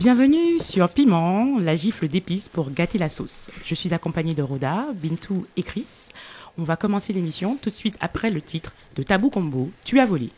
Bienvenue sur Piment, la gifle d'épices pour gâter la sauce. Je suis accompagnée de Rhoda, Bintou et Chris. On va commencer l'émission tout de suite après le titre de Tabou Combo, Tu as volé.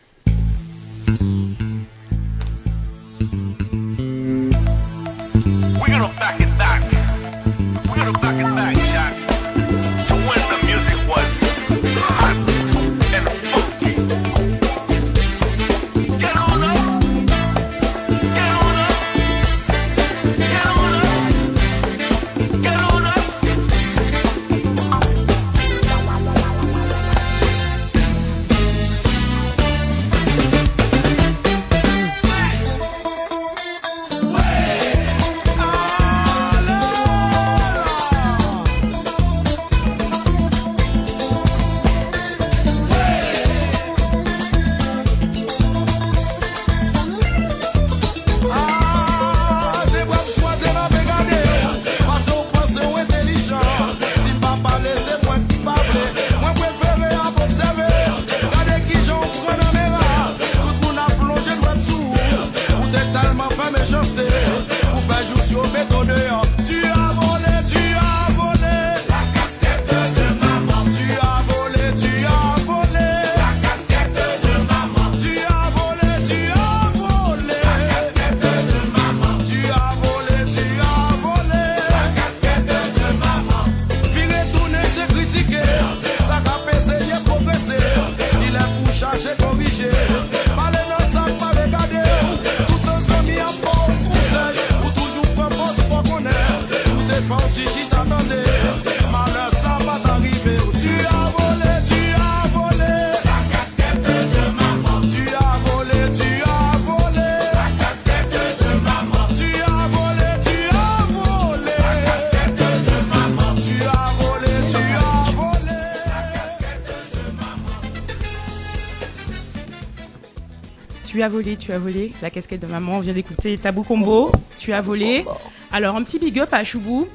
Tu as volé la casquette de maman. On vient d'écouter Tabou Combo, Tu as volé. Alors, un petit big up à Choubou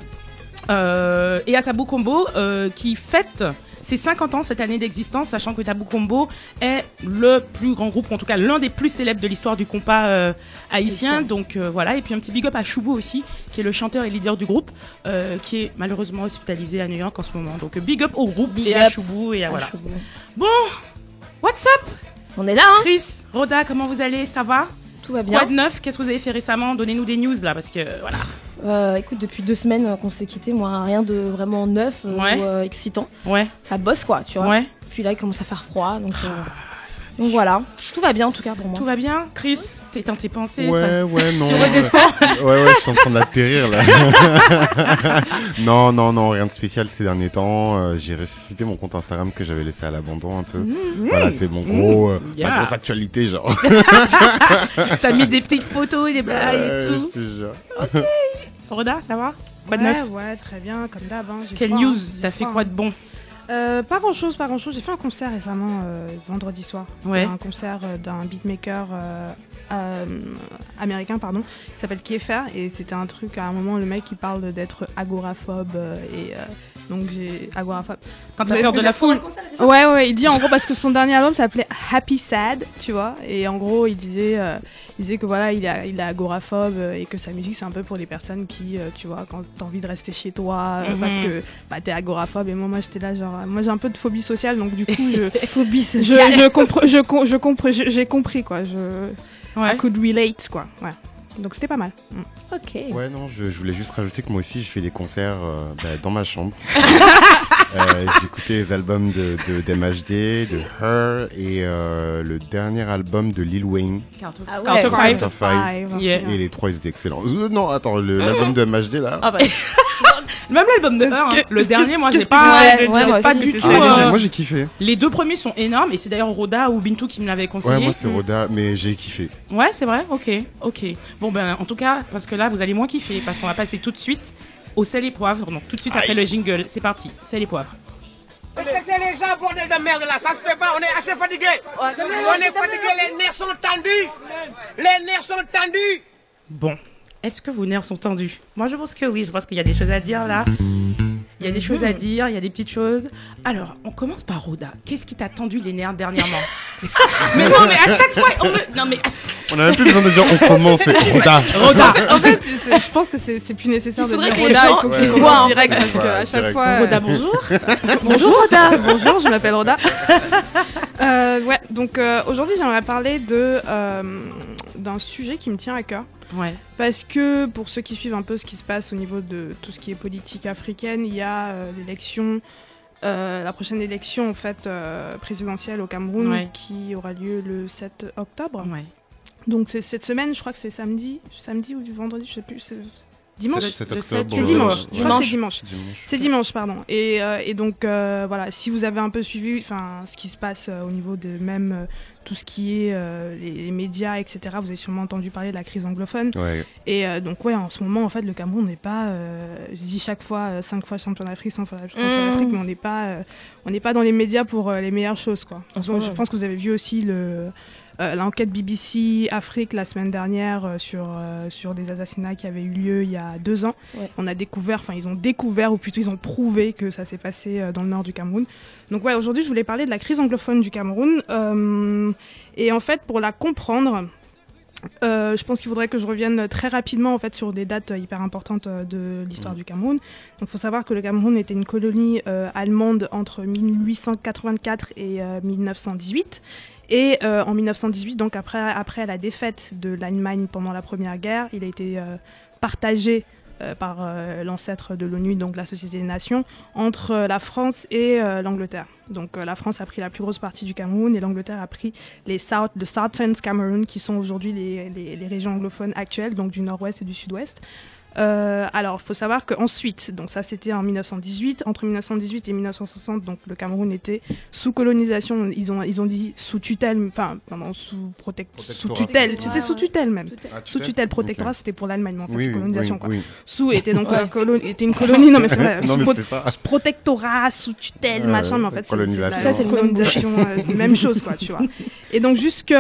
et à Tabou Combo qui fête ses 50 ans cette année d'existence, sachant que Tabou Combo est le plus grand groupe, en tout cas l'un des plus célèbres de l'histoire du compas haïtien. Donc voilà, et puis un petit big up à Choubou aussi, qui est le chanteur et leader du groupe, qui est malheureusement hospitalisé à New York en ce moment. Donc big up au groupe et à Choubou et à voilà. Choubou. Bon, what's up? On est là, hein? Chris, Rhoda, comment vous allez? Ça va? Tout va bien. Quoi de neuf? Qu'est-ce que vous avez fait récemment? Donnez-nous des news là, parce que voilà. Écoute, depuis 2 semaines qu'on s'est quittés, moi, rien de vraiment neuf ou excitant. Ouais. Ça bosse quoi, tu vois. Ouais. Puis là, il commence à faire froid, donc voilà. Tout va bien en tout cas pour moi. Tout va bien, Chris? T'es dans tes pensées? Ouais, non. Tu redescends? Ouais, je suis en train d'atterrir là. non, rien de spécial ces derniers temps. J'ai ressuscité mon compte Instagram que j'avais laissé à l'abandon un peu. Voilà, c'est mon gros, ma grosse actualité, genre. T'as mis des petites photos et des blagues et tout. Je te jure. Ok. Rhoda, ça va? Quoi de neuf? Ouais, très bien, comme d'hab. Quelle news? T'as fait quoi de bon? Pas grand chose. J'ai fait un concert récemment, vendredi soir. C'était un concert d'un beatmaker américain, qui s'appelle Kiefer. Et c'était un truc, à un moment, le mec il parle d'être agoraphobe. Donc j'ai agoraphobe. Quand t'as peur de la foule? Ouais, il dit en gros, parce que son dernier album s'appelait Happy Sad, tu vois. Et en gros, il disait que voilà, il est agoraphobe et que sa musique c'est un peu pour les personnes qui, tu vois, quand t'as envie de rester chez toi parce que t'es agoraphobe. Et moi j'étais là, genre, moi j'ai un peu de phobie sociale, donc du coup, phobie sociale. J'ai compris quoi. I could relate quoi. Ouais. Donc c'était pas mal. Ok. Ouais, non, je voulais juste rajouter que moi aussi, je fais des concerts dans ma chambre. J'ai écouté les albums d'MHD, de Her et le dernier album de Lil Wayne. Count of Five. Yeah. Et les trois, ils étaient excellents. Non, attends, l'album de MHD là. Ah bah. Même l'album de Her, le dernier, moi, j'ai pas du tout. Moi, j'ai kiffé. Les 2 premiers sont énormes et c'est d'ailleurs Rhoda ou Bintou qui me l'avait conseillé. Ouais, moi, c'est Rhoda, mais j'ai kiffé. Ouais, c'est vrai? Ok. Bon, ben, en tout cas, parce que là, vous allez moins kiffer, parce qu'on va passer tout de suite au sel et poivre. Donc, tout de suite après le jingle. C'est parti. Sel et poivre. Respectez les gens, bordel de merde là, ça se fait pas, on est assez fatigué. On est fatigué, les nerfs sont tendus. Les nerfs sont tendus. Bon. Est-ce que vos nerfs sont tendus? Moi, je pense que oui. Je pense qu'il y a des choses à dire là. Il y a des choses à dire, il y a des petites choses. Alors, on commence par Roda. Qu'est-ce qui t'a tendu les nerfs dernièrement? Mais non, mais à chaque fois, On a même plus besoin de dire on commence, c'est Roda. En fait, je pense que c'est plus nécessaire de dire que les Roda, gens il faut qu'il voit en direct parce qu'à chaque fois. Roda, bonjour. Bonjour Roda. Bonjour, je m'appelle Roda. Donc aujourd'hui j'aimerais parler d'un sujet qui me tient à cœur. Ouais. Parce que pour ceux qui suivent un peu ce qui se passe au niveau de tout ce qui est politique africaine, il y a l'élection, la prochaine élection en fait présidentielle au Cameroun qui aura lieu le 7 octobre. Ouais. Donc c'est cette semaine, je crois que c'est samedi ou du vendredi, je sais plus. Dimanche. 7 octobre. C'est dimanche. Je crois que c'est dimanche. C'est dimanche, pardon. Et donc voilà, si vous avez un peu suivi, ce qui se passe au niveau de même tout ce qui est les médias, etc. Vous avez sûrement entendu parler de la crise anglophone. Ouais. Et donc en ce moment en fait, le Cameroun n'est pas, je dis chaque fois 5 fois champion d'Afrique, 100 fois champion d'Afrique, mais on n'est pas dans les médias pour les meilleures choses quoi. Donc je pense que vous avez vu aussi l'enquête BBC Afrique la semaine dernière sur des assassinats qui avaient eu lieu il y a 2 ans. Ouais. Ils ont découvert, ou plutôt ils ont prouvé que ça s'est passé dans le nord du Cameroun. Donc aujourd'hui je voulais parler de la crise anglophone du Cameroun. Et en fait pour la comprendre, je pense qu'il faudrait que je revienne très rapidement en fait sur des dates hyper importantes de l'histoire du Cameroun. Donc il faut savoir que le Cameroun était une colonie allemande entre 1884 et 1918. Et en 1918, donc après la défaite de l'Allemagne pendant la Première Guerre, il a été partagé par l'ancêtre de l'ONU, donc la Société des Nations, entre la France et l'Angleterre. Donc la France a pris la plus grosse partie du Cameroun et l'Angleterre a pris le Southern Cameroun, qui sont aujourd'hui les régions anglophones actuelles, donc du nord-ouest et du sud-ouest. Alors, il faut savoir qu'ensuite, donc ça c'était en 1918, entre 1918 et 1960, donc le Cameroun était sous colonisation, ils ont dit sous tutelle, sous tutelle, c'était sous tutelle même. Sous tutelle, protectorat, c'était pour l'Allemagne, mais en fait, sous colonisation quoi. Oui. Sous était donc était une colonie, non mais c'est vrai, sous protectorat, sous tutelle, machin, mais en fait c'est colonisation, même chose quoi, tu vois. Et donc jusqu'au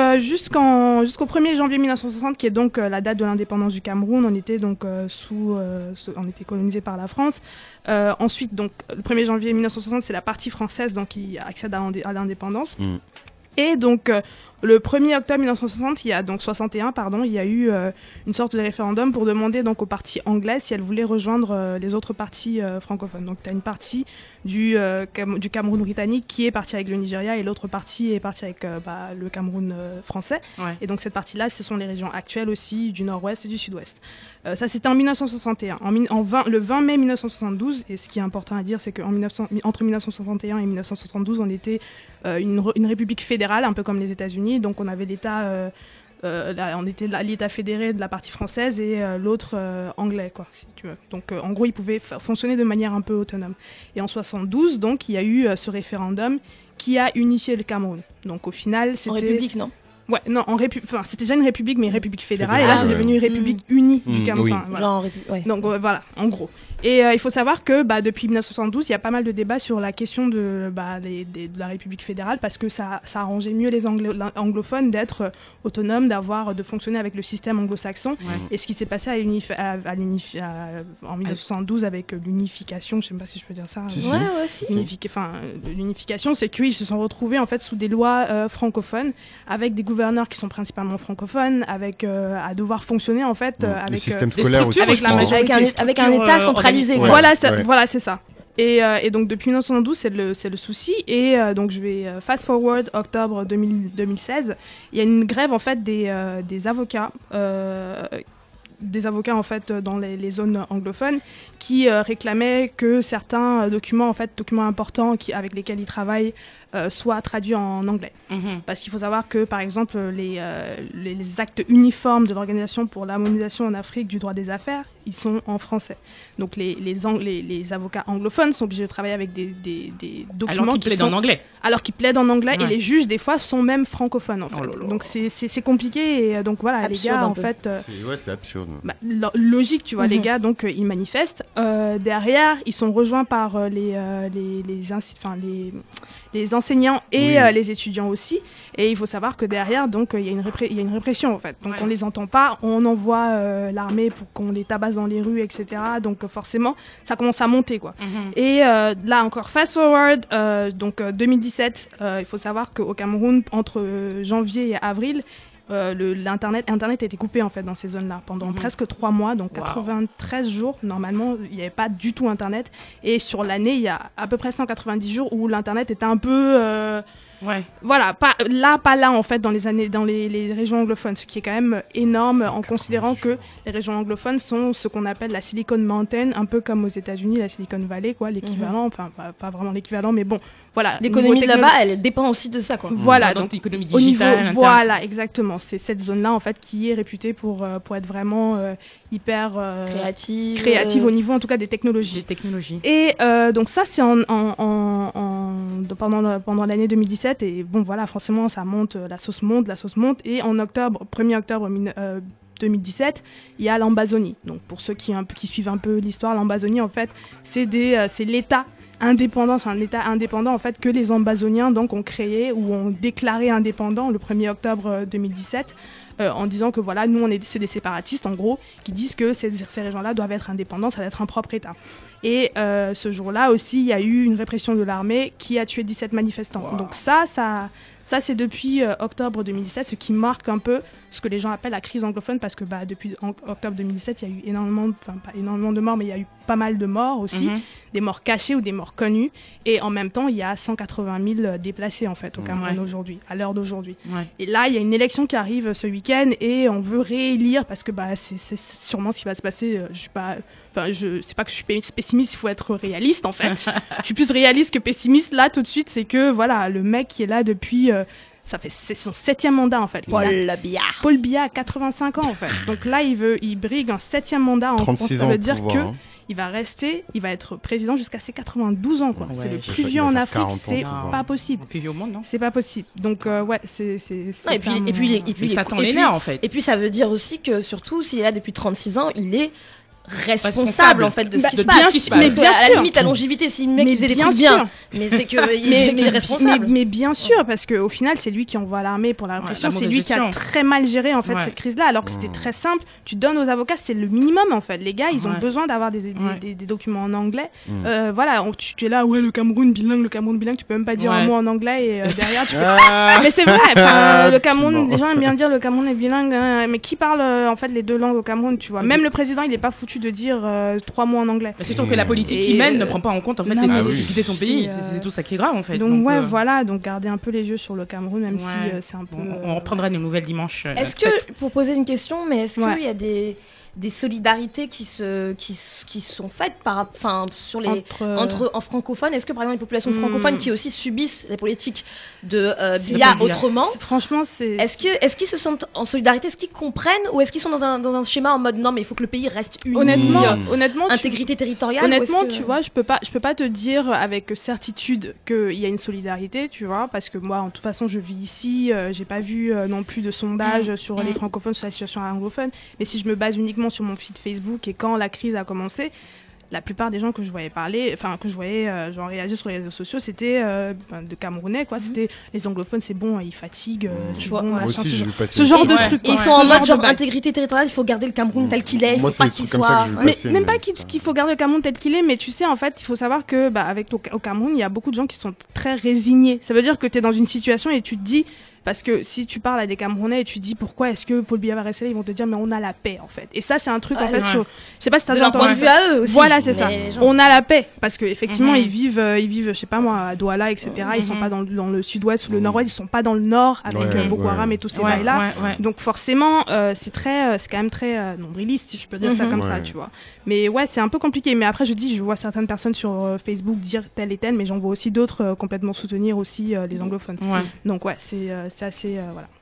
1er janvier 1960, qui est donc la date de l'indépendance du Cameroun, on était donc on était colonisé par la France. Ensuite, donc, le 1er janvier 1960, c'est la partie française donc, qui accède à l'indépendance. Et donc, le 1er octobre 1960, il y a eu une sorte de référendum pour demander donc, aux parties anglaises si elles voulaient rejoindre les autres parties francophones. Donc, tu as une partie du Cameroun britannique qui est partie avec le Nigeria et l'autre partie est partie avec le Cameroun français. Ouais. Et donc, cette partie-là, ce sont les régions actuelles aussi du nord-ouest et du sud-ouest. Ça, c'était en 1961. Le 20 mai 1972, et ce qui est important à dire, c'est qu'entre 1961 et 1972, on était une république fédérale, un peu comme les États-Unis. Donc on avait l'État, on était l'État fédéré de la partie française et l'autre anglais, quoi, si tu veux. Donc en gros, ils pouvaient fonctionner de manière un peu autonome. Et en 72, donc il y a eu ce référendum qui a unifié le Cameroun. Donc au final, c'était. En république, non? Ouais, non, c'était déjà une république, mais une république fédérale, et là c'est devenu une république unie du Cameroun. Oui. Voilà. Genre, donc voilà, en gros. Et il faut savoir que depuis 1972, il y a pas mal de débats sur la question de la République fédérale parce que ça arrangeait mieux les anglophones d'être autonomes, de fonctionner avec le système anglo-saxon. Ouais. Et ce qui s'est passé en 1972 avec l'unification, je sais pas si je peux dire ça. L'unification, c'est qu'ils se sont retrouvés en fait sous des lois francophones avec des gouverneurs qui sont principalement francophones, avec à devoir fonctionner en fait avec le système scolaire aussi, avec un État centralisé. Ouais. Voilà, c'est ça. Et donc depuis 1992, c'est le souci. Et donc je vais fast forward octobre 2016. Il y a une grève en fait des avocats. Des avocats en fait dans les zones anglophones qui réclamaient que certains documents importants avec lesquels ils travaillent soient traduits en anglais. Parce qu'il faut savoir que par exemple les actes uniformes de l'Organisation pour l'harmonisation en Afrique du droit des affaires, ils sont en français. Donc les avocats anglophones sont obligés de travailler avec des documents alors qu'ils plaident en anglais et les juges des fois sont même francophones en fait. Donc c'est compliqué et donc voilà, absurde, les gars en fait c'est absurde. Logique, tu vois, les gars donc ils manifestent. Derrière, ils sont rejoints par les enseignants et Oui. les étudiants aussi. Et il faut savoir que derrière, donc, il y a une répression, en fait. Donc, on les entend pas, on envoie l'armée pour qu'on les tabasse dans les rues, etc. Donc, forcément, ça commence à monter, quoi. Et là encore, fast forward, donc 2017, il faut savoir qu'au Cameroun, entre janvier et avril, Internet a été coupé en fait dans ces zones-là pendant presque 3 mois, donc 93 jours. Normalement, il n'y avait pas du tout Internet. Et sur l'année, il y a à peu près 190 jours où l'Internet était un peu... Voilà, pas là en fait dans les régions anglophones, ce qui est quand même énorme en considérant que les régions anglophones sont ce qu'on appelle la Silicon Mountain, un peu comme aux États-Unis la Silicon Valley, quoi, l'équivalent, enfin pas vraiment l'équivalent, mais bon, voilà. L'économie de là-bas, elle dépend aussi de ça, quoi. Voilà, donc l'économie au niveau, digitale. voilà, exactement, c'est cette zone-là en fait qui est réputée pour être vraiment hyper créative au niveau en tout cas des technologies. Et donc ça c'est pendant l'année 2017 et bon voilà forcément ça monte, la sauce monte et en 1er octobre 2017, il y a l'Ambazonie. Donc pour ceux qui suivent un peu l'histoire, l'Ambazonie en fait c'est l'État indépendant, c'est un État indépendant en fait que les Ambazoniens donc ont créé ou ont déclaré indépendant le 1er octobre 2017 en disant que voilà, nous c'est des séparatistes en gros qui disent que ces régions-là doivent être indépendantes, ça doit être un propre État. Et ce jour-là aussi, il y a eu une répression de l'armée qui a tué 17 manifestants. Wow. Donc ça c'est depuis octobre 2017, ce qui marque un peu ce que les gens appellent la crise anglophone, parce que depuis octobre 2017, il y a eu pas énormément de morts, mais il y a eu pas mal de morts aussi, des morts cachées ou des morts connues, et en même temps, il y a 180 000 déplacés en fait au Cameroun aujourd'hui, à l'heure d'aujourd'hui. Et là, il y a une élection qui arrive ce week-end, et on veut réélire, parce que c'est sûrement ce qui va se passer, c'est pas que je suis pessimiste, il faut être réaliste en fait. Je suis plus réaliste que pessimiste là tout de suite, c'est que voilà, le mec qui est là depuis c'est son 7e mandat en fait. Paul Biya a 85 ans en fait. Donc là il brigue un 7e mandat en France, ça veut dire que il va être président jusqu'à ses 92 ans quoi. C'est le plus vieux en Afrique, c'est pas possible. Le plus vieux au monde, non ? C'est pas possible. Donc c'est et puis ça tend les nerfs en fait. Et puis ça veut dire aussi que surtout s'il est là depuis 36 ans, il est responsable en fait de ce qui se passe. Mais bien sûr, à la limite la longévité, si le mec faisait des trucs bien, mais c'est que il est responsable. Mais bien sûr, parce que au final c'est lui qui envoie l'armée pour la répression, c'est lui qui a très mal géré en fait cette crise-là, alors que c'était très simple. Tu donnes aux avocats, c'est le minimum en fait. Les gars, ils ont besoin d'avoir des documents en anglais. Voilà, tu es là, le Cameroun bilingue, tu peux même pas dire un mot en anglais et derrière tu peux. Mais c'est vrai, le Cameroun, les gens aiment bien dire le Cameroun est bilingue, mais qui parle en fait les deux langues au Cameroun, tu vois. Même le président, il est pas foutu de dire 3 mots en anglais. C'est surtout que la politique qu'il mène ne prend pas en compte en fait les spécificités de son pays. C'est tout ça qui est grave en fait. Donc voilà, donc garder un peu les yeux sur le Cameroun, même si c'est un peu. On reprendra nos nouvelles dimanche. Est-ce que, pour poser une question, mais est-ce qu'il y a des solidarités qui sont faites en francophones? Est-ce que par exemple les populations francophones qui aussi subissent les politiques de Biya autrement, franchement est-ce qu'ils se sentent en solidarité, est-ce qu'ils comprennent, ou est-ce qu'ils sont dans un schéma en mode non mais il faut que le pays reste uni, honnêtement intégrité territoriale? Honnêtement, tu vois, je peux pas te dire avec certitude qu'il y a une solidarité, tu vois, parce que moi en toute façon je vis ici, j'ai pas vu non plus de sondage sur les francophones, sur la situation anglophone, mais si je me base uniquement sur mon feed Facebook, et quand la crise a commencé, la plupart des gens que je voyais genre réagir sur les réseaux sociaux, c'était de Camerounais quoi, c'était les anglophones, c'est bon, ils fatiguent, c'est bon, ce genre de trucs. Ils sont en mode genre intégrité territoriale, il faut garder le Cameroun tel qu'il est, il faut pas qu'il soit. Même pas qu'il faut garder le Cameroun tel qu'il est, mais tu sais en fait, il faut savoir que au Cameroun, il y a beaucoup de gens qui sont très résignés. Ça veut dire que tu es dans une situation et tu te dis. Parce que si tu parles à des Camerounais et tu dis pourquoi est-ce que Paul Biya va rester là, ils vont te dire mais on a la paix en fait. Et ça c'est un truc en fait sur, je sais pas si t'as déjà entendu. De leur point de vue à eux aussi. Voilà, c'est ça. On a la paix parce que effectivement ils vivent je sais pas moi à Douala, etc. Ils sont pas dans le sud-ouest ou le nord-ouest, ils sont pas dans le nord avec Boko Haram et tous ces bails là. Donc forcément c'est quand même très nombriliste si je peux dire ça comme ça, tu vois. Mais c'est un peu compliqué. Mais après je vois certaines personnes sur Facebook dire tel et tel, mais j'en vois aussi d'autres complètement soutenir aussi les anglophones. Donc c'est assez voilà.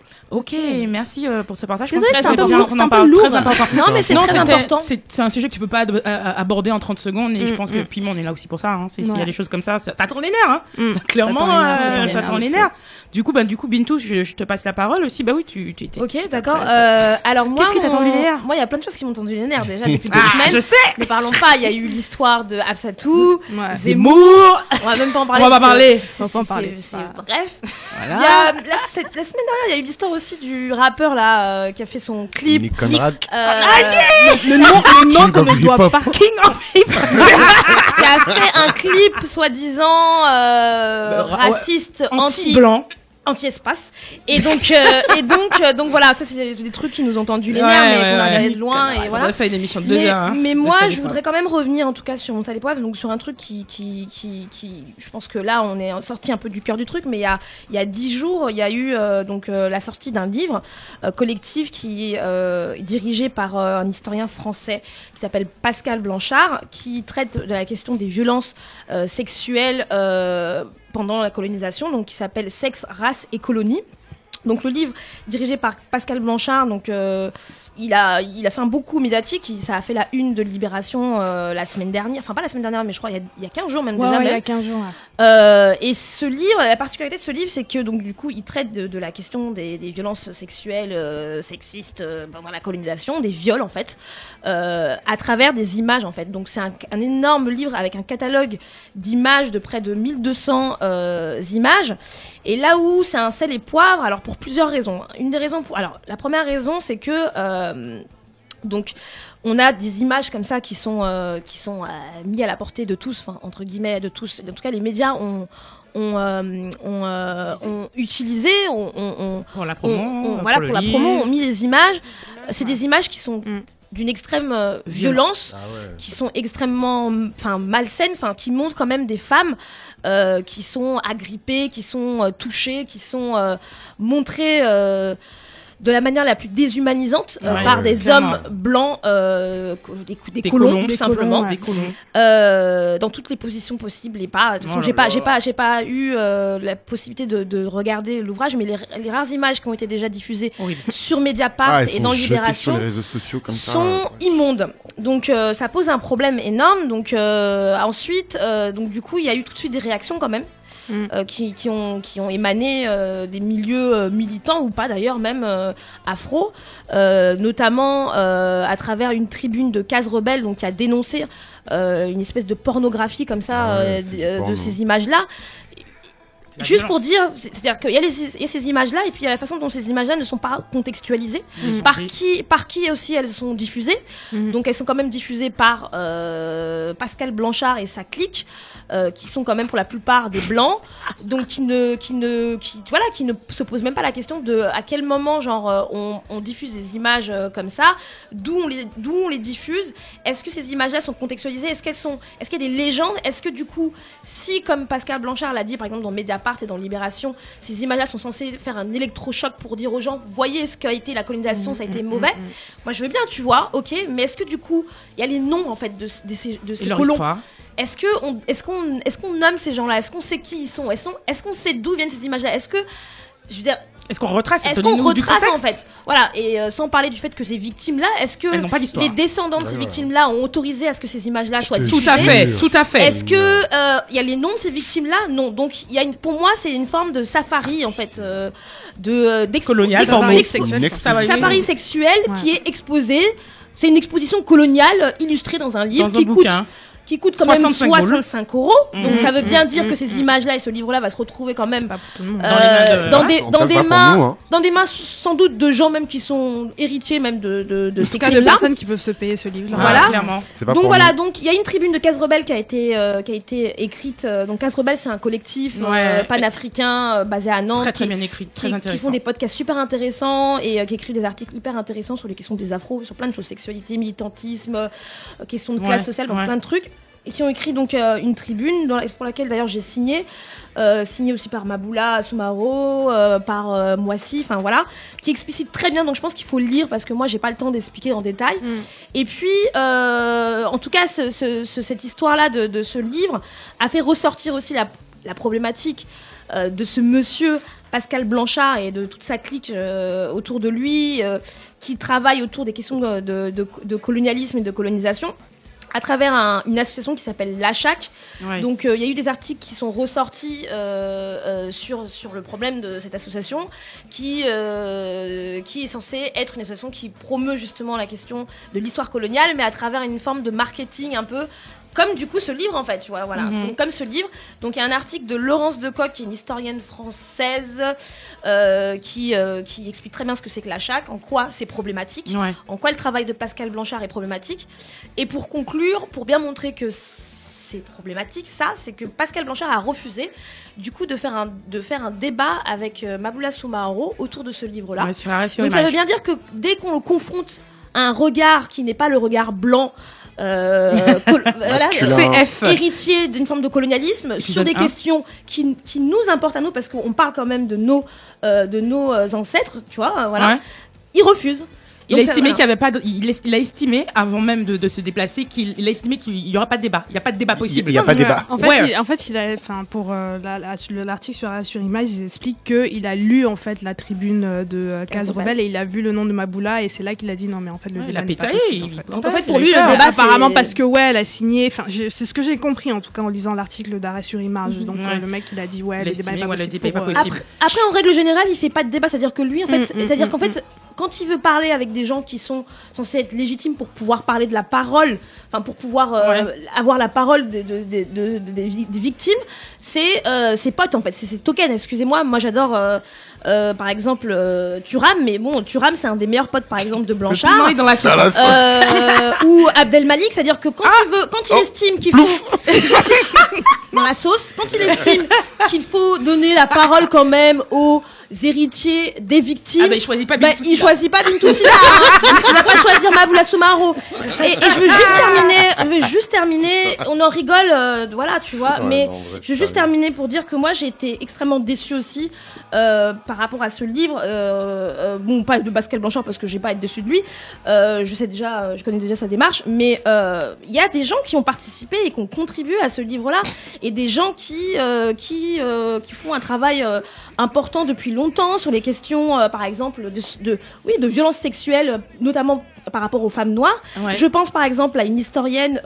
Ok, merci pour ce partage. Désolée, c'est un peu lourd, c'est un peu lourd. Non, mais c'est très important. C'est un sujet que tu peux pas aborder en 30 secondes et je pense que puis on est là aussi pour ça. S'il y a des choses comme ça tourne les nerfs. Clairement, ça tourne les nerfs. Du coup, Bintou, je te passe la parole aussi. Bah oui, tu étais. Ok, d'accord. Alors moi, qu'est-ce qui t'a tendu les nerfs ? Moi, il y a plein de choses qui m'ont tendu les nerfs déjà depuis 2 semaines. Je sais. Ne parlons pas. Il y a eu l'histoire de Afsatou, Zemmour. On va même pas en parler. On va pas parler. Bref. Voilà. La semaine dernière, il y a eu l'histoire aussi du rappeur là qui a fait son clip. Nick Conrad. Le nom qu'on ne doit pas. King of Hip-Hop. Qui a fait un clip soi-disant raciste, anti-espace. Et donc voilà, ça c'est des trucs qui nous ont tendu les nerfs, mais qu'on a regardé de loin. Et voilà. On a fait une émission de 2 heures. Mais moi, je voudrais quand même revenir en tout cas sur Mon Sale et Poivre, donc sur un truc qui, je pense que là, on est sorti un peu du cœur du truc, mais il y a 10 jours, il y a eu la sortie d'un livre collectif qui est dirigé par un historien français qui s'appelle Pascal Blanchard, qui traite de la question des violences sexuelles pendant la colonisation, donc qui s'appelle Sexe, race et colonie. Donc le livre dirigé par Pascal Blanchard, donc il a fait un beau coup médiatique, ça a fait la une de Libération la semaine dernière, enfin pas la semaine dernière, mais je crois il y a 15 jours même déjà. Il y a 15 jours. Et ce livre, la particularité de ce livre, c'est que donc du coup il traite de la question des violences sexuelles, sexistes pendant la colonisation, des viols en fait, à travers des images en fait. Donc c'est un énorme livre avec un catalogue d'images de près de 1200 images. Et là où c'est un sel et poivre, alors pour plusieurs raisons. Alors la première raison, c'est que donc on a des images comme ça qui sont mis à la portée de tous, enfin entre guillemets de tous. En tout cas, les médias ont utilisé, pour la promo, ont mis des images. C'est des images qui sont d'une extrême violence, qui sont extrêmement malsaines, qui montrent quand même des femmes qui sont agrippées, qui sont touchées, qui sont montrées de la manière la plus déshumanisante par des hommes blancs, des colons tout simplement, dans toutes les positions possibles et pas. De toute façon, j'ai pas eu la possibilité de regarder l'ouvrage, mais les rares images qui ont été déjà diffusées sur Mediapart et dans Libération sur les réseaux sociaux comme sont immondes. Donc ça pose un problème énorme. Donc ensuite, donc du coup, il y a eu tout de suite des réactions quand même. Qui ont émané des milieux militants ou pas d'ailleurs, même afro, notamment à travers une tribune de Case Rebelle, donc qui a dénoncé une espèce de pornographie comme ça de ces images-là. Juste pour dire, c'est-à-dire qu'il y a ces images-là et puis il y a la façon dont ces images-là ne sont pas contextualisées, par qui aussi elles sont diffusées. Donc elles sont quand même diffusées par Pascal Blanchard et sa clique, qui sont quand même pour la plupart des blancs, donc qui ne se posent même pas la question de à quel moment on diffuse des images comme ça, d'où on les diffuse. Est-ce que ces images-là sont contextualisées? Est-ce qu'il y a des légendes? Est-ce que du coup, si comme Pascal Blanchard l'a dit par exemple dans Mediapart et dans Libération, ces images-là sont censées faire un électrochoc pour dire aux gens, voyez ce qu'a été la colonisation, ça a été mauvais. Moi, je veux bien, tu vois, ok, mais est-ce que du coup, il y a les noms en fait de ces colons? Histoire. Est-ce qu'on nomme ces gens-là? Est-ce qu'on sait qui ils sont? Est-ce qu'on sait d'où viennent ces images-là? Est-ce qu'on retrace en fait? Voilà, et sans parler du fait que ces victimes-là, est-ce que les descendants de ces victimes-là ont autorisé à ce que ces images-là soient diffusées? Tout à fait. Est-ce que il y a les noms de ces victimes-là? Non. Donc pour moi, c'est une forme de safari en fait, colonial, safari sexuel qui est exposé. C'est une exposition coloniale illustrée dans un livre qui coûte quand même 65 €. Donc ça veut bien dire que ces images-là et ce livre-là va se retrouver quand même dans des mains sans doute de gens même qui sont héritiers même de ces crimes-là. De personnes qui peuvent se payer ce livre-là. Voilà. Clairement. Donc il y a une tribune de Case Rebelle qui a été écrite. Donc Case Rebelle, c'est un collectif panafricain basé à Nantes, très bien écrit, très intéressant, qui font des podcasts super intéressants et qui écrivent des articles hyper intéressants sur les questions des afros, sur plein de choses, sexualité, militantisme, questions de classe sociale, donc plein de trucs. Et qui ont écrit donc une tribune pour laquelle d'ailleurs j'ai signé aussi par Maboula Soumaro, par Moissy, enfin voilà, qui explicite très bien. Donc je pense qu'il faut le lire parce que moi j'ai pas le temps d'expliquer en détail. Et puis en tout cas cette histoire-là de ce livre a fait ressortir aussi la problématique de ce monsieur Pascal Blanchard et de toute sa clique autour de lui, qui travaille autour des questions de colonialisme et de colonisation, à travers une association qui s'appelle l'ACHAC. Ouais. Donc il y a eu des articles qui sont ressortis sur le problème de cette association qui est censée être une association qui promeut justement la question de l'histoire coloniale, mais à travers une forme de marketing un peu comme du coup ce livre en fait, tu vois, voilà. Donc, comme ce livre. Donc il y a un article de Laurence Decoq, qui est une historienne française, qui explique très bien ce que c'est que l'ACHAC, en quoi c'est problématique, en quoi le travail de Pascal Blanchard est problématique. Et pour conclure, pour bien montrer que c'est problématique, c'est que Pascal Blanchard a refusé du coup de faire un débat avec Maboula Soumaoro autour de ce livre-là. Ouais, donc ça veut bien dire que dès qu'on le confronte à un regard qui n'est pas le regard blanc, CF, héritier d'une forme de colonialisme, sur des questions qui nous importent à nous, parce qu'on parle quand même de nos ancêtres, tu vois, voilà. Ouais. Il refuse. Il a estimé qu'il y avait pas il a estimé avant même de se déplacer qu'il a estimé qu'il y aura pas de débat. Il y a pas de débat possible. Il y a pas de débat. En fait, il a pour l'article sur Image, ils expliquent que il a lu en fait la tribune de Case Rebelle et il a vu le nom de Maboula et c'est là qu'il a dit non mais en fait le débat n'est pas possible. En fait. Donc en fait pour lui le débat apparemment parce que elle a signé, enfin c'est ce que j'ai compris en tout cas en lisant l'article d'Arrêt sur Image. Donc le mec il a dit le débat n'est pas possible. Après en règle générale il fait pas de débat, c'est-à-dire que lui en fait c'est-à-dire qu'en fait quand il veut parler avec des gens qui sont censés être légitimes pour pouvoir parler de la parole, enfin pour pouvoir avoir la parole des victimes, c'est ses potes en fait, c'est ses tokens. Excusez-moi, moi j'adore par exemple Thuram, mais bon Thuram c'est un des meilleurs potes par exemple de Blanchard. Dans la sauce. Ou Abdel Malik, c'est-à-dire que quand il estime qu'il faut dans la sauce, quand il estime qu'il faut donner la parole quand même aux héritiers des victimes, il choisit pas Bintou Sylla. Il choisit pas Bintou Sylla, il va pas choisir Maboula Soumaoro. Et je veux juste terminer, on en rigole, voilà, tu vois, mais je veux juste terminer pour dire que moi j'ai été extrêmement déçue aussi par rapport à ce livre, bon pas de Pascal Blanchard parce que j'ai pas à être déçue de lui, je connais déjà sa démarche, mais il y a des gens qui ont participé et qui ont contribué à ce livre-là, et des gens qui font un travail important depuis longtemps sur les questions, par exemple, de violences sexuelles, notamment par rapport aux femmes noires. Ouais. Je pense par exemple à une historienne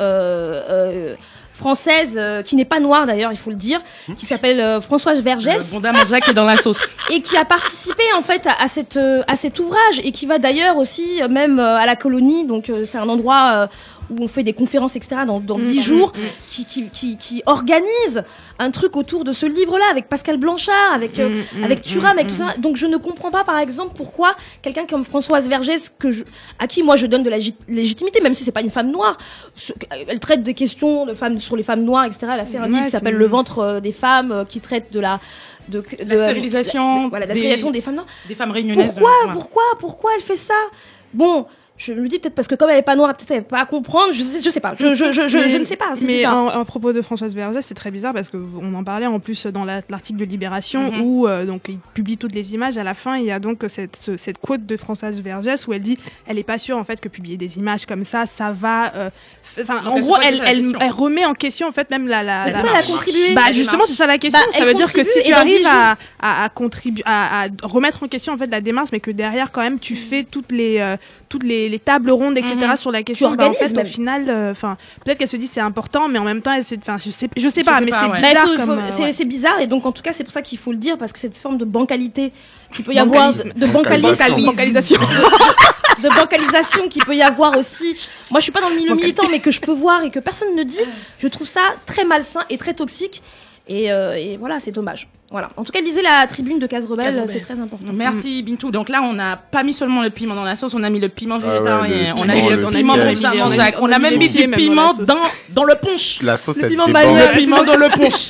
française qui n'est pas noire d'ailleurs, il faut le dire, qui s'appelle Françoise Vergès. Bon dame Jacques est dans la sauce. Et qui a participé en fait à cet ouvrage et qui va d'ailleurs aussi même à la colonie, donc c'est un endroit où on fait des conférences, etc. dans 10 jours, qui organise un truc autour de ce livre-là, avec Pascal Blanchard, avec Thuram, avec tout ça. Donc je ne comprends pas, par exemple, pourquoi quelqu'un comme Françoise Vergès, à qui moi je donne de la légitimité, même si c'est pas une femme noire, elle traite des questions sur les femmes noires, etc. Elle a fait un livre qui s'appelle Le ventre des femmes, qui traite de la stérilisation, la stérilisation des femmes noires. Des femmes réunionnaises. Pourquoi elle fait ça? Bon, je me dis peut-être parce que comme elle est pas noire, peut-être elle va pas comprendre. Je sais pas. Je ne sais pas. C'est bizarre. À propos de Françoise Vergès, c'est très bizarre parce que on en parlait en plus dans l'article de Libération où donc il publie toutes les images. À la fin, il y a donc cette quote de Françoise Vergès où elle dit elle est pas sûre en fait que publier des images comme ça va. En gros, elle remet en question en fait même la. Elle a contribué. Justement, c'est ça la question. Ça veut dire que si tu arrives à contribuer, à remettre en question en fait la démarche, mais que derrière quand même tu fais toutes les tables rondes, etc. sur la question. En fait, au final, peut-être qu'elle se dit c'est important, mais en même temps, je sais pas, mais c'est bizarre c'est bizarre, et donc en tout cas, c'est pour ça qu'il faut le dire, parce que cette forme de bancalité qu'il peut y avoir, de bancalisation. De bancalisation qu'il peut y avoir aussi. Moi, je suis pas dans le milieu militant, mais que je peux voir et que personne ne dit. Je trouve ça très malsain et très toxique. Et voilà, c'est dommage. Voilà. En tout cas, lisez la tribune de Case Rebelle, c'est très important. Merci Bintou. Donc là, on n'a pas mis seulement le piment dans la sauce, on a mis le piment végétarien, on a mis le piment de Jacques, on a même mis du piment dans le punch. La sauce, le piment le piment dans le punch.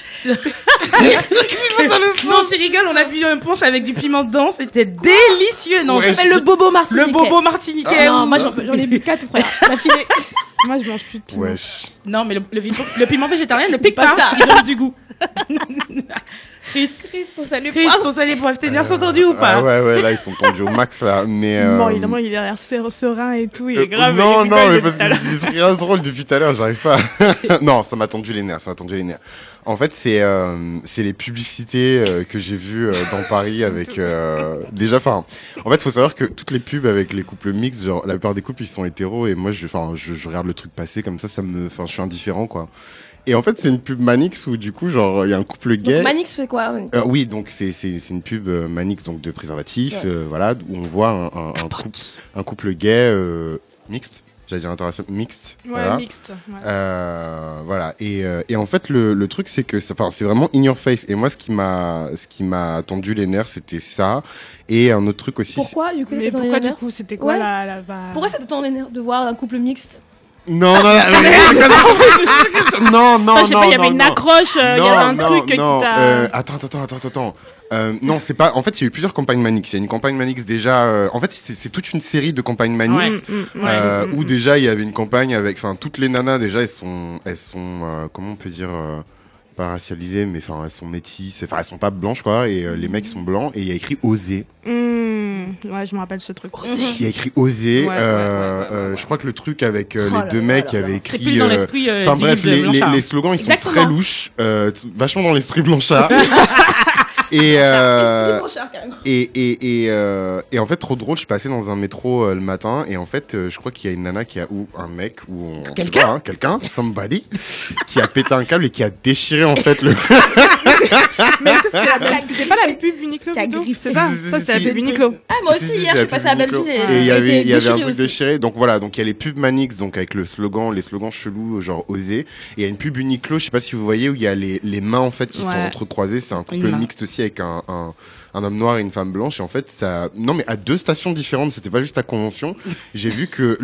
Non, tu rigoles, on a bu un punch avec du piment dedans, c'était délicieux. Non, ça s'appelle le bobo martiniquais. Le bobo martiniquais. Non, moi j'en ai bu 4 frère. Moi, je mange plus de piment. Wesh. Non, mais le piment végétarien ne pique pas, il donne du goût. Chris, ton salut Chris, ton salé poivre, tes nerfs sont tendus ou pas? Ouais, là, ils sont tendus au max, là. Mais. Bon, évidemment, il a l'air serein et tout, il est grave. Non, il mais rigole parce depuis tout à l'heure. que c'est rien drôle depuis tout à l'heure, j'arrive pas. Non, ça m'a tendu les nerfs. En fait, c'est les publicités que j'ai vues dans Paris avec déjà. Enfin, en fait, faut savoir que toutes les pubs avec les couples mixtes, genre la plupart des couples ils sont hétéros et moi, je regarde le truc passer comme ça, je suis indifférent quoi. Et en fait, c'est une pub Manix où du coup, genre, il y a un couple gay. Donc, Manix fait quoi? Oui, donc c'est une pub Manix donc de préservatif, voilà, où on voit un couple gay mixte. J'allais dire international mixte. Ouais, voilà. mixte. Ouais. Voilà. Et en fait, le truc, c'est que c'est vraiment in your face. Et moi, ce qui m'a tendu les nerfs, c'était ça. Et un autre truc aussi. Pourquoi, du coup, Mais pourquoi, du coup, c'était quoi Pourquoi ça te tend les nerfs de voir un couple mixte? Non, Je sais pas, il y avait une accroche, il y avait un truc qui t'a... Attends. Non, c'est pas. En fait, il y a eu plusieurs campagnes Manix. Il y a une campagne Manix déjà. En fait, c'est toute une série de campagnes Manix où déjà il y avait une campagne avec. Enfin, toutes les nanas déjà, elles sont. Comment on peut dire pas racialisées, mais enfin, elles sont métisses. Enfin, elles sont pas blanches quoi. Et les mecs sont blancs. Et il y a écrit oser. Ouais, je me rappelle ce truc. Il y a écrit oser. Je crois que le truc avec les deux mecs qui avaient écrit. C'est plus dans l'esprit. Enfin bref, les slogans ils sont très louches, vachement dans l'esprit Blanchard. Et en fait trop drôle, je suis passé dans un métro le matin et en fait je crois qu'il y a une nana ou un mec ou quelqu'un somebody qui a pété un câble et qui a déchiré en fait le Mais c'était pas la pub Uniqlo plutôt? C'est ça c'était la pub Uniqlo. Ah moi aussi hier je suis passée à Belleville et il y avait un truc déchiré. Donc voilà, donc il y a les pubs Manix donc avec les slogans chelous genre oser, et il y a une pub Uniqlo, je sais pas si vous voyez, où il y a les mains en fait qui sont entrecroisées, c'est un couple mixte aussi avec un homme noir et une femme blanche, et en fait ça mais à deux stations différentes, c'était pas juste à Convention. J'ai vu que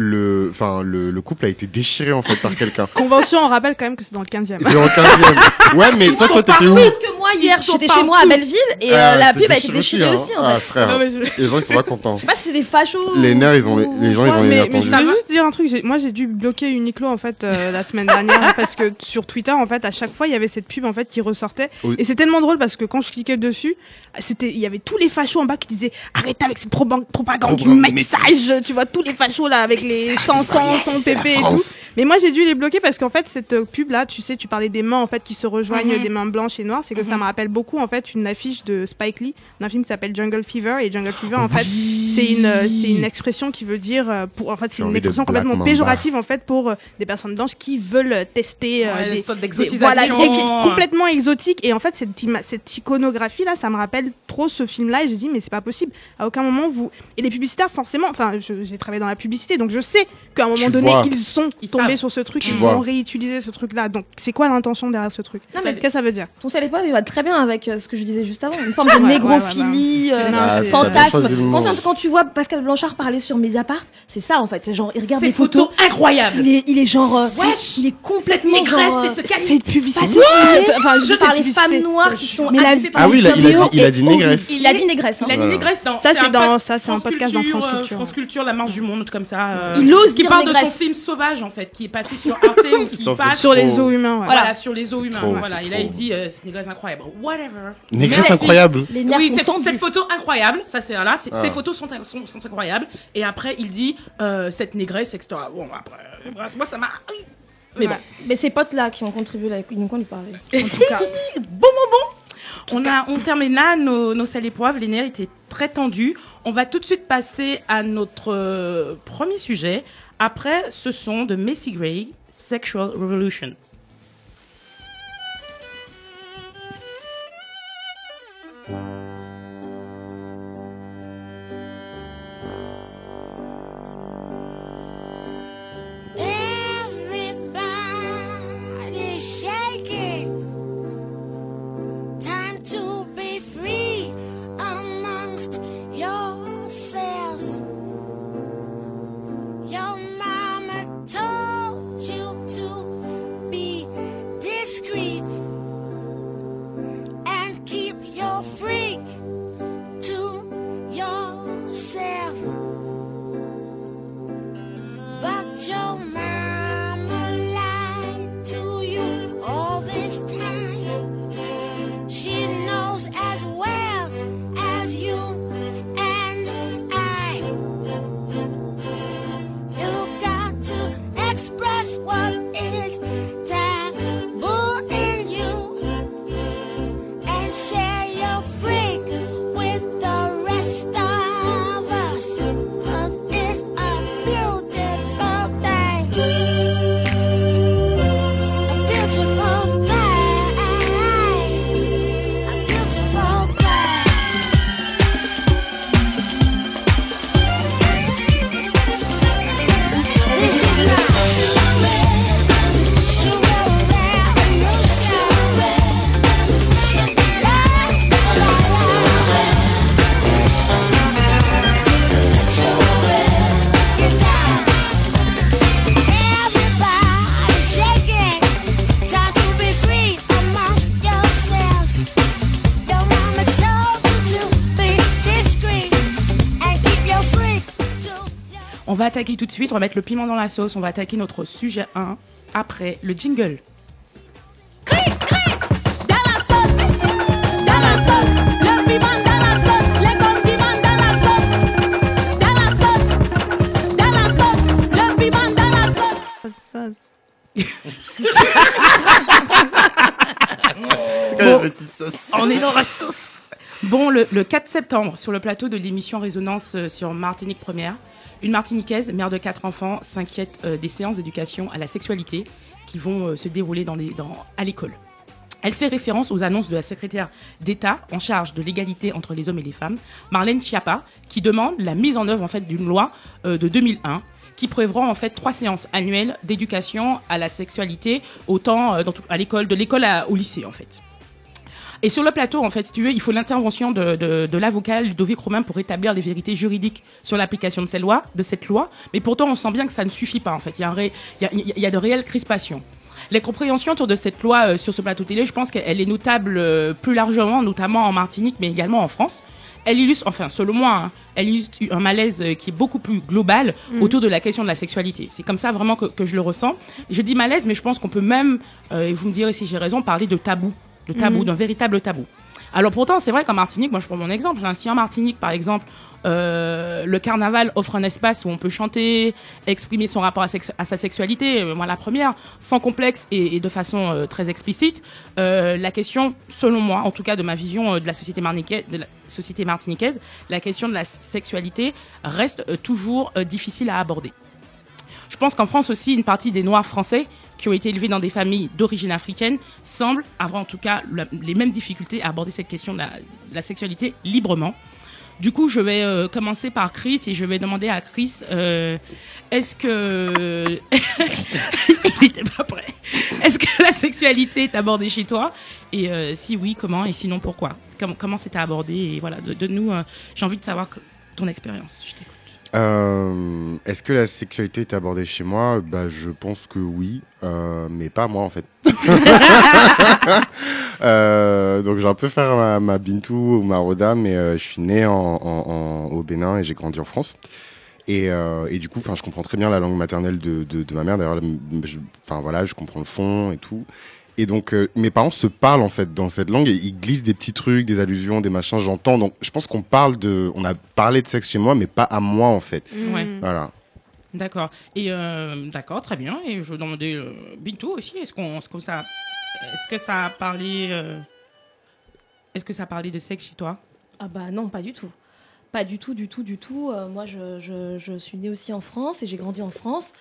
le couple a été déchiré en fait par quelqu'un. Convention, on rappelle quand même que c'est dans le 15e. C'est dans le 15e. Ouais, mais toi t'étais où? Que moi hier j'étais chez moi à Belleville et la pub a été déchirée aussi en fait. Frère, les gens ils sont pas contents. Je sais pas si c'est des fachos. Les nerfs les gens ils ont les nerfs mais je tendus. veux juste dire un truc, moi j'ai dû bloquer Uniqlo en fait la semaine dernière parce que sur Twitter en fait à chaque fois il y avait cette pub en fait qui ressortait et c'est tellement drôle parce que quand je cliquais dessus, il y avait tous les fachos en bas qui disaient arrêtez avec cette propagande du métissage, tu vois tous les fachos là avec les sans pépé et tout. Mais moi j'ai dû les bloquer parce qu'en fait cette pub là, tu sais, tu parlais des mains en fait qui se rejoignent, des mains blanches et noires, c'est que ça me rappelle beaucoup en fait une affiche de Spike Lee d'un film qui s'appelle Jungle Fever, et Jungle Fever en fait c'est une expression qui veut dire c'est une expression complètement péjorative en fait pour des personnes blanches qui veulent tester des sortes d'exotisation complètement exotique. Et en fait cette iconographie là, ça me rappelle trop ce film là, et j'ai dit mais c'est pas possible, à aucun moment et les publicitaires forcément, enfin j'ai travaillé dans la publicité donc je sais qu'à un moment donné ils sont tombés sur ce truc, ils vont réutiliser ce truc là, donc c'est quoi l'intention derrière ce truc? Non, mais qu'est-ce que ça veut dire? Ton salé poivre il va très bien avec ce que je disais juste avant, une forme de négrophilie, fantasme. Quand tu vois Pascal Blanchard parler sur Mediapart, c'est ça en fait, c'est genre il regarde des photos incroyables, il est genre il est complètement genre cette publicité, enfin je parle les femmes noires qui sont arrivées par il a dit négresse. Il a dit négresse. Il a dit négresse. C'est un podcast dans France Culture. France Culture, La Marche du Monde, comme ça. Il ose qui dire parle de négresse. son film Sauvage, en fait, qui est passé sur Arte ou qui passe sur les os humains. Voilà, sur les os humains. Voilà, il a dit c'est négresse incroyable. Whatever. Négresse incroyable. Oui, cette photo incroyable. Ça, c'est là. Ces photos sont incroyables. Et après, il dit cette négresse, etc. Bon, après, moi, ça m'a. Mais bon. Mais ces potes là qui ont contribué à nous parler. En tout cas. On termine là nos salés poivres. Les nerfs étaient très tendus. On va tout de suite passer à notre premier sujet. Après, ce son de Macy Gray, Sexual Revolution. She knows attaquer tout de suite, on va mettre le piment dans la sauce, on va attaquer notre sujet 1 après le jingle. On est dans la sauce. Bon, le 4 septembre, sur le plateau de l'émission Résonance sur Martinique Première, une Martiniquaise, mère de 4 enfants, s'inquiète des séances d'éducation à la sexualité qui vont se dérouler à l'école. Elle fait référence aux annonces de la secrétaire d'État en charge de l'égalité entre les hommes et les femmes, Marlène Schiappa, qui demande la mise en œuvre en fait d'une loi de 2001 qui prévoit en fait 3 séances annuelles d'éducation à la sexualité, autant à l'école, de l'école au lycée en fait. Et sur le plateau, en fait, si tu veux, il faut l'intervention de l'avocat Ludovic Romain pour établir les vérités juridiques sur l'application de cette loi. Mais pourtant, on sent bien que ça ne suffit pas, en fait. Il y a de réelles crispations. Les compréhensions autour de cette loi sur ce plateau télé, je pense qu'elle est notable plus largement, notamment en Martinique, mais également en France. Elle illustre, enfin, selon moi, elle illustre un malaise qui est beaucoup plus global autour de la question de la sexualité. C'est comme ça vraiment que je le ressens. Je dis malaise, mais je pense qu'on peut même, et vous me direz si j'ai raison, parler de tabou. D'un véritable tabou. Alors pourtant, c'est vrai qu'en Martinique, moi je prends mon exemple, si en Martinique, par exemple, le carnaval offre un espace où on peut chanter, exprimer son rapport à sa sexualité, moi la première, sans complexe et de façon très explicite, la question, selon moi, en tout cas de ma vision de la société martiniquaise, la question de la sexualité reste toujours difficile à aborder. Je pense qu'en France aussi, une partie des Noirs français qui ont été élevés dans des familles d'origine africaine semblent avoir en tout cas les mêmes difficultés à aborder cette question de la sexualité librement. Du coup, je vais commencer par Chris et je vais demander à Chris, est-ce que... Il n'était pas prêt. Est-ce que la sexualité est abordée chez toi ? Et si oui, comment ? Et sinon, pourquoi ? Comment c'était abordé ? Et voilà, donne-nous, j'ai envie de savoir ton expérience. Je t'écoute. Est-ce que la sexualité est abordée chez moi ? Je pense que oui, mais pas moi en fait. Donc je vais un peu faire ma Bintou ou ma Roda, mais je suis né au Bénin et j'ai grandi en France. Et du coup, je comprends très bien la langue maternelle de ma mère. D'ailleurs, je comprends le fond et tout. Et donc, mes parents se parlent, en fait, dans cette langue et ils glissent des petits trucs, des allusions, des machins, j'entends. Donc, je pense on a parlé de sexe chez moi, mais pas à moi, en fait. Ouais. Voilà. D'accord. Et, d'accord, très bien. Et je demandais, Bintou aussi, est-ce que ça a parlé de sexe chez toi ? Ah bah non, pas du tout. Pas du tout. Moi, je suis née aussi en France et j'ai grandi en France.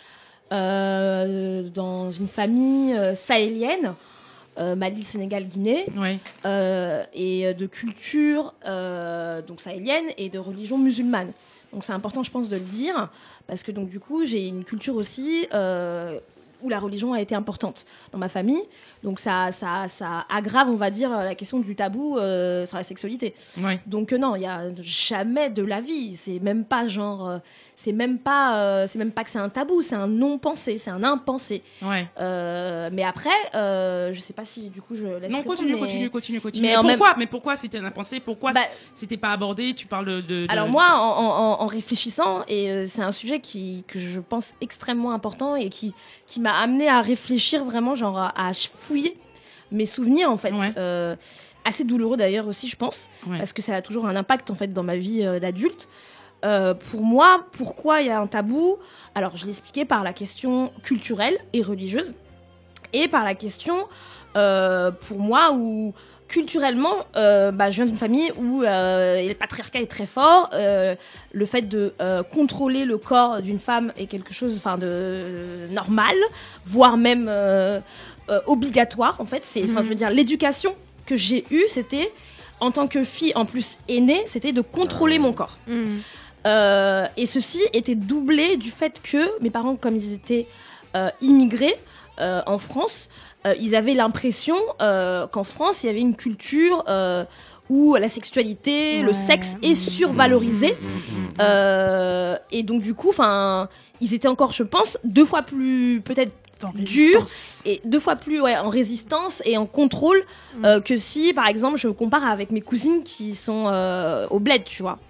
Dans une famille sahélienne, Mali, Sénégal, Guinée, ouais. Et de culture donc sahélienne et de religion musulmane. Donc c'est important, je pense, de le dire, parce que donc du coup j'ai une culture aussi où la religion a été importante dans ma famille. Donc ça aggrave, on va dire, la question du tabou sur la sexualité. Ouais. Donc non, il y a jamais de la vie. C'est même pas genre, c'est même pas que c'est un tabou, c'est un non-pensé, c'est un impensé. Ouais. Mais après, je sais pas si du coup je laisse. Non, répondre, continue. Mais pourquoi c'était un impensé ? Pourquoi c'était pas abordé ? Tu parles de... Alors moi, en réfléchissant, et c'est un sujet que je pense extrêmement important et qui m'a amené à réfléchir vraiment, genre à fouiller mes souvenirs en fait, ouais. Assez douloureux d'ailleurs aussi, je pense, ouais. Parce que ça a toujours un impact en fait dans ma vie d'adulte. Pour moi, pourquoi il y a un tabou ? Alors je l'ai expliqué par la question culturelle et religieuse, et par la question pour moi où culturellement, je viens d'une famille où le patriarcat est très fort. Le fait de contrôler le corps d'une femme est quelque chose de normal, voire même obligatoire. En fait, je veux dire, l'éducation que j'ai eue, c'était, en tant que fille en plus aînée, c'était de contrôler mon corps. Et ceci était doublé du fait que mes parents, comme ils étaient immigrés en France, ils avaient l'impression qu'en France, il y avait une culture où la sexualité, le sexe est survalorisé. Et donc, du coup, ils étaient encore, je pense, 2 fois plus, peut-être, durs et 2 fois plus en résistance et en contrôle que si, par exemple, je me compare avec mes cousines qui sont au bled, tu vois.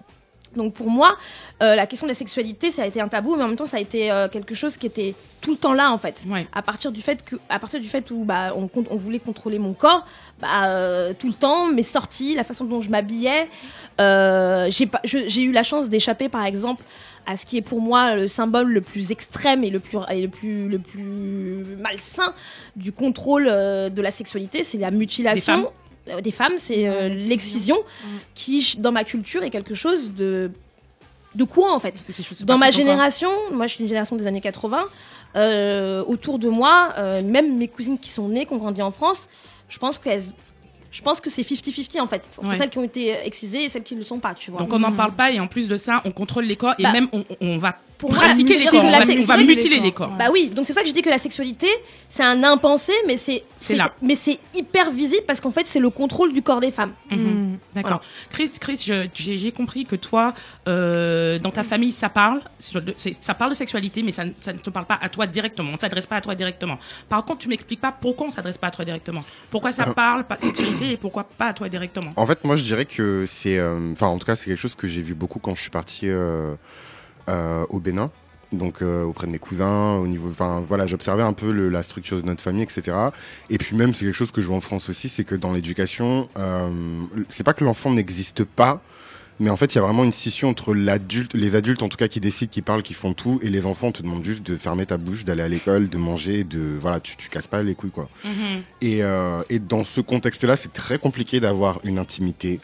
Donc pour moi, la question de la sexualité, ça a été un tabou, mais en même temps, ça a été quelque chose qui était tout le temps là, en fait. Ouais. À partir du fait où on voulait contrôler mon corps, tout le temps, mes sorties, la façon dont je m'habillais, j'ai eu la chance d'échapper, par exemple, à ce qui est pour moi le symbole le plus extrême et le plus malsain du contrôle de la sexualité, c'est la mutilation des femmes, c'est l'excision qui, dans ma culture, est quelque chose de courant, en fait. Dans ma génération, moi je suis une génération des années 80, autour de moi, même mes cousines qui sont nées, qui ont grandi en France, je pense que c'est 50-50 en fait, entre celles qui ont été excisées et celles qui ne le sont pas, tu vois. Donc on n'en parle pas et en plus de ça, on contrôle les corps et même on va pour pratiquer moi, les corps, on va mutiler les corps. Bah oui, donc c'est ça que je dis que la sexualité, c'est un impensé, mais c'est hyper visible parce qu'en fait, c'est le contrôle du corps des femmes. D'accord. Voilà. Chris, j'ai compris que toi, dans ta famille, ça parle de sexualité, mais ça ne te parle pas à toi directement, on ne s'adresse pas à toi directement. Par contre, tu m'expliques pas pourquoi on ne s'adresse pas à toi directement. Pourquoi ça parle pas de sexualité et pourquoi pas à toi directement. En fait, moi, je dirais que c'est... en tout cas, c'est quelque chose que j'ai vu beaucoup quand je suis parti au Bénin. Donc auprès de mes cousins, au niveau, j'observais un peu la structure de notre famille, etc. Et puis même, c'est quelque chose que je vois en France aussi, c'est que dans l'éducation, c'est pas que l'enfant n'existe pas, mais en fait, il y a vraiment une scission entre les adultes en tout cas qui décident, qui parlent, qui font tout, et les enfants, on te demande juste de fermer ta bouche, d'aller à l'école, de manger, tu casses pas les couilles, quoi. Et dans ce contexte-là, c'est très compliqué d'avoir une intimité,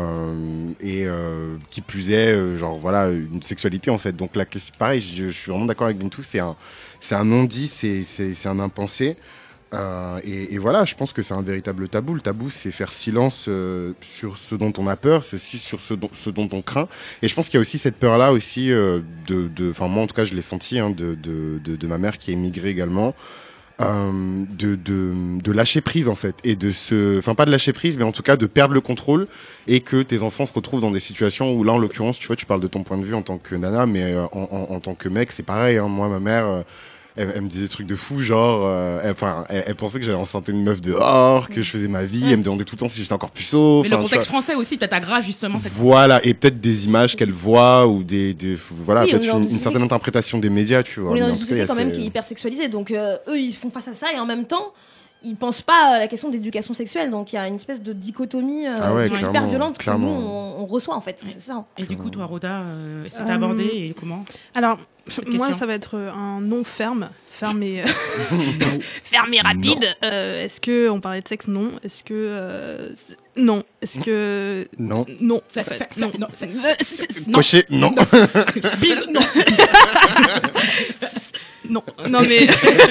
qui plus est, une sexualité, en fait. Donc la question, pareil, je suis vraiment d'accord avec Bintou, c'est un non-dit, c'est un impensé. Et voilà, je pense que c'est un véritable tabou. Le tabou, c'est faire silence sur ce dont on a peur, c'est aussi sur ce dont on craint. Et je pense qu'il y a aussi cette peur-là aussi moi en tout cas, je l'ai senti de ma mère qui est immigrée également, de lâcher prise en fait, et pas de lâcher prise, mais en tout cas de perdre le contrôle, et que tes enfants se retrouvent dans des situations où là, en l'occurrence, tu vois, tu parles de ton point de vue en tant que nana, mais en tant que mec, c'est pareil. Hein. Moi, ma mère. Elle me disait des trucs de fou, genre, elle pensait que j'allais enceinter une meuf dehors, que je faisais ma vie, elle me demandait tout le temps si j'étais encore puceau. Mais le contexte français aussi, peut-être aggrave justement cette... Voilà, et peut-être des images qu'elle voit, ou peut-être une certaine interprétation des médias, tu vois. On est dans une société quand même qui est hyper sexualisée, donc eux, ils font face à ça, et en même temps, ils pensent pas à la question d'éducation sexuelle, donc il y a une espèce de dichotomie hyper violente que nous, on reçoit en fait, c'est ça. Et du coup, toi, Rhoda, c'est abordé et comment ? Alors, moi, ça va être un non ferme et rapide. Est-ce que on parlait de sexe? Non. Est-ce que non. Est-ce que non. Non. Cocher, non. Bise, non. Non. Non mais.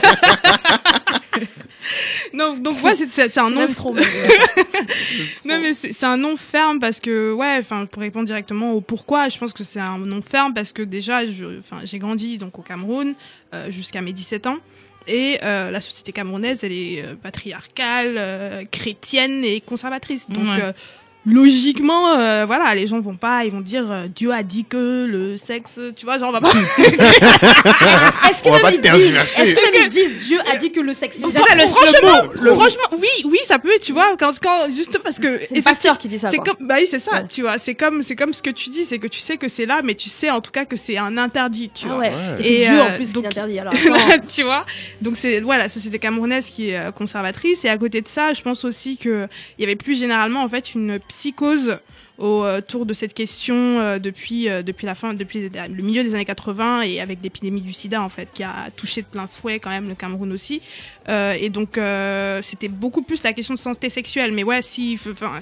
Non, donc c'est un non trop. Non mais c'est un non ferme parce que pour répondre directement au pourquoi, je pense que c'est un non ferme parce que déjà j'ai grandi donc au Cameroun jusqu'à mes 17 ans. Et la société camerounaise, elle est patriarcale, chrétienne et conservatrice. Donc logiquement, les gens ils vont dire Dieu a dit que le sexe, tu vois, genre on va pas. Est-ce que même ils disent Dieu a dit que le sexe franchement, oui, ça peut, tu vois, quand juste parce que c'est le pasteur qui dit ça. C'est comme, oui, c'est ça, tu vois, c'est comme ce que tu dis, c'est que tu sais que c'est là, mais tu sais en tout cas que c'est un interdit, tu vois. Et c'est Dieu en plus qui l'interdit alors. Tu vois, donc c'est la société camerounaise qui est conservatrice, et à côté de ça, je pense aussi que il y avait plus généralement en fait une psychose autour de cette question depuis le milieu des années 80, et avec l'épidémie du sida en fait qui a touché de plein fouet quand même le Cameroun aussi, et donc c'était beaucoup plus la question de santé sexuelle, mais s'il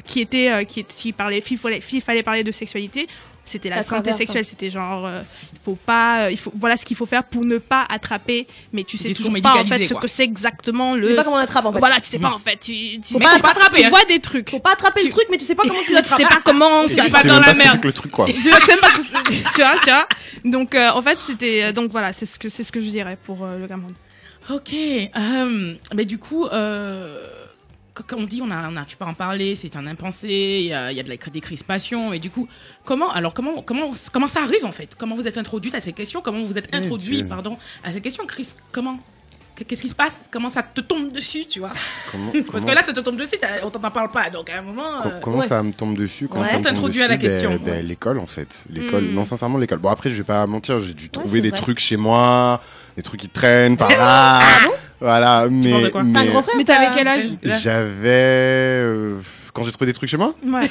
fallait parler de sexualité, c'était la santé sexuelle, c'était genre voilà ce qu'il faut faire pour ne pas attraper, mais tu sais toujours pas en fait ce que c'est exactement tu sais pas comment on attrape en fait. Voilà, tu sais pas en fait, tu vois des trucs, faut pas attraper le truc, mais tu sais pas comment tu l'attrapes. Tu sais pas comment, c'est pas dans la merde le truc quoi. Tu vois. Donc en fait c'était donc voilà, c'est ce que je dirais pour le Cameroun. Ok, mais du coup comme on dit, on n'arrive pas à en parler, c'est un impensé, il y a des crispations, et du coup, comment ça arrive en fait? Comment vous êtes introduite à ces questions? Comment vous êtes introduit, à ces questions, Chris? Comment? qu'est-ce qui se passe? Comment ça te tombe dessus, tu vois? Parce que là, ça te tombe dessus, on t'en parle pas. Donc à un moment. Comment ça me tombe dessus? Comment ça me tombe t'introduis dessus? à la question. L'école, en fait. L'école. Non, sincèrement, l'école. Bon, après, je vais pas mentir, j'ai dû trouver des vrai. trucs chez moi, des trucs qui traînent par là. Voilà, parles de quoi? T'as un gros frère? Mais t'avais quel âge? j'avais. Quand j'ai trouvé des trucs chez moi? Ouais.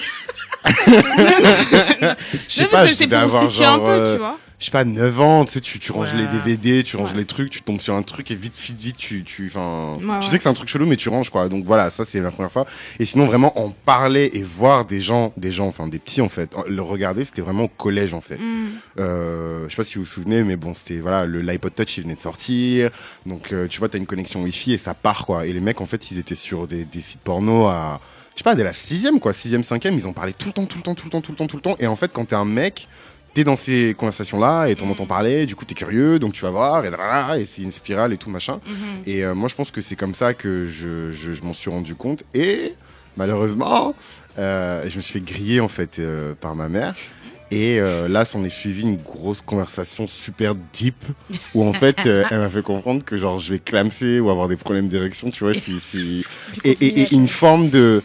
Je sais pas, je c'est devais pour avoir situer un genre. peu, tu vois. Je sais pas, 9 ans, tu sais, tu ranges Ouais. les DVD, tu ranges Ouais. les trucs, tu tombes sur un truc et vite, tu Ouais. sais que c'est un truc chelou, mais tu ranges, quoi. Donc voilà, ça, c'est la première fois. Et sinon, vraiment, en parler et voir des gens, enfin, des petits, en fait, le regarder, c'était vraiment au collège, en fait. Je sais pas si vous vous souvenez, mais bon, c'était, voilà, l'iPod Touch, il venait de sortir. Donc, tu vois, t'as une connexion Wi-Fi et ça part, quoi. Et les mecs, en fait, ils étaient sur des sites porno à, je sais pas, dès la 6e, quoi, 6e, 5e, ils en parlaient tout le temps. Et en fait, quand t'es un mec, t'es dans ces conversations-là et t'en entends parler, du coup t'es curieux, donc tu vas voir, et c'est une spirale et tout machin. Et moi je pense que c'est comme ça que je m'en suis rendu compte. Et malheureusement, je me suis fait griller en fait par ma mère. Et là, s'en est suivi une grosse conversation super deep où en fait, elle m'a fait comprendre que genre je vais clamser ou avoir des problèmes d'érection, tu vois, et une forme de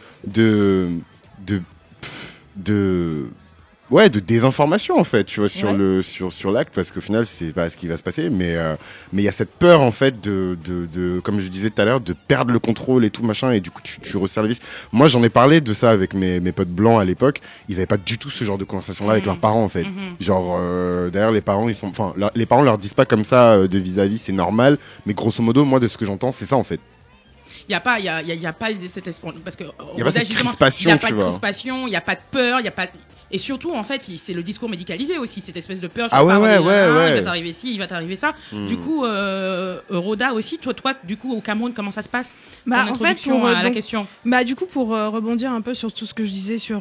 désinformation en fait, tu vois, sur l'acte, parce qu'au final c'est pas ce qui va se passer, mais il y a cette peur en fait de comme je disais tout à l'heure, de perdre le contrôle et tout machin, et du coup tu resserres le vis. Moi j'en ai parlé de ça avec mes potes blancs à l'époque, ils avaient pas du tout ce genre de conversation là avec leurs parents en fait. Genre d'ailleurs les parents les parents leur disent pas comme ça de vis-à-vis, c'est normal, mais grosso modo moi de ce que j'entends c'est ça en fait. Il n'y a pas cette espoir. Parce que. Il y a pas cette crispation, il n'y a pas tu de vois. crispation, il n'y a pas de peur, il n'y a pas. Et surtout, en fait, c'est le discours médicalisé aussi, cette espèce de peur. Ah ouais. Il va t'arriver ci, il va t'arriver ça. Du coup, Roda aussi, toi, du coup, au Cameroun, comment ça se passe? Bah, Ton en fait, introduction pour, à la donc, question. Bah, du coup, pour rebondir un peu sur tout ce que je disais sur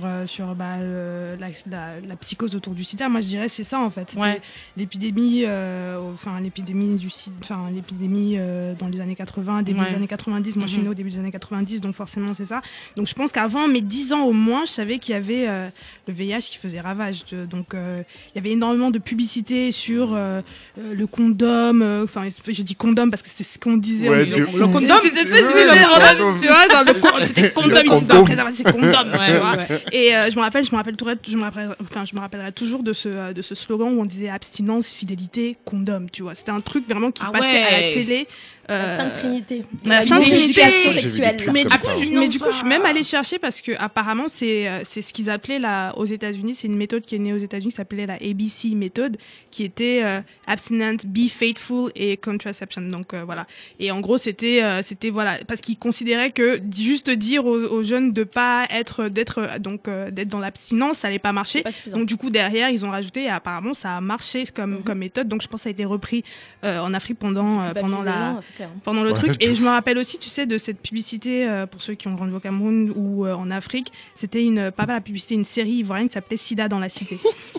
la psychose autour du sida, moi je dirais c'est ça en fait. C'était l'épidémie, l'épidémie dans les années 80, début des années 90. Moi je suis née au début des années 90, donc forcément c'est ça. Donc je pense qu'avant mes 10 ans au moins, je savais qu'il y avait le VIH qui faisait ravage. Donc il y avait énormément de publicité sur le condom. Enfin, j'ai dit condom parce que c'était ce qu'on disait. Ouais, Le condom, tu vois, genre, c'était condom, il disait préservatif, c'est condom, tu vois. Et je me rappellerai toujours de ce slogan où on disait abstinence, fidélité, condom, tu vois. C'était un truc vraiment qui passait à la télé. La Sainte Trinité. La Sainte Trinité sexuelle. Mais du coup, je suis même allée chercher parce que apparemment c'est ce qu'ils appelaient là aux États-Unis. C'est une méthode qui est née aux États-Unis qui s'appelait la ABC méthode, qui était abstinent, be faithful et contraception. Donc voilà. Et en gros, c'était voilà parce qu'ils considéraient que juste dire aux jeunes de pas d'être dans l'abstinence, ça allait pas marcher. Donc du coup derrière, ils ont rajouté et apparemment ça a marché comme méthode. Donc je pense que ça a été repris en Afrique pendant le truc. Et je me rappelle aussi, tu sais, de cette publicité pour ceux qui ont grandi au Cameroun ou en Afrique, c'était une série ivoirienne qui s'appelait Sida dans la cité.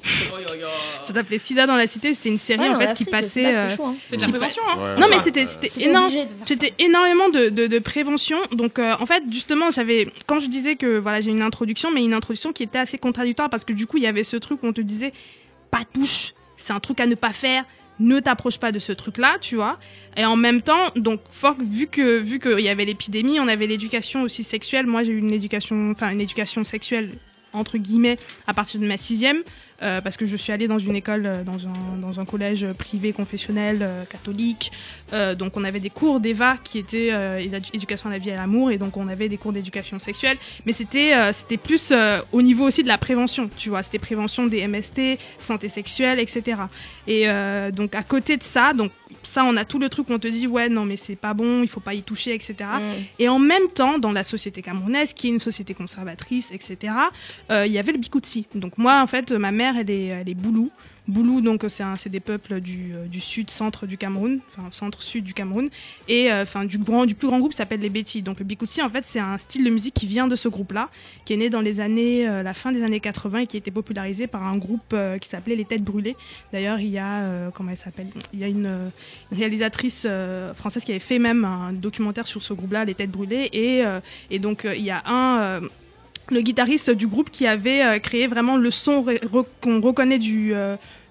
Ça s'appelait Sida dans la cité, c'était une série en fait qui passait c'est de la prévention, hein. Non mais c'était énorme, c'était énormément de prévention. Donc en fait, justement, quand je disais que voilà, j'ai une introduction, mais une introduction qui était assez contradictoire parce que du coup, il y avait ce truc où on te disait pas touche, c'est un truc à ne pas faire. Ne t'approche pas de ce truc-là, tu vois. Et en même temps, donc, vu qu'il y avait l'épidémie, on avait l'éducation aussi sexuelle. Moi, j'ai eu une éducation sexuelle, entre guillemets, à partir de ma 6e, parce que je suis allée dans une école, dans un collège privé confessionnel catholique. Donc, on avait des cours d'EVA qui étaient éducation à la vie et à l'amour, et donc on avait des cours d'éducation sexuelle. Mais c'était plus au niveau aussi de la prévention, tu vois. C'était prévention des MST, santé sexuelle, etc. Et donc, à côté de ça, on a tout le truc où on te dit ouais, non, mais c'est pas bon, il faut pas y toucher, etc. Et en même temps, dans la société camerounaise, qui est une société conservatrice, etc., il y avait le Bikoutsi. Donc, moi, en fait, ma mère, elle est Boulou. Boulou, donc c'est des peuples du sud-centre du Cameroun, enfin centre-sud du Cameroun, et du plus grand groupe s'appelle les Bétis. Donc le Bikoutsi, en fait, c'est un style de musique qui vient de ce groupe-là, qui est né dans la fin des années 80 et qui a été popularisé par un groupe qui s'appelait les Têtes Brûlées. D'ailleurs, il y a comment elle s'appelle ? Il y a une réalisatrice française qui avait fait même un documentaire sur ce groupe-là, les Têtes Brûlées, et donc il y a le guitariste du groupe qui avait créé vraiment le son qu'on reconnaît du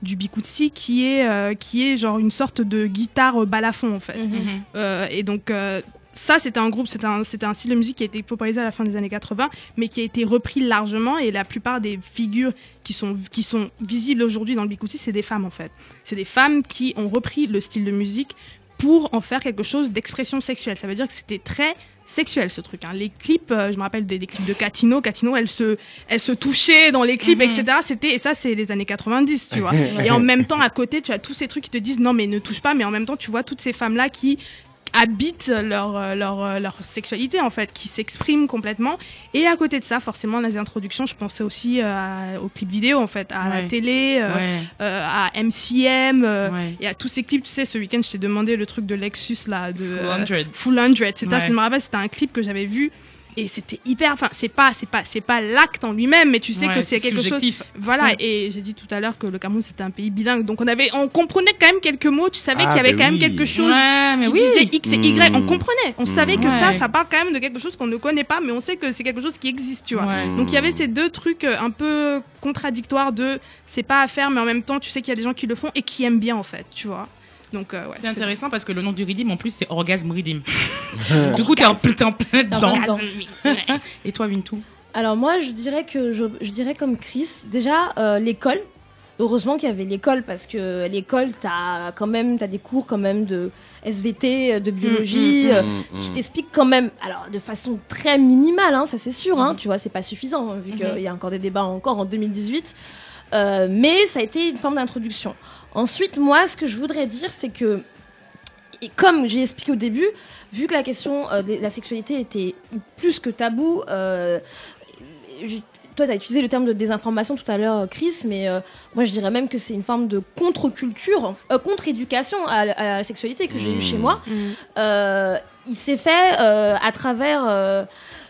du Bikutsi qui est genre une sorte de guitare balafon en fait. Et donc ça, c'était un style de musique qui a été popularisé à la fin des années 80, mais qui a été repris largement, et la plupart des figures qui sont visibles aujourd'hui dans le Bikutsi, c'est des femmes en fait. C'est des femmes qui ont repris le style de musique pour en faire quelque chose d'expression sexuelle. Ça veut dire que c'était très sexuel ce truc. Les clips, je me rappelle des clips de Katino, elle se touchait dans les clips, etc. Et ça, c'est les années 90, tu vois. Et en même temps, à côté, tu as tous ces trucs qui te disent non mais ne touche pas, mais en même temps, tu vois toutes ces femmes-là qui habitent leur sexualité en fait, qui s'expriment complètement. Et à côté de ça, forcément, dans les introductions, je pensais aussi aux clips vidéo en fait, à la télé, à MCM, et à tous ces clips. Tu sais, ce week-end, je t'ai demandé le truc de Lexus là, de Full 100. Je me rappelle, c'était un clip que j'avais vu. Et c'était hyper, enfin, c'est pas l'acte en lui-même, mais tu sais que c'est quelque subjectif. chose. Voilà. Et j'ai dit tout à l'heure que le Cameroun c'était un pays bilingue, donc on comprenait quand même quelques mots. Tu savais qu'il y avait quand même quelque chose qui disait X et Y. On comprenait. On savait que ça parle quand même de quelque chose qu'on ne connaît pas, mais on sait que c'est quelque chose qui existe, tu vois. Donc il y avait ces deux trucs un peu contradictoires de c'est pas à faire, mais en même temps tu sais qu'il y a des gens qui le font et qui aiment bien en fait, tu vois. Donc, c'est intéressant parce que le nom du Riddim en plus c'est Orgasme Riddim. Du coup t'es en plein dedans. Et toi Bintou? Alors moi je dirais comme Chris, déjà l'école. Heureusement qu'il y avait l'école, parce que l'école t'as des cours quand même de SVT, de biologie, qui t'expliquent quand même, alors de façon très minimale, ça c'est sûr, tu vois, c'est pas suffisant vu qu'il y a encore des débats encore en 2018, mais ça a été une forme d'introduction. Ensuite, moi, ce que je voudrais dire, c'est que, et comme j'ai expliqué au début, vu que la question de la sexualité était plus que tabou, toi, tu as utilisé le terme de désinformation tout à l'heure, Chris, mais moi, je dirais même que c'est une forme de contre-culture, contre-éducation à la sexualité que j'ai eue chez moi. Il s'est fait à travers...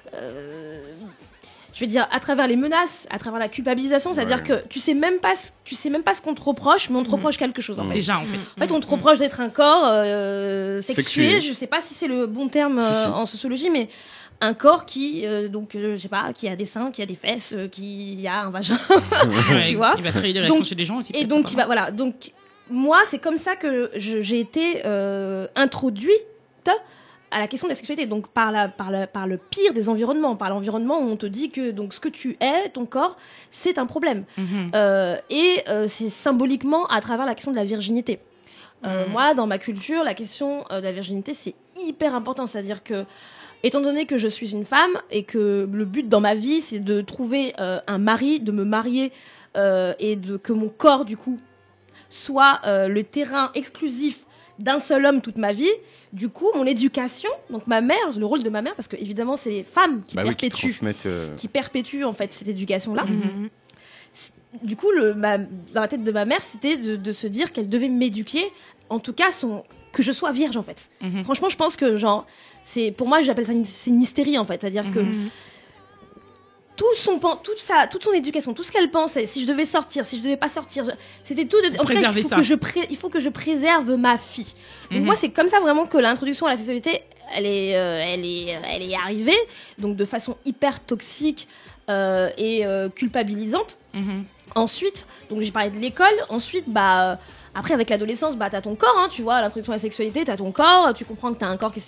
je vais dire à travers les menaces, à travers la culpabilisation, c'est-à-dire que tu sais même pas ce qu'on te reproche, mais on te reproche quelque chose en fait. Déjà en fait on te reproche d'être un corps sexué, je sais pas si c'est le bon terme en sociologie, mais un corps qui je sais pas, qui a des seins, qui a des fesses, qui a un vagin, tu vois. Il va créer des réactions chez des gens aussi. Et donc donc moi c'est comme ça que j'ai été introduite à la question de la sexualité, donc par le pire des environnements, par l'environnement où on te dit que donc ce que tu es, ton corps, c'est un problème. C'est symboliquement à travers la question de la virginité. Moi, dans ma culture, la question de la virginité, c'est hyper important, c'est-à-dire que, étant donné que je suis une femme et que le but dans ma vie, c'est de trouver un mari, de me marier et que mon corps, du coup, soit le terrain exclusif d'un seul homme toute ma vie. Du coup, mon éducation, donc ma mère, le rôle de ma mère, parce que évidemment c'est les femmes qui qui perpétuent en fait cette éducation-là. Du coup, dans la tête de ma mère, c'était de se dire qu'elle devait m'éduquer, en tout cas que je sois vierge en fait. Franchement, je pense que pour moi, j'appelle ça une hystérie en fait, c'est-à-dire que toute son éducation, tout ce qu'elle pensait, si je devais sortir, si je devais pas sortir, c'était tout. En fait, il faut que je préserve ma fille. Donc moi, c'est comme ça vraiment que l'introduction à la sexualité, elle est arrivée, donc de façon hyper toxique et culpabilisante. Ensuite, donc j'ai parlé de l'école. Ensuite, après, avec l'adolescence, t'as ton corps, tu vois, l'introduction à la sexualité, t'as ton corps, tu comprends que t'as un corps qui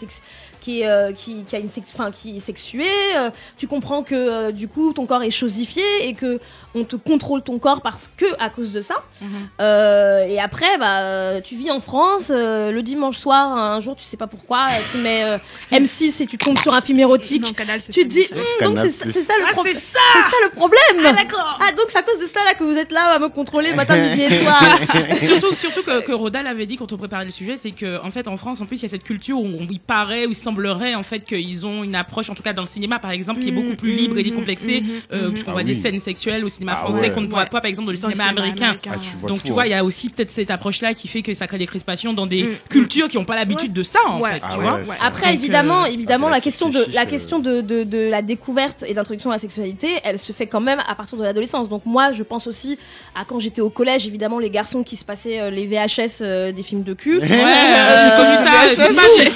est sexué, tu comprends que du coup ton corps est chosifié et que on te contrôle ton corps à cause de ça. Et après, tu vis en France, le dimanche soir, un jour, tu sais pas pourquoi, tu mets M6 et tu tombes sur un film érotique. Non, Canal, tu te dis, donc c'est ça le problème. C'est ça le problème. Ah d'accord. Ah donc c'est à cause de ça là que vous êtes là à me contrôler matin, midi et soir. surtout que Rodal avait dit quand on préparait le sujet, c'est que en fait en France en plus il y a cette culture où il paraît, où il semblerait en fait qu'ils ont une approche, en tout cas dans le cinéma par exemple, qui est beaucoup plus libre et décomplexée, puisqu'on voit des scènes sexuelles au cinéma français qu'on ne voit pas par exemple dans le cinéma américain. Donc tu vois, il y a aussi peut-être cette approche là qui fait que ça crée des crispations dans des cultures qui n'ont pas l'habitude de ça en fait. Tu vois. Après évidemment la question de la découverte et d'introduction à la sexualité, elle se fait quand même à partir de l'adolescence. Donc moi je pense aussi à quand j'étais au collège, évidemment les garçons qui se passaient les VHS des films de cul. J'ai connu ça.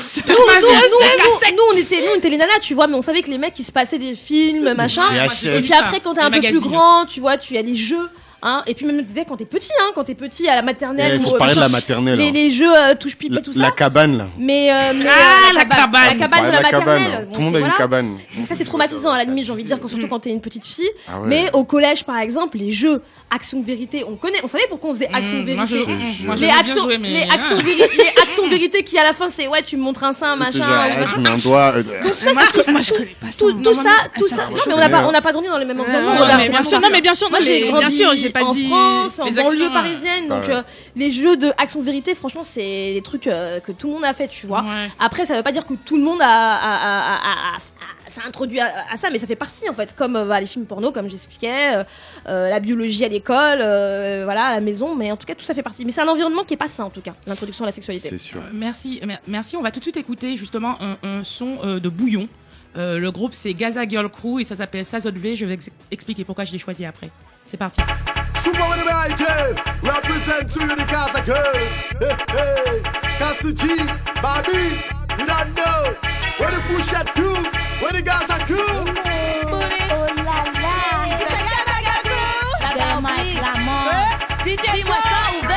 Nous on était les nanas, tu vois, mais on savait que les mecs ils se passaient des films, machin. Et puis après quand t'es un peu plus grand, tu vois, tu as les jeux Hein. Et puis même dès quand t'es petit à la maternelle. Il faut parler de la maternelle. Les jeux touche pipi tout ça. La cabane là. La cabane de la maternelle. Tout le monde a une cabane. Donc ça c'est traumatisant à la limite, j'ai envie de dire, surtout quand t'es une petite fille. Mais au collège par exemple, les jeux Action Vérité, on savait pourquoi on faisait Action Vérité. Les actions vérité qui à la fin c'est ouais tu me montres un sein machin. Tu mets un doigt. Moi je connais pas ça. Tout ça. Non mais on n'a pas grandi dans les mêmes environnements. Bien sûr, moi j'ai grandi j'ai pas en dit France, en banlieue parisienne, donc les jeux de Action Vérité, franchement c'est des trucs que tout le monde a fait, tu vois. Après ça veut pas dire que tout le monde s'est introduit à ça, mais ça fait partie en fait, comme les films porno, comme j'expliquais, la biologie à l'école, voilà, à la maison, mais en tout cas tout ça fait partie. Mais c'est un environnement qui est pas sain en tout cas, l'introduction à la sexualité. C'est sûr. Merci. On va tout de suite écouter justement un son de Bouillon. Le groupe c'est Gaza Girl Crew et ça s'appelle Sazodvé. Je vais expliquer pourquoi je l'ai choisi après. C'est parti. Super with the Michael, represent to you the Gaza girls. Hey, hey, Cassie G, Bobby, you don't know. Where the full shot crew, where the Gaza crew. Oh la la, c'est Gaza Girl Crew. C'est Mike Lamont, DJ dis-moi ça ouvert.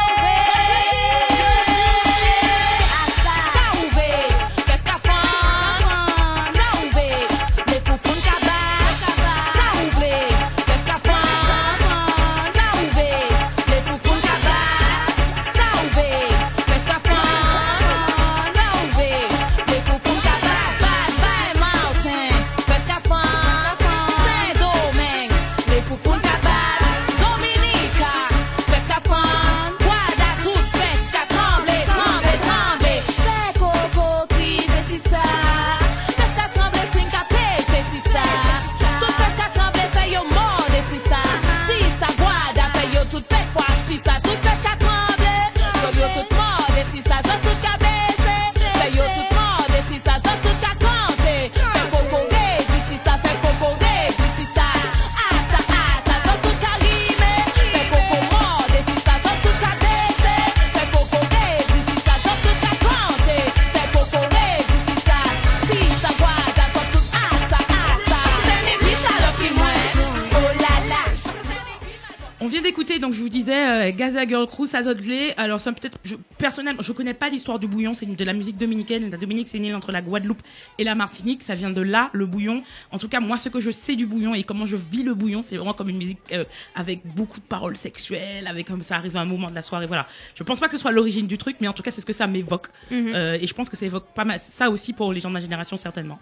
Donc je vous disais Gaza Girl Crew, Sazodvé. Alors ça peut-être, personnellement, je connais pas l'histoire du bouillon. C'est de la musique dominicaine. La Dominique, c'est une île entre la Guadeloupe et la Martinique. Ça vient de là, le bouillon. En tout cas, moi, ce que je sais du bouillon et comment je vis le bouillon, c'est vraiment comme une musique avec beaucoup de paroles sexuelles, avec comme ça arrive à un moment de la soirée. Voilà. Je pense pas que ce soit l'origine du truc, mais en tout cas, c'est ce que ça m'évoque. Et je pense que ça évoque pas mal ça aussi pour les gens de ma génération certainement.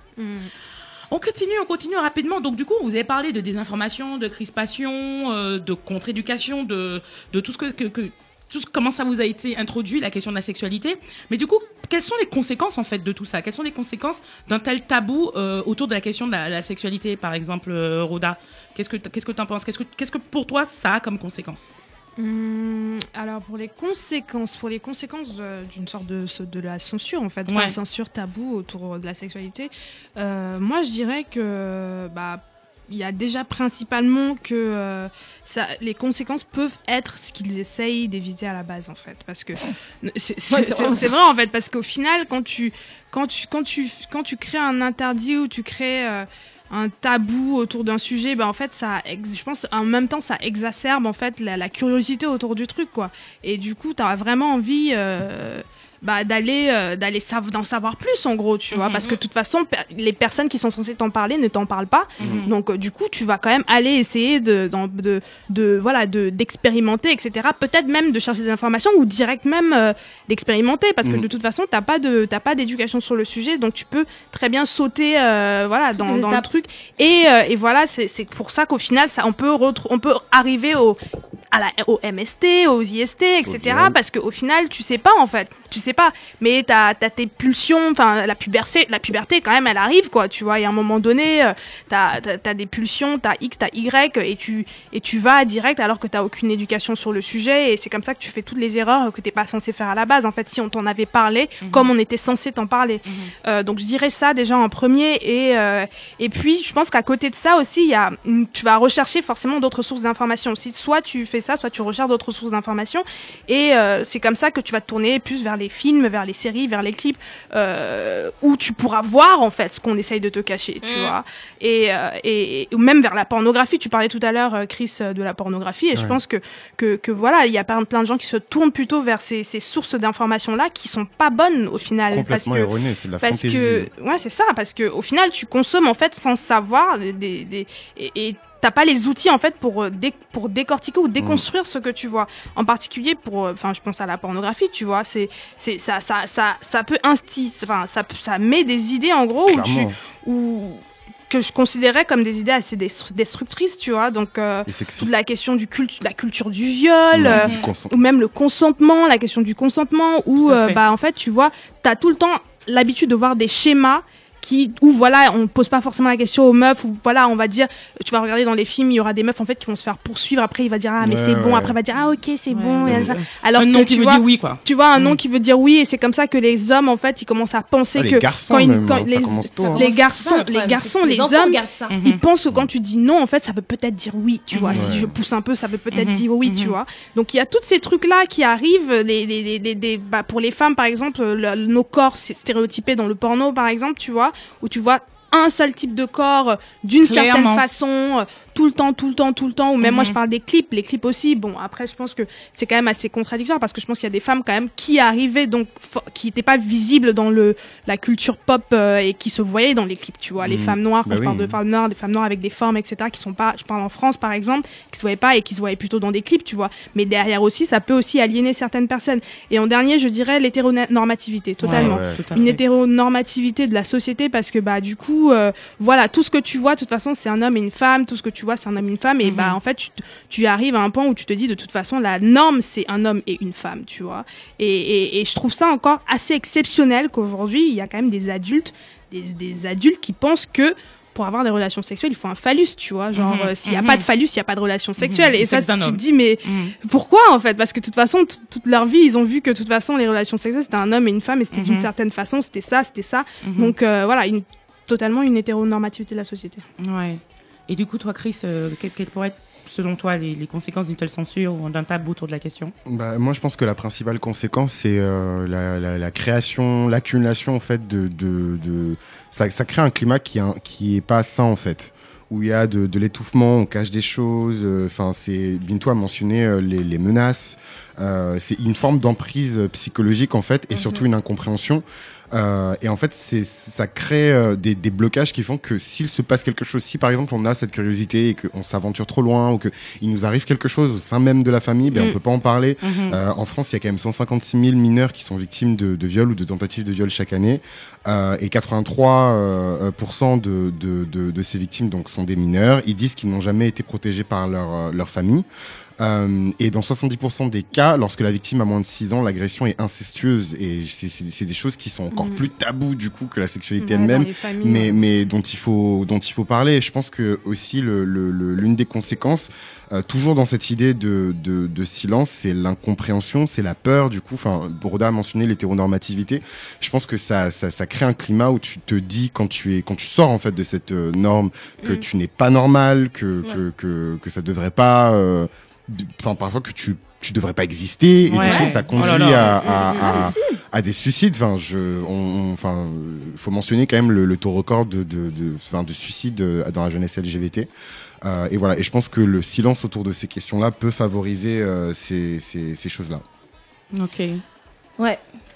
On continue rapidement. Donc du coup, vous avez parlé de désinformation, de crispation, de contre-éducation, de tout ce comment ça vous a été introduit, la question de la sexualité. Mais du coup, quelles sont les conséquences en fait de tout ça ? Quelles sont les conséquences d'un tel tabou autour de la question de la sexualité, par exemple, Rhoda ? Qu'est-ce que t'en penses ? Qu'est-ce que pour toi ça a comme conséquence ? Alors pour les conséquences d'une sorte de la censure en fait, la censure tabou autour de la sexualité, moi je dirais que il y a déjà principalement que les conséquences peuvent être ce qu'ils essayent d'éviter à la base en fait, parce que c'est vrai en fait, parce qu'au final quand tu crées un interdit ou tu crées un tabou autour d'un sujet, en fait je pense en même temps ça exacerbe en fait la curiosité autour du truc quoi, et du coup t'as vraiment envie d'en savoir plus en gros, tu vois, parce que de toute façon les personnes qui sont censées t'en parler ne t'en parlent pas, donc du coup tu vas quand même aller essayer d'expérimenter, etc., peut-être même de chercher des informations ou direct même d'expérimenter, parce que de toute façon t'as pas d'éducation sur le sujet, donc tu peux très bien sauter dans le truc, et voilà, c'est pour ça qu'au final on peut arriver au MST, aux IST, etc., parce qu'au final tu sais pas, mais t'as tes pulsions, enfin la puberté quand même elle arrive quoi, tu vois, et à un moment donné t'as des pulsions, t'as X, t'as Y, et tu vas direct alors que t'as aucune éducation sur le sujet, et c'est comme ça que tu fais toutes les erreurs que t'es pas censé faire à la base en fait, si on t'en avait parlé comme on était censé t'en parler. Donc je dirais ça déjà en premier, et puis je pense qu'à côté de ça aussi tu vas rechercher forcément d'autres sources d'informations aussi, soit tu fais ça, soit tu recherches d'autres sources d'informations, et c'est comme ça que tu vas te tourner plus vers les films, vers les séries, vers les clips, où tu pourras voir en fait ce qu'on essaye de te cacher, tu vois. Et même vers la pornographie. Tu parlais tout à l'heure, Chris, de la pornographie, et je pense que voilà, il y a plein de gens qui se tournent plutôt vers ces sources d'informations là qui sont pas bonnes au final. Complètement erronées, c'est de la fantaisie. Ouais, c'est ça, parce que au final, tu consommes en fait sans savoir et t'as pas les outils en fait pour décortiquer ou déconstruire ce que tu vois. En particulier je pense à la pornographie, tu vois, ça peut ça met des idées en gros que je considérais comme des idées assez destructrices, tu vois. Donc la question la culture du viol, ou même le consentement, la question du consentement, où en fait, tu vois, t'as tout le temps l'habitude de voir des schémas où voilà, on pose pas forcément la question aux meufs, ou voilà, on va dire, tu vas regarder dans les films, il y aura des meufs en fait qui vont se faire poursuivre, après il va dire mais c'est bon, après il va dire ok c'est bon, et ça. Alors un nom qui veut dire oui, quoi. Tu vois, un nom qui veut dire oui, et c'est comme ça que les hommes en fait ils commencent à penser que les garçons, les garçons, les hommes, ils pensent que quand tu dis non en fait ça veut peut-être dire oui, tu vois. Si je pousse un peu, ça veut peut-être dire oui, tu vois. Donc il y a tous ces trucs là qui arrivent, pour les femmes par exemple, nos corps stéréotypés dans le porno par exemple, tu vois, où tu vois un seul type de corps d'une certaine façon tout le temps, ou même moi je parle des clips, les clips aussi. Bon, après je pense que c'est quand même assez contradictoire, parce que je pense qu'il y a des femmes quand même qui arrivaient, donc qui n'étaient pas visibles dans la culture pop et qui se voyaient dans les clips, tu vois. Les femmes noires, quand je parle de femmes noires, des femmes noires avec des formes, etc., qui sont pas, je parle en France par exemple, qui se voyaient pas et qui se voyaient plutôt dans des clips, tu vois. Mais derrière aussi, ça peut aussi aliéner certaines personnes. Et en dernier, je dirais l'hétéronormativité, totalement. Une hétéronormativité de la société, parce que du coup, voilà, tout ce que tu vois, de toute façon, c'est un homme et une femme, tout ce que tu vois, c'est un homme et une femme, et en fait, tu arrives à un point où tu te dis, de toute façon, la norme, c'est un homme et une femme, tu vois. Et je trouve ça encore assez exceptionnel qu'aujourd'hui, il y a quand même des adultes qui pensent que pour avoir des relations sexuelles, il faut un phallus, tu vois. Genre, s'il n'y a pas de phallus, il n'y a pas de relation sexuelle. Et ça, tu te dis, mais pourquoi, en fait? Parce que de toute façon, toute leur vie, ils ont vu que de toute façon, les relations sexuelles, c'était un homme et une femme, et c'était d'une certaine façon, c'était ça. Donc, voilà, totalement une hétéronormativité de la société. Ouais. Et du coup, toi, Chris, quelles pourraient être, selon toi, les conséquences d'une telle censure ou d'un tabou autour de la question? Moi, je pense que la principale conséquence, c'est la création, l'accumulation, en fait, ça crée un climat qui est pas sain, en fait, où il y a de l'étouffement, on cache des choses. Bintou a mentionné les menaces. C'est une forme d'emprise psychologique, en fait, et surtout une incompréhension. Et en fait, ça crée des blocages qui font que s'il se passe quelque chose, si par exemple on a cette curiosité et qu'on s'aventure trop loin, ou qu'il nous arrive quelque chose au sein même de la famille, on peut pas en parler. En France, il y a quand même 156 000 mineurs qui sont victimes de viols ou de tentatives de viol chaque année, et 83% de ces victimes donc sont des mineurs. Ils disent qu'ils n'ont jamais été protégés par leur famille. Et dans 70% des cas, lorsque la victime a moins de 6 ans, l'agression est incestueuse, et c'est des choses qui sont encore plus tabous du coup que la sexualité elle-même, mais dont il faut parler. Et je pense que aussi l'une des conséquences, toujours dans cette idée de silence, c'est l'incompréhension, c'est la peur. Du coup, Roda a mentionné l'hétéronormativité. Je pense que ça crée un climat où tu te dis, quand tu sors en fait de cette norme, que tu n'es pas normal, que ça devrait pas parfois que tu devrais pas exister, et du coup ça conduit à des suicides. Faut mentionner quand même le taux record de suicides dans la jeunesse LGBT. Et voilà, et je pense que le silence autour de ces questions-là peut favoriser ces choses-là. Ok. Ouais.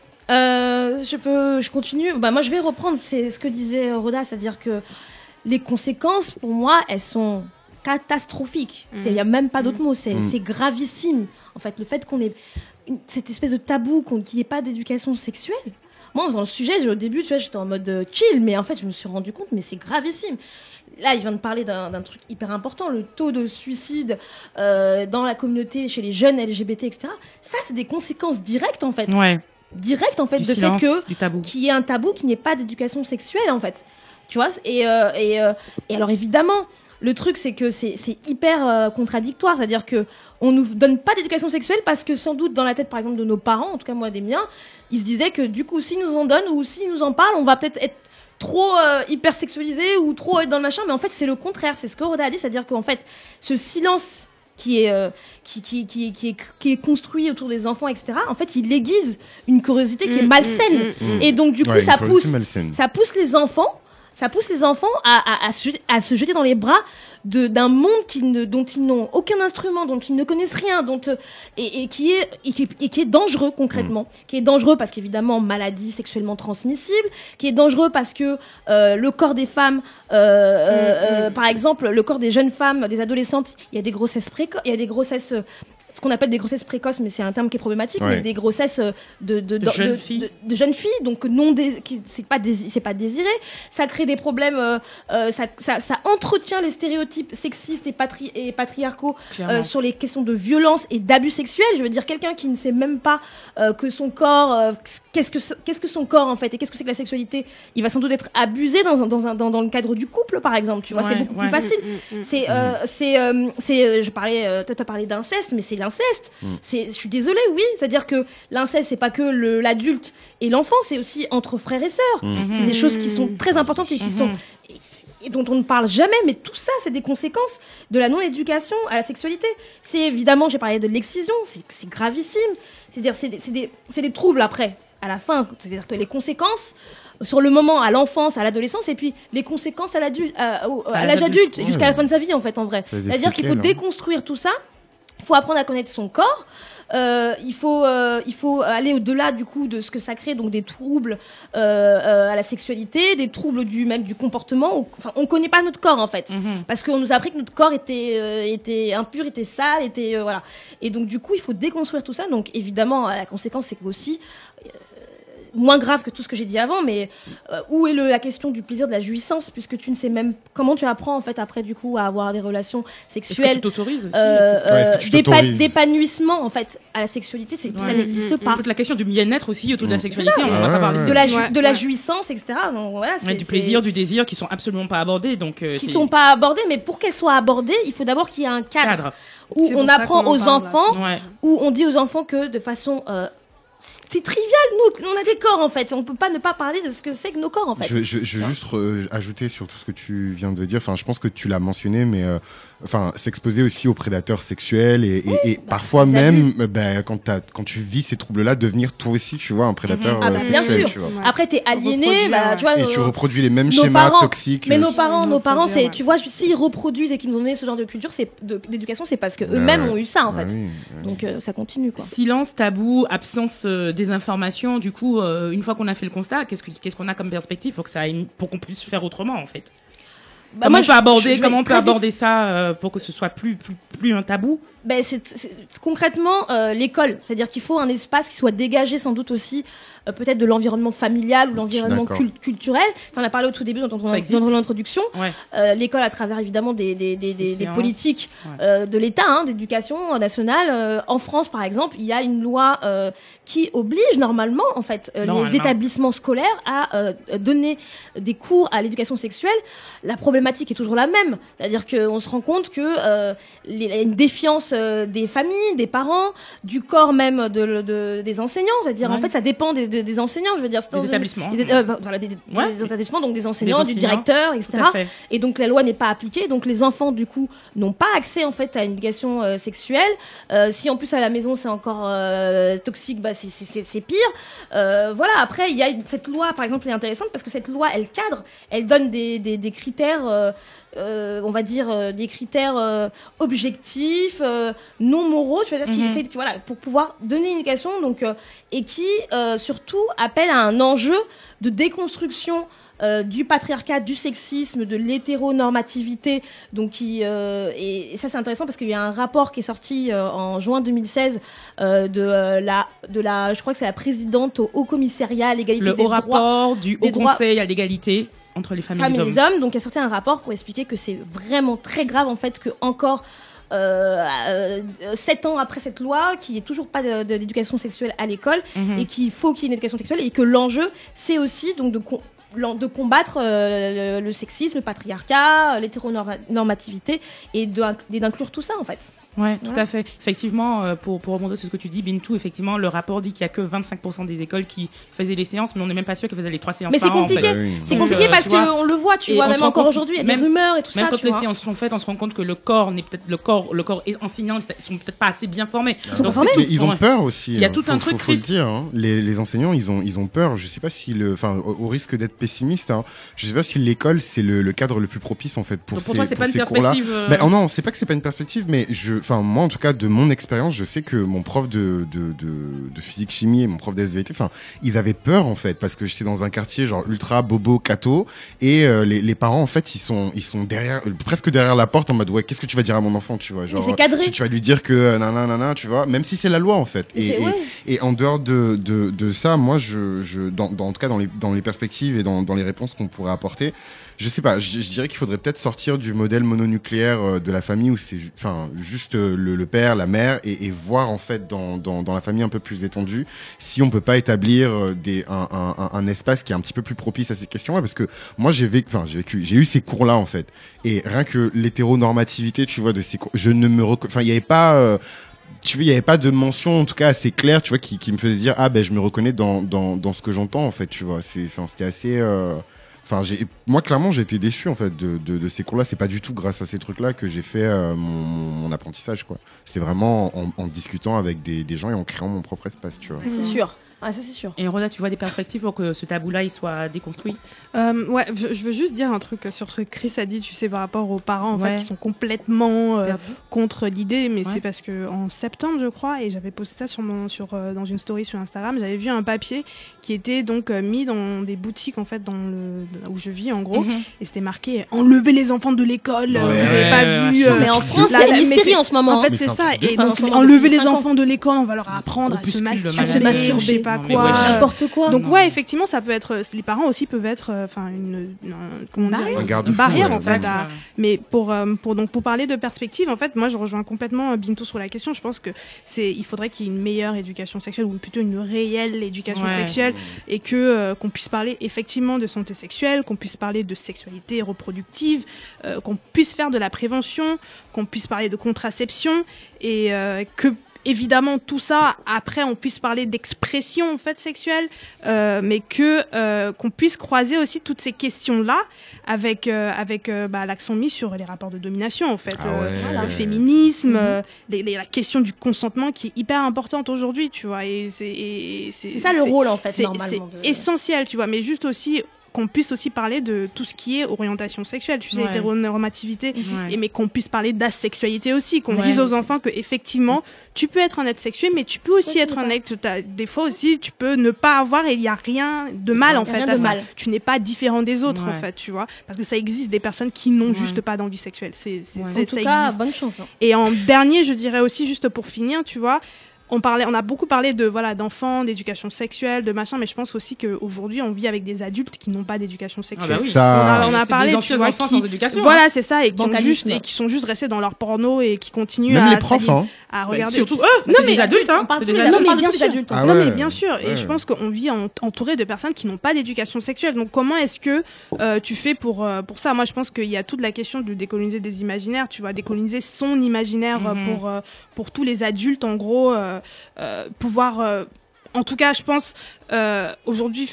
Je continue. Moi, je vais reprendre ce que disait Roda, c'est-à-dire que les conséquences, pour moi, elles sont catastrophique. Il n'y a même pas d'autre mot. C'est gravissime. En fait, le fait qu'on ait cette espèce de tabou, qu'il n'y ait pas d'éducation sexuelle. Moi, en faisant le sujet, au début, tu vois, j'étais en mode chill, mais en fait, je me suis rendu compte, mais c'est gravissime. Là, il vient de parler d'un truc hyper important, le taux de suicide dans la communauté, chez les jeunes LGBT, etc. Ça, c'est des conséquences directes, en fait. Ouais. Directes, en fait, de fait qu'il y ait un tabou, qu'il n'y ait pas d'éducation sexuelle, en fait. Tu vois, et alors, évidemment, le truc, c'est que c'est hyper contradictoire. C'est-à-dire qu'on ne nous donne pas d'éducation sexuelle parce que, sans doute, dans la tête, par exemple, de nos parents, en tout cas, moi, des miens, ils se disaient que, du coup, s'ils nous en donnent ou s'ils nous en parlent, on va peut-être être trop hyper sexualisé ou trop être dans le machin. Mais en fait, c'est le contraire. C'est ce que Roda a dit. C'est-à-dire qu'en fait, ce silence qui est construit autour des enfants, etc. En fait, il aiguise une curiosité qui est malsaine. Et donc, du coup, ça pousse les enfants à se jeter dans les bras d'un monde dont ils n'ont aucun instrument, dont ils ne connaissent rien, et qui est dangereux concrètement, qui est dangereux parce qu'évidemment maladie sexuellement transmissible, qui est dangereux parce que le corps des femmes, par exemple, le corps des jeunes femmes, des adolescentes, il y a des grossesses précoces, il y a des grossesses ce qu'on appelle des grossesses précoces, mais c'est un terme qui est problématique, mais des grossesses de jeunes filles, donc c'est pas désiré. Ça crée des problèmes, ça entretient les stéréotypes sexistes et patriarcaux sur les questions de violence et d'abus sexuels. Je veux dire, quelqu'un qui ne sait même pas que son corps, qu'est-ce que son corps en fait, et qu'est-ce que c'est que la sexualité, il va sans doute être abusé dans le cadre du couple, par exemple. Tu vois, c'est beaucoup plus facile. T'as parlé d'inceste, mais c'est l'inceste. Je suis désolée, oui. C'est-à-dire que l'inceste, c'est pas que l'adulte et l'enfant, c'est aussi entre frères et sœurs. C'est des choses qui sont très importantes et dont on ne parle jamais, mais tout ça, c'est des conséquences de la non-éducation à la sexualité. C'est évidemment, j'ai parlé de l'excision, c'est gravissime. C'est-à-dire, c'est des troubles après, à la fin. C'est-à-dire que les conséquences sur le moment, à l'enfance, à l'adolescence, et puis les conséquences à l'âge adulte, jusqu'à la fin de sa vie, en fait, en vrai. C'est-à-dire qu'il faut déconstruire tout ça. Il faut apprendre à connaître son corps. Il faut aller au-delà du coup de ce que ça crée, donc des troubles à la sexualité, des troubles du comportement. On connaît pas notre corps en fait, parce qu'on nous a appris que notre corps était impur, était sale, voilà. Et donc du coup, il faut déconstruire tout ça. Donc évidemment, la conséquence, c'est que aussi moins grave que tout ce que j'ai dit avant, mais où est la question du plaisir, de la jouissance, puisque tu ne sais même comment tu apprends en fait après du coup à avoir des relations sexuelles. Est-ce que tu t'autorises aussi d'épanouissement en fait à la sexualité, ça n'existe pas. Toute la question du bien-être aussi autour de la sexualité, on va pas parler de la jouissance, etc. Donc, voilà, du plaisir, du désir qui sont absolument pas abordés, qui sont pas abordés, mais pour qu'elles soient abordées, il faut d'abord qu'il y ait un cadre. Où on apprend aux enfants, où on dit aux enfants que de façon c'est trivial, nous, on a des corps en fait. On peut pas ne pas parler de ce que c'est que nos corps en fait. Je veux juste ajouter sur tout ce que tu viens de dire. Enfin, je pense que tu l'as mentionné, mais s'exposer aussi aux prédateurs sexuels et parfois même, quand tu vis ces troubles-là, devenir toi aussi, tu vois, un prédateur sexuel. Bien sûr. Tu vois. Après, t'es aliéné, tu vois. Et tu reproduis les mêmes schémas toxiques. Mais nos parents, c'est, tu vois, s'ils reproduisent et qu'ils nous ont donné ce genre de culture, d'éducation, c'est parce que eux-mêmes ont eu ça en fait. Donc ça continue quoi. Silence, tabou, absence des informations. Du coup, une fois qu'on a fait le constat, qu'est-ce qu'on a comme perspective pour qu'on puisse faire autrement en fait. Comment on peut aborder ça pour que ce soit plus un tabou? C'est concrètement l'école, c'est-à-dire qu'il faut un espace qui soit dégagé sans doute aussi peut-être de l'environnement familial ou l'environnement culturel. Enfin, on a parlé au tout début dans l'introduction. L'école à travers évidemment des politiques de l'État, d'éducation nationale. En France, par exemple, il y a une loi qui oblige normalement en fait les établissements scolaires à donner des cours à l'éducation sexuelle. La problématique est toujours la même, c'est-à-dire qu'on se rend compte que il y a une défiance des familles, des parents, du corps même des enseignants. C'est-à-dire en fait ça dépend des enseignants, je veux dire, des établissements, des établissements, donc des enseignants, du directeur, etc. Et donc la loi n'est pas appliquée, donc les enfants du coup n'ont pas accès en fait à une éducation sexuelle. Si en plus à la maison c'est encore toxique, c'est pire. Voilà. Après il y a cette loi par exemple est intéressante parce que cette loi elle cadre, elle donne des critères. On va dire des critères objectifs, non moraux, tu vois, qui essaient, pour pouvoir donner une éducation, donc et qui surtout appellent à un enjeu de déconstruction du patriarcat, du sexisme, de l'hétéronormativité, donc et ça c'est intéressant parce qu'il y a un rapport qui est sorti en juin 2016 je crois que c'est la présidente au Haut Commissariat à l'égalité des droits. Le haut rapport du Haut Conseil à l'égalité entre les femmes et les hommes. Donc il y a sorti un rapport pour expliquer que c'est vraiment très grave en fait que encore 7 ans après cette loi, qu'il n'y ait toujours pas d'éducation sexuelle à l'école et qu'il faut qu'il y ait une éducation sexuelle et que l'enjeu c'est aussi donc de combattre le sexisme, le patriarcat, l'hétéronormativité et d'inclure tout ça en fait. Ouais, tout à fait. Effectivement, pour rebondir sur ce que tu dis, Bintou, effectivement, le rapport dit qu'il y a que 25% des écoles qui faisaient les séances, mais on n'est même pas sûr qu'elles faisaient les 3 séances Mais par c'est an, en fait. compliqué. C'est Donc, compliqué parce tu vois, qu'on le voit, tu vois, on même se rend encore compte- aujourd'hui, il y a des même- rumeurs et tout Même ça, quand tu les vois. séances sont faites, on se rend compte que le corps enseignant, ils sont peut-être pas assez bien formés. sont pas formés. Mais ils ont peur aussi. Il y a tout un truc, faut le Chris. dire. Hein. Les enseignants, ils ont peur. Je sais pas si au risque d'être pessimiste, hein, je sais pas si l'école c'est le cadre le plus propice en fait pour Donc pour toi, c'est pas une ces cours-là. perspective. Ben, non, c'est pas que c'est pas une perspective, mais moi en tout cas de mon expérience, je sais que mon prof de physique chimie et mon prof d'SVT, ils avaient peur en fait parce que j'étais dans un quartier genre ultra bobo catho et les parents en fait ils sont presque derrière la porte en mode ouais, qu'est-ce que tu vas dire à mon enfant, tu vois, genre c'est cadré. tu vas lui dire que nanana, tu vois, même si c'est la loi en fait. Et en dehors de ça, moi en tout cas dans les perspectives et dans les réponses qu'on pourrait apporter, je sais pas, je dirais qu'il faudrait peut-être sortir du modèle mononucléaire de la famille où c'est juste le père, la mère et voir en fait dans la famille un peu plus étendue si on peut pas établir un espace qui est un petit peu plus propice à ces questions-là, parce que moi j'ai eu ces cours-là en fait, et rien que l'hétéronormativité, tu vois, de ces cours, je ne me il y avait pas tu vois, il y avait pas de mention en tout cas assez claire, tu vois, qui me faisait dire je me reconnais dans ce que j'entends en fait, tu vois, c'était assez moi clairement j'ai été déçu en fait de ces cours-là. C'est pas du tout grâce à ces trucs-là que j'ai fait mon apprentissage, quoi. C'était vraiment en discutant avec des gens et en créant mon propre espace, tu vois. C'est sûr. Ah, ça c'est sûr. Et Roda, tu vois des perspectives pour que ce tabou-là il soit déconstruit? Ouais, je veux juste dire un truc sur ce que Chris a dit, tu sais, par rapport aux parents en Ouais. fait, qui sont complètement Perdu. contre l'idée, mais Ouais. c'est parce que en septembre, je crois, et j'avais posté ça dans une story sur Instagram, j'avais vu un papier qui était donc mis dans des boutiques en fait, où je vis en gros, et c'était marqué enlever les enfants de l'école. Vous avez pas vu Mais en France, il y a une mais hystérie c'est- en ce moment. En fait, Mais c'est c'est un ça. truc de Et dingue. donc, Enfin, enlever depuis les 5 ans. enfants de l'école, on va leur apprendre à se Opuscule, masturber, malade. je sais pas Mais quoi. ouais, N'importe quoi. Donc Non. ouais, effectivement, ça peut être. Les parents aussi peuvent être, comment dire, Un garde-fou, une barrière ouais, en fait. exactement. Mais pour parler de perspective, en fait, moi je rejoins complètement Bintou sur la question. Je pense que il faudrait qu'il y ait une meilleure éducation sexuelle, ou plutôt une réelle éducation Ouais. sexuelle, et que qu'on puisse parler effectivement de santé sexuelle, qu'on puisse parler de sexualité reproductive, qu'on puisse faire de la prévention, qu'on puisse parler de contraception, et que évidemment tout ça après on puisse parler d'expression en fait sexuelle, mais qu'on puisse croiser aussi toutes ces questions là avec l'accent mis sur les rapports de domination en fait, le féminisme, la question du consentement qui est hyper importante aujourd'hui, tu vois, et C'est ça le rôle en fait, c'est normalement. essentiel, tu vois, mais juste aussi qu'on puisse aussi parler de tout ce qui est orientation sexuelle, tu sais, Ouais. hétéronormativité, Ouais. mais qu'on puisse parler d'asexualité aussi, qu'on Ouais. dise aux enfants que effectivement tu peux être un être sexué, mais tu peux aussi Ouais, être c'est un être, des fois aussi tu peux ne pas avoir, et il y a rien de mal en Y a fait rien à de ça. mal. Tu n'es pas différent des autres en Ouais. fait, tu vois, parce que ça existe des personnes qui n'ont Ouais. juste pas d'envie sexuelle, Ouais. En tout ça cas, existe. bonne chance. Hein. Et en dernier, je dirais aussi, juste pour finir, tu vois, on a beaucoup parlé d'enfants, d'éducation sexuelle, de machin, mais je pense aussi qu'aujourd'hui, on vit avec des adultes qui n'ont pas d'éducation sexuelle. bah oui. Ça. On a C'est parlé, des tu anciens vois, enfants sans éducation. voilà, c'est ça, et Bancalisme. qui sont juste restés dans leur porno et qui continuent Même à les profs, hein. à Bah, regarder. surtout eux, Non, c'est mais des adultes, hein. On parle C'est de des tous les adultes. adultes, mais on bien parle de tous les sûr. adultes. Ah Non, ouais. mais bien sûr. Et Ouais. je pense qu'on vit entouré de personnes qui n'ont pas d'éducation sexuelle. Donc, comment est-ce que tu fais pour ça? Moi, je pense qu'il y a toute la question de décoloniser des imaginaires, tu vois, décoloniser son imaginaire pour tous les adultes, en gros, pouvoir. En tout cas, je pense, aujourd'hui,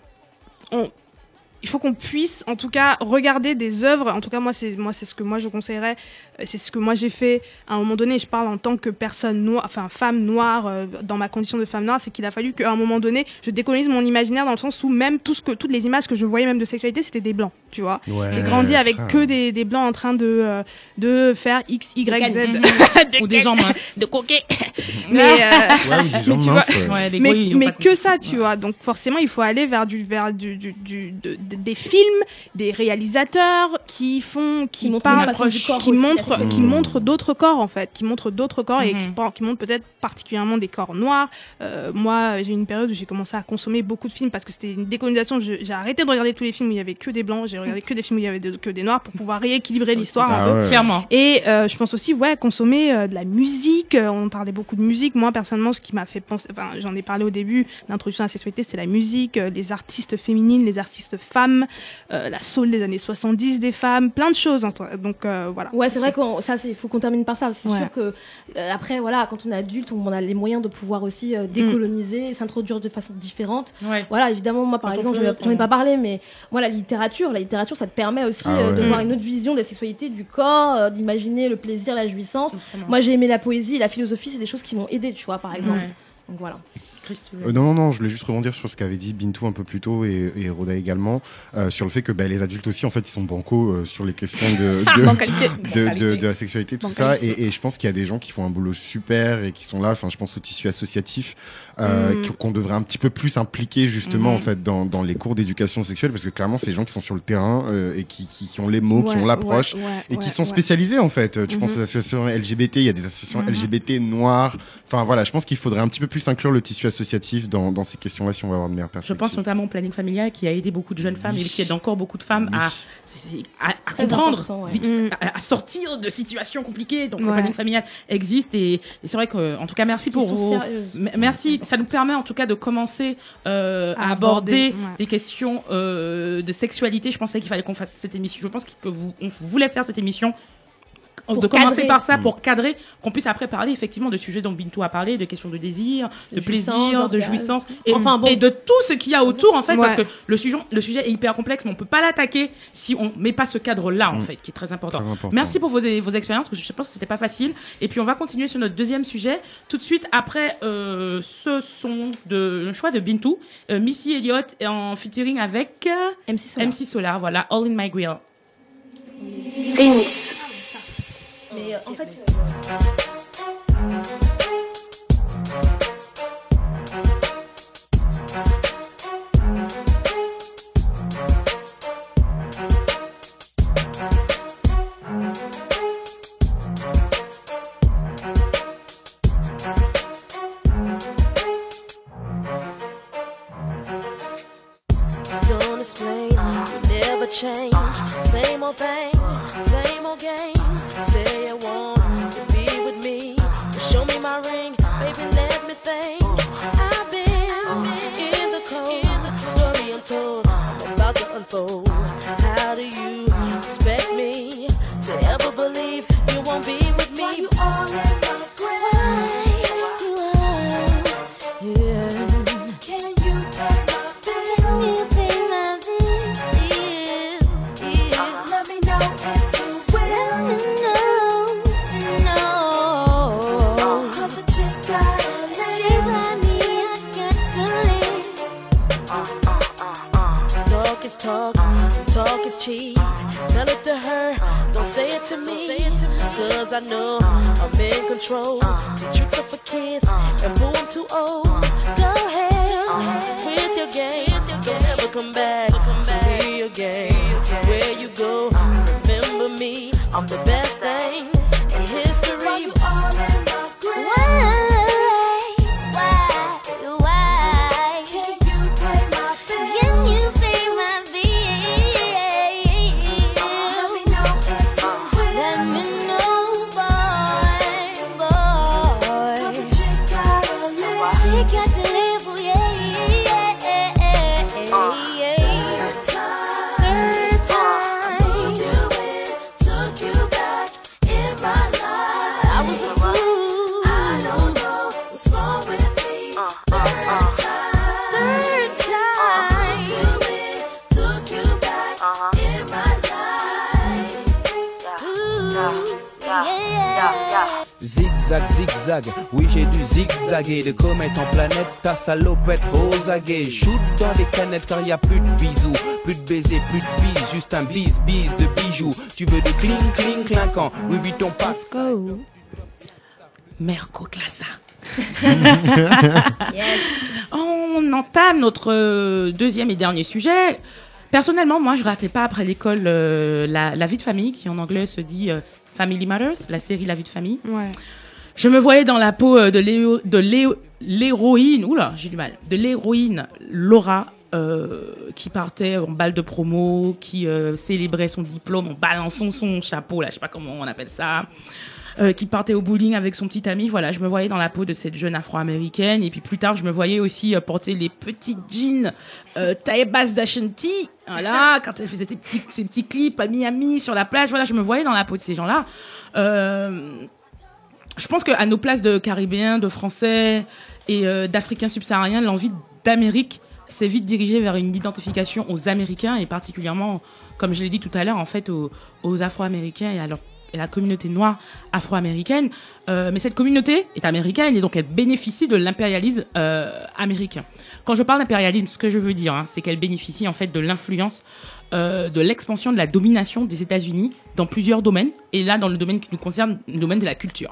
il faut qu'on puisse, en tout cas, regarder des œuvres. En tout cas, moi, c'est ce que moi je conseillerais. C'est ce que moi j'ai fait à un moment donné. Je parle en tant que personne noire, enfin femme noire, dans ma condition de femme noire. C'est qu'il a fallu qu'à un moment donné, je décolonise mon imaginaire dans le sens où même toutes les images que je voyais même de sexualité, c'était des blancs, tu vois. Ouais, J'ai grandi avec frère. que des blancs en train de faire X, Y, Z. Ou des gens minces. De coquet. Mais Ouais, ou des gens mais tu vois- minces, ouais. Ouais, les mais, gros, ils ont mais pas de- que ça, tu vois. Donc forcément, il faut aller vers des films, des réalisateurs qui montrent parlent, une façon du corps qui aussi, montrent, la qui montrent d'autres corps en fait, qui montrent d'autres corps et Mhm. qui montrent peut-être particulièrement des corps noirs. Moi, j'ai eu une période où j'ai commencé à consommer beaucoup de films parce que c'était une décolonisation. J'ai arrêté de regarder tous les films où il y avait que des blancs. J'ai regardé que des films où il y avait que des noirs pour pouvoir rééquilibrer l'histoire un Ah peu. ouais. Clairement. Et je pense aussi, consommer de la musique. On parlait beaucoup de musique. Moi, personnellement, ce qui m'a fait penser, enfin, j'en ai parlé au début, l'introduction à la sexualité, c'est la musique, les artistes féminines, les artistes femmes, la soul des années 70 des femmes, plein de choses. Donc voilà. Ouais, c'est vrai qu'il faut qu'on termine par ça. C'est sûr que après, voilà, quand on est adulte, on a les moyens de pouvoir aussi décoloniser, s'introduire de façon différente. Ouais. Voilà, évidemment, moi par exemple, j'en ai pas parlé, mais moi la littérature, ça te permet aussi de voir une autre vision de la sexualité, du corps, d'imaginer le plaisir, la jouissance. Moi, j'ai aimé la poésie, la philosophie, c'est des choses qui m'ont aidée, tu vois, par exemple. Donc voilà. Non, je voulais juste rebondir sur ce qu'avait dit Bintou un peu plus tôt et Roda également, sur le fait que les adultes aussi, en fait, ils sont bancos sur les questions de la sexualité, tout ça. Et je pense qu'il y a des gens qui font un boulot super et qui sont là. Enfin, je pense au tissu associatif qu'on devrait un petit peu plus impliquer justement en fait dans les cours d'éducation sexuelle, parce que clairement, c'est des gens qui sont sur le terrain et qui ont les mots, qui ont l'approche et qui sont spécialisés en fait. Tu penses aux associations LGBT, il y a des associations LGBT noires. Enfin voilà, je pense qu'il faudrait un petit peu plus inclure le tissu associatif dans ces questions-là si on va avoir de meilleures perspectives. Je pense notamment au planning familial qui a aidé beaucoup de jeunes femmes et qui aide encore beaucoup de femmes à comprendre, à sortir de situations compliquées. Donc le planning familial existe et c'est vrai que, en tout cas, merci pour vos... Merci, ça nous permet en tout cas de commencer à aborder des questions de sexualité. Je pensais qu'il fallait qu'on fasse cette émission. Je pense qu'on voulait faire cette émission. De commencer par ça pour cadrer, qu'on puisse après parler effectivement de sujets dont Bintou a parlé, de questions de désir, de plaisir, de jouissance et de tout ce qu'il y a autour en fait, parce que le sujet est hyper complexe, mais on peut pas l'attaquer si on met pas ce cadre-là en fait, qui est très important. Merci pour vos expériences, parce que je pense que c'était pas facile. Et puis on va continuer sur notre deuxième sujet tout de suite après ce son le choix de Bintou, Missy Elliott en featuring avec MC Solar, voilà, All in My Grill. Mais en fait... Don't explain, you never change. Same old thing, same old game. Say you want to be with me, show me my ring, baby, let me think. I've been in the cold, story untold, I'm about to unfold. How do you expect me to ever believe you won't be with me? Why you all in my grave? Can you pay my bills? Can you pay my bills? Let me know if you will. Let me know. Cause the chick got a leave. I got to leave. Talk is talk, talk is cheap. Tell it to her, don't say it to me. Cause I know I'm in control. See, tricks are for kids, and boo, I'm too old. Go ahead with your game. Don't ever come back to me again. Where you go, remember me. I'm the best thing in history. Why you all in my grave? Why? Can you pay my bills? Can you pay my bills? Let me know if you will. Let me know, boy. Cause the chick gotta live. She got to live, oh yeah. Third time, took you back in my life. I was a fool. I don't know what's wrong with me. Third time, took you back in my life. Ooh, yeah. Zigzag, zigzag, oui j'ai dû zigzaguer. De comète en planète, ta salopette aux aguets. Shoot dans les canettes car y a plus de bisous, plus de baisers, plus de bises, juste un bise de bijoux. Tu veux de cling clinquant, Louis Vuitton passe. Merco Classa. On entame notre deuxième et dernier sujet. Personnellement, moi, je ratais pas après l'école la vie de famille, qui en anglais se dit Family Matters, la série La vie de famille. Ouais. Je me voyais dans la peau de l'héroïne, oula, j'ai du mal, de l'héroïne Laura, qui partait en balle de promo, qui célébrait son diplôme en balançant son chapeau, là, je sais pas comment on appelle ça. qui partait au bowling avec son petit ami. Voilà, je me voyais dans la peau de cette jeune afro-américaine. Et puis plus tard, je me voyais aussi porter les petits jeans taille basse d'Ashanti. Voilà, quand elle faisait ses petits clips à Miami sur la plage. Voilà, je me voyais dans la peau de ces gens-là. Je pense qu'à nos places de Caribéens, de Français et d'Africains subsahariens, l'envie d'Amérique s'est vite dirigée vers une identification aux Américains et particulièrement, comme je l'ai dit tout à l'heure, en fait, aux Afro-Américains et à la communauté noire afro-américaine. Mais cette communauté est américaine et donc elle bénéficie de l'impérialisme américain. Quand je parle d'impérialisme, ce que je veux dire, c'est qu'elle bénéficie en fait de l'influence, de l'expansion de la domination des États-Unis dans plusieurs domaines. Et là, dans le domaine qui nous concerne, le domaine de la culture.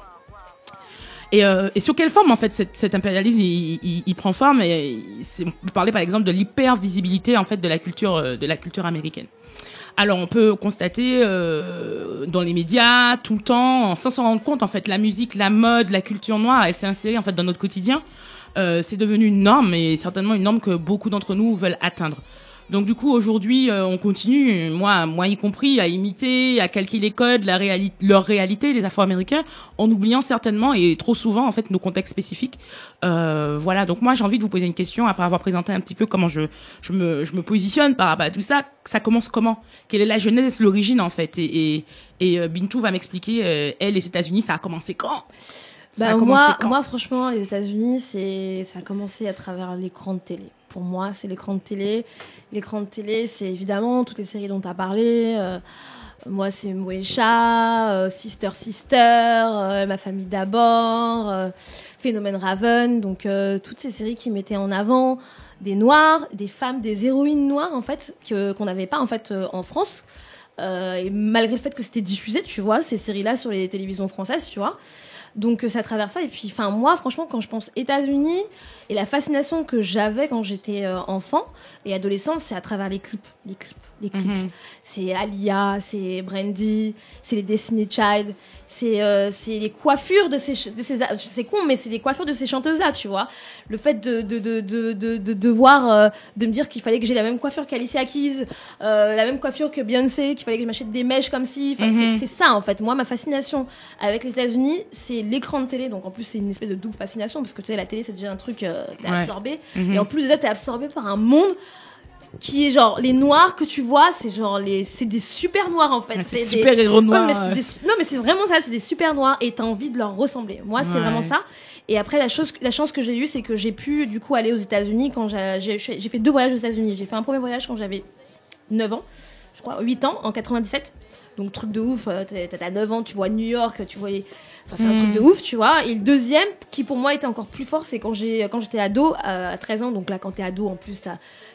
Et sur quelle forme en fait cet impérialisme il prend forme on peut parler par exemple de l'hyper-visibilité en fait de la culture américaine. Alors on peut constater dans les médias tout le temps, sans s'en rendre compte en fait, la musique, la mode, la culture noire, elle s'est insérée en fait dans notre quotidien. C'est devenu une norme et certainement une norme que beaucoup d'entre nous veulent atteindre. Donc du coup aujourd'hui on continue, moi y compris, à imiter, à calquer les codes, leur réalité, les Afro-Américains, en oubliant certainement et trop souvent en fait nos contextes spécifiques. Voilà, donc moi j'ai envie de vous poser une question après avoir présenté un petit peu comment je me positionne par rapport à tout ça. Ça commence comment? Quelle est la genèse, l'origine en fait? Et Bintou va m'expliquer, elle, les États-Unis, ça a commencé quand? Moi franchement les États-Unis ça a commencé à travers l'écran de télé. Pour moi, c'est l'écran de télé. L'écran de télé, c'est évidemment toutes les séries dont tu as parlé. Moi, c'est Moesha, Sister, Ma famille d'abord, Phénomène Raven. Donc, toutes ces séries qui mettaient en avant des noirs, des femmes, des héroïnes noires, en fait, qu'on n'avait pas, en fait, en France. Et malgré le fait que c'était diffusé, tu vois, ces séries-là sur les télévisions françaises, tu vois. Donc ça traverse ça. Et puis, moi, franchement, quand je pense États-Unis et la fascination que j'avais quand j'étais enfant et adolescente, c'est à travers les clips. Mm-hmm. C'est Alia, c'est Brandy, c'est les Destiny Child, c'est les coiffures de ces c'est con, mais c'est les coiffures de ces chanteuses-là, tu vois. Le fait de devoir de me dire qu'il fallait que j'ai la même coiffure qu'Alicia Keys, la même coiffure que Beyoncé, qu'il fallait que je m'achète des mèches comme si. C'est ça en fait. Moi, ma fascination avec les États-Unis, c'est l'écran de télé. Donc en plus, c'est une espèce de double fascination parce que tu sais, la télé, c'est déjà un truc t'es absorbé, et en plus déjà t'es absorbé par un monde qui est genre les noirs que tu vois, c'est genre c'est des super noirs en fait, c'est super héros noirs. Non mais c'est vraiment ça, c'est des super noirs et t'as envie de leur ressembler. Moi c'est vraiment ça. Et après la chance que j'ai eue, c'est que j'ai pu du coup aller aux États-Unis quand j'ai fait 2 voyages aux États-Unis. J'ai fait un premier voyage quand j'avais 9 ans, je crois 8 ans en 97. Donc truc de ouf, t'as 9 ans, tu vois New York, tu vois c'est un truc de ouf, tu vois. Et le deuxième qui pour moi était encore plus fort, c'est quand j'étais ado à 13 ans. Donc là quand t'es ado en plus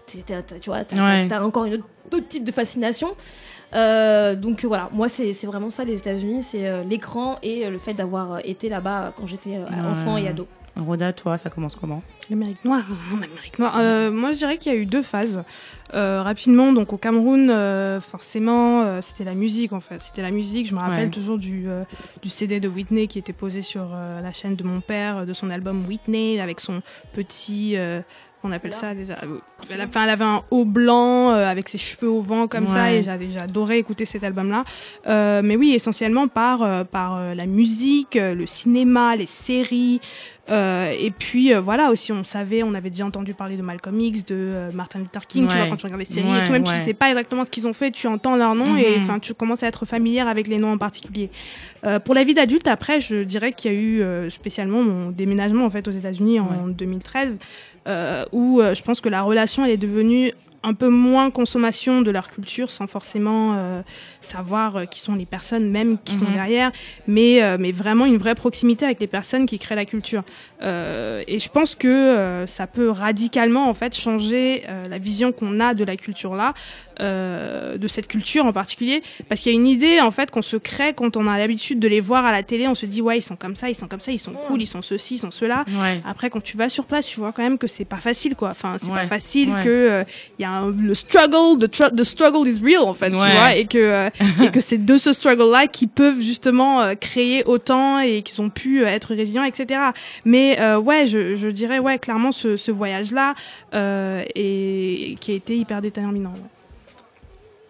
t'as encore une autre type de fascination. Donc voilà, moi c'est vraiment ça les États-Unis, c'est l'écran et le fait d'avoir été là-bas quand j'étais enfant et ado. Rhoda, toi, ça commence comment? L'Amérique noire. Moi, je dirais qu'il y a eu 2 phases. Rapidement, donc au Cameroun, forcément, c'était la musique en fait. C'était la musique. Je me rappelle toujours du CD de Whitney qui était posé sur la chaîne de mon père, de son album Whitney, avec son petit... on appelle ça déjà. Elle avait un haut blanc avec ses cheveux au vent comme ça, et j'ai adoré écouter cet album-là. Mais oui, essentiellement par la musique, le cinéma, les séries. Et puis voilà aussi, on avait déjà entendu parler de Malcolm X, de Martin Luther King. Tu vois, quand tu regardes les séries et tout, même tu sais pas exactement ce qu'ils ont fait, tu entends leur nom et tu commences à être familière avec les noms en particulier. Pour la vie d'adulte, après, je dirais qu'il y a eu spécialement mon déménagement en fait aux États-Unis en 2013. Où je pense que la relation elle est devenue un peu moins consommation de leur culture sans forcément savoir qui sont les personnes même qui sont derrière, mais vraiment une vraie proximité avec les personnes qui créent la culture. Et je pense que ça peut radicalement en fait changer la vision qu'on a de la culture là, de cette culture en particulier, parce qu'il y a une idée en fait qu'on se crée quand on a l'habitude de les voir à la télé. On se dit ils sont comme ça, ils sont cool, ils sont ceci, ils sont cela. Après quand tu vas sur place, tu vois quand même que c'est pas facile quoi. Enfin c'est pas facile, que il y a le struggle, the struggle is real en fait, tu vois, et que c'est de ce struggle là qui peuvent justement créer autant et qu'ils ont pu être résilients, etc. Mais je dirais clairement ce voyage là et qui a été hyper déterminant.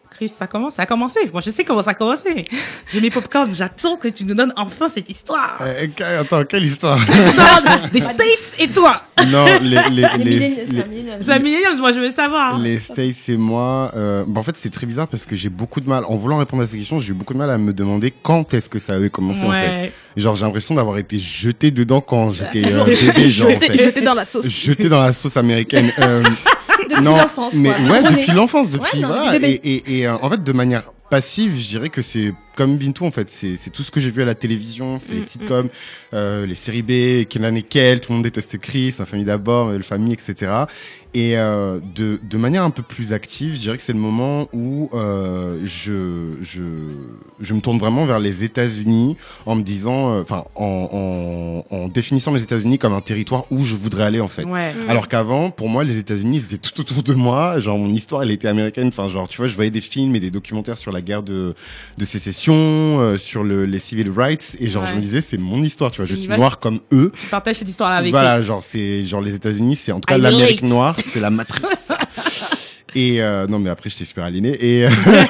Chris, ça a commencé. Moi, je sais comment ça a commencé. J'ai mes popcorn, j'attends que tu nous donnes enfin cette histoire. Attends, quelle histoire? L'histoire des States et toi. Non, C'est un millénial, moi, je veux savoir. Hein. Les States et moi, en fait, c'est très bizarre parce que j'ai beaucoup de mal, en voulant répondre à ces questions, j'ai eu beaucoup de mal à me demander quand est-ce que ça avait commencé, en fait. Genre, j'ai l'impression d'avoir été jeté dedans quand j'étais bébé, genre, en fait. Jeté dans la sauce. Jeté dans la sauce américaine. Depuis l'enfance, mais quoi. ouais, depuis l'enfance, depuis, Ouais, voilà. bébé. Et en fait, de manière passive, je dirais que c'est comme Bintou, en fait. C'est tout ce que j'ai vu à la télévision, c'est les sitcoms, les séries B, Kenan et Kel, tout le monde déteste Chris, Ma famille d'abord, Le Famille, etc. Et de manière un peu plus active, je dirais que c'est le moment où je me tourne vraiment vers les États-Unis en me disant, enfin, en définissant les États-Unis comme un territoire où je voudrais aller, en fait. Ouais. Alors qu'avant, pour moi, les États-Unis, c'était tout autour de moi. Genre, mon histoire, elle était américaine. Enfin, genre, tu vois, je voyais des films et des documentaires sur la guerre de sécession, sur les civil rights. Et genre, je me disais, c'est mon histoire, tu vois. Je suis noir comme eux. Tu partages cette histoire-là avec eux. Voilà, genre, c'est, genre, les États-Unis, c'est en tout cas l'Amérique noire, c'est la matrice. Et non, mais après, j'étais super aliéné. Et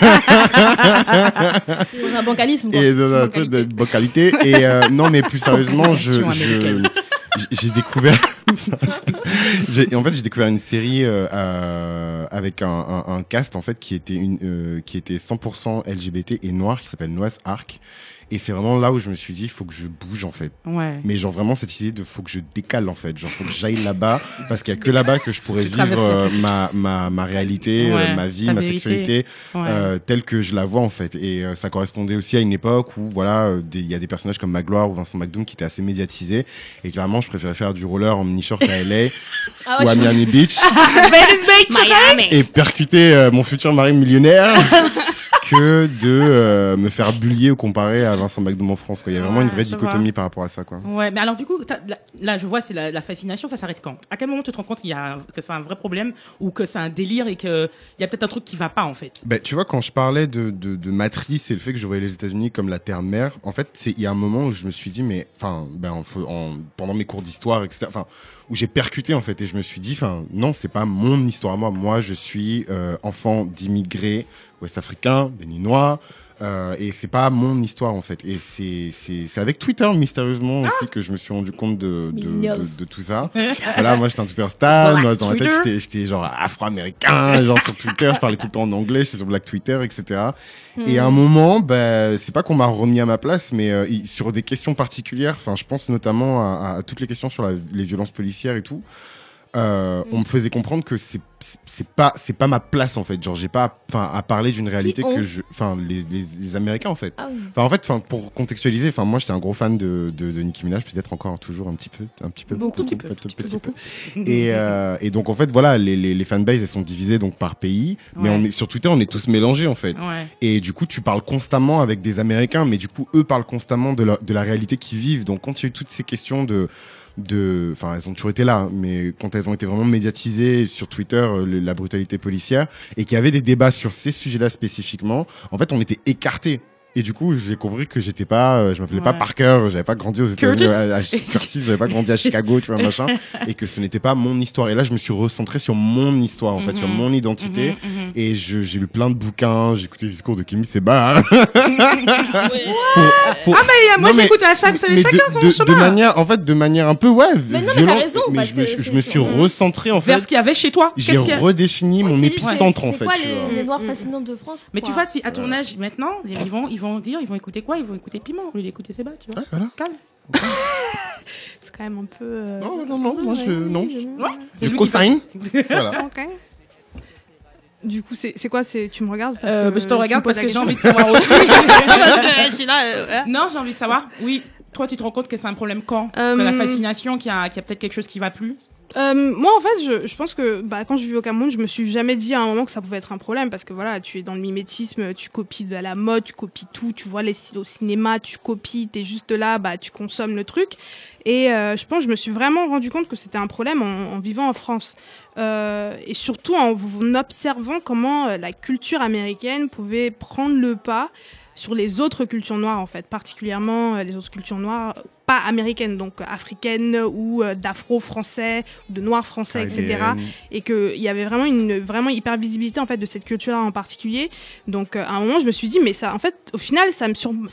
C'est un bancalisme, quoi. Et de bonne qualité. Et non, mais plus sérieusement, j'ai découvert. En fait, j'ai découvert une série avec un cast en fait qui était 100% LGBT et noir, qui s'appelle Noah's Ark. Et c'est vraiment là où je me suis dit, il faut que je bouge, en fait. Ouais. Mais genre vraiment cette idée de faut que je décale, en fait. Genre faut que j'aille là-bas, parce qu'il y a que là-bas que je pourrais vivre ma réalité, ma vie, ma sexualité, telle que je la vois, en fait. Et ça correspondait aussi à une époque où, voilà, il y a des personnages comme Magloire ou Vincent McDoom qui étaient assez médiatisés. Et clairement, je préférais faire du roller en mini-short à LA ou à Miami Beach. Et percuter mon futur mari millionnaire. Que de me faire bullier ou comparer à Vincent McDoom en France, quoi. Il y a vraiment une vraie dichotomie par rapport à ça, quoi. Ouais, mais alors du coup, là, je vois, c'est la fascination, ça s'arrête quand? À quel moment tu te rends compte que c'est un vrai problème ou que c'est un délire et qu'il y a peut-être un truc qui va pas, en fait? Ben, tu vois, quand je parlais de matrice et le fait que je voyais les États-Unis comme la terre-mère, en fait, il y a un moment où je me suis dit, mais, enfin, pendant mes cours d'histoire, etc., enfin, où j'ai percuté, en fait, et je me suis dit, enfin, non, c'est pas mon histoire à moi. Moi, je suis enfant d'immigrés ouest-africains, béninois, et c'est pas mon histoire, en fait. Et c'est avec Twitter, mystérieusement, aussi, que je me suis rendu compte de tout ça. Voilà, moi, j'étais un Twitter star, dans la tête, j'étais genre afro-américain, genre sur Twitter, je parlais tout le temps en anglais, j'étais sur Black Twitter, etc. Et à un moment, c'est pas qu'on m'a remis à ma place, mais sur des questions particulières, enfin, je pense notamment à toutes les questions sur les violences policières et tout. On me faisait comprendre que c'est pas ma place, en fait. Genre, j'ai pas à parler d'une réalité que les Américains, en fait. Ah oui. En fait, pour contextualiser, moi j'étais un gros fan de Nicki Minaj, peut-être encore toujours un petit peu beaucoup. Et donc en fait voilà, les fanbases elles sont divisées donc par pays, mais sur Twitter on est tous mélangés, en fait. Et du coup tu parles constamment avec des Américains, mais du coup eux parlent constamment de la réalité qu'ils vivent. Donc quand il y a eu toutes ces questions enfin, elles ont toujours été là, mais quand elles ont été vraiment médiatisées sur Twitter, la brutalité policière, et qu'il y avait des débats sur ces sujets-là spécifiquement, en fait, on était écartés. Et du coup, j'ai compris que je m'appelais pas Parker, j'avais pas grandi aux États-Unis, Curtis, j'avais pas grandi à Chicago, tu vois, machin, et que ce n'était pas mon histoire. Et là, je me suis recentré sur mon histoire, en fait, sur mon identité, et j'ai lu plein de bouquins, j'ai écouté les discours de Kimi Seba. Moi, j'écoute à chaque, chacun son chemin. De manière un peu, mais non, violente, mais t'as raison, mais je me suis recentré, en fait. Vers ce qu'il y avait chez toi. J'ai redéfini mon épicentre, en fait. C'est quoi les noirs fascinants de France? Mais tu vois, si à ton âge, maintenant, ils vont écouter quoi? Ils vont écouter Piment au lieu d'écouter Seba, tu vois. Voilà. Calme. C'est quand même un peu. Non, moi je co-sign. Voilà. Ok. Du coup, c'est quoi? Tu me regardes Je te regarde parce que j'ai envie de savoir aussi. Non, j'ai envie de savoir. Oui. Toi, tu te rends compte que c'est un problème quand? Que la fascination, qu'il y a peut-être quelque chose qui va plus? Moi, en fait, je pense que quand je vivais au Cameroun, je me suis jamais dit à un moment que ça pouvait être un problème, parce que voilà, tu es dans le mimétisme, tu copies de la mode, tu copies tout, tu vois les styles au cinéma, tu copies, t'es juste là, tu consommes le truc. Et je pense que je me suis vraiment rendu compte que c'était un problème en vivant en France. Et surtout en observant comment la culture américaine pouvait prendre le pas sur les autres cultures noires en fait, particulièrement les autres cultures noires pas américaines, donc africaines ou d'afro-français, de noirs français, etc. Et qu'il y avait vraiment une vraiment hyper visibilité en fait de cette culture-là en particulier. Donc à un moment je me suis dit mais ça en fait au final ça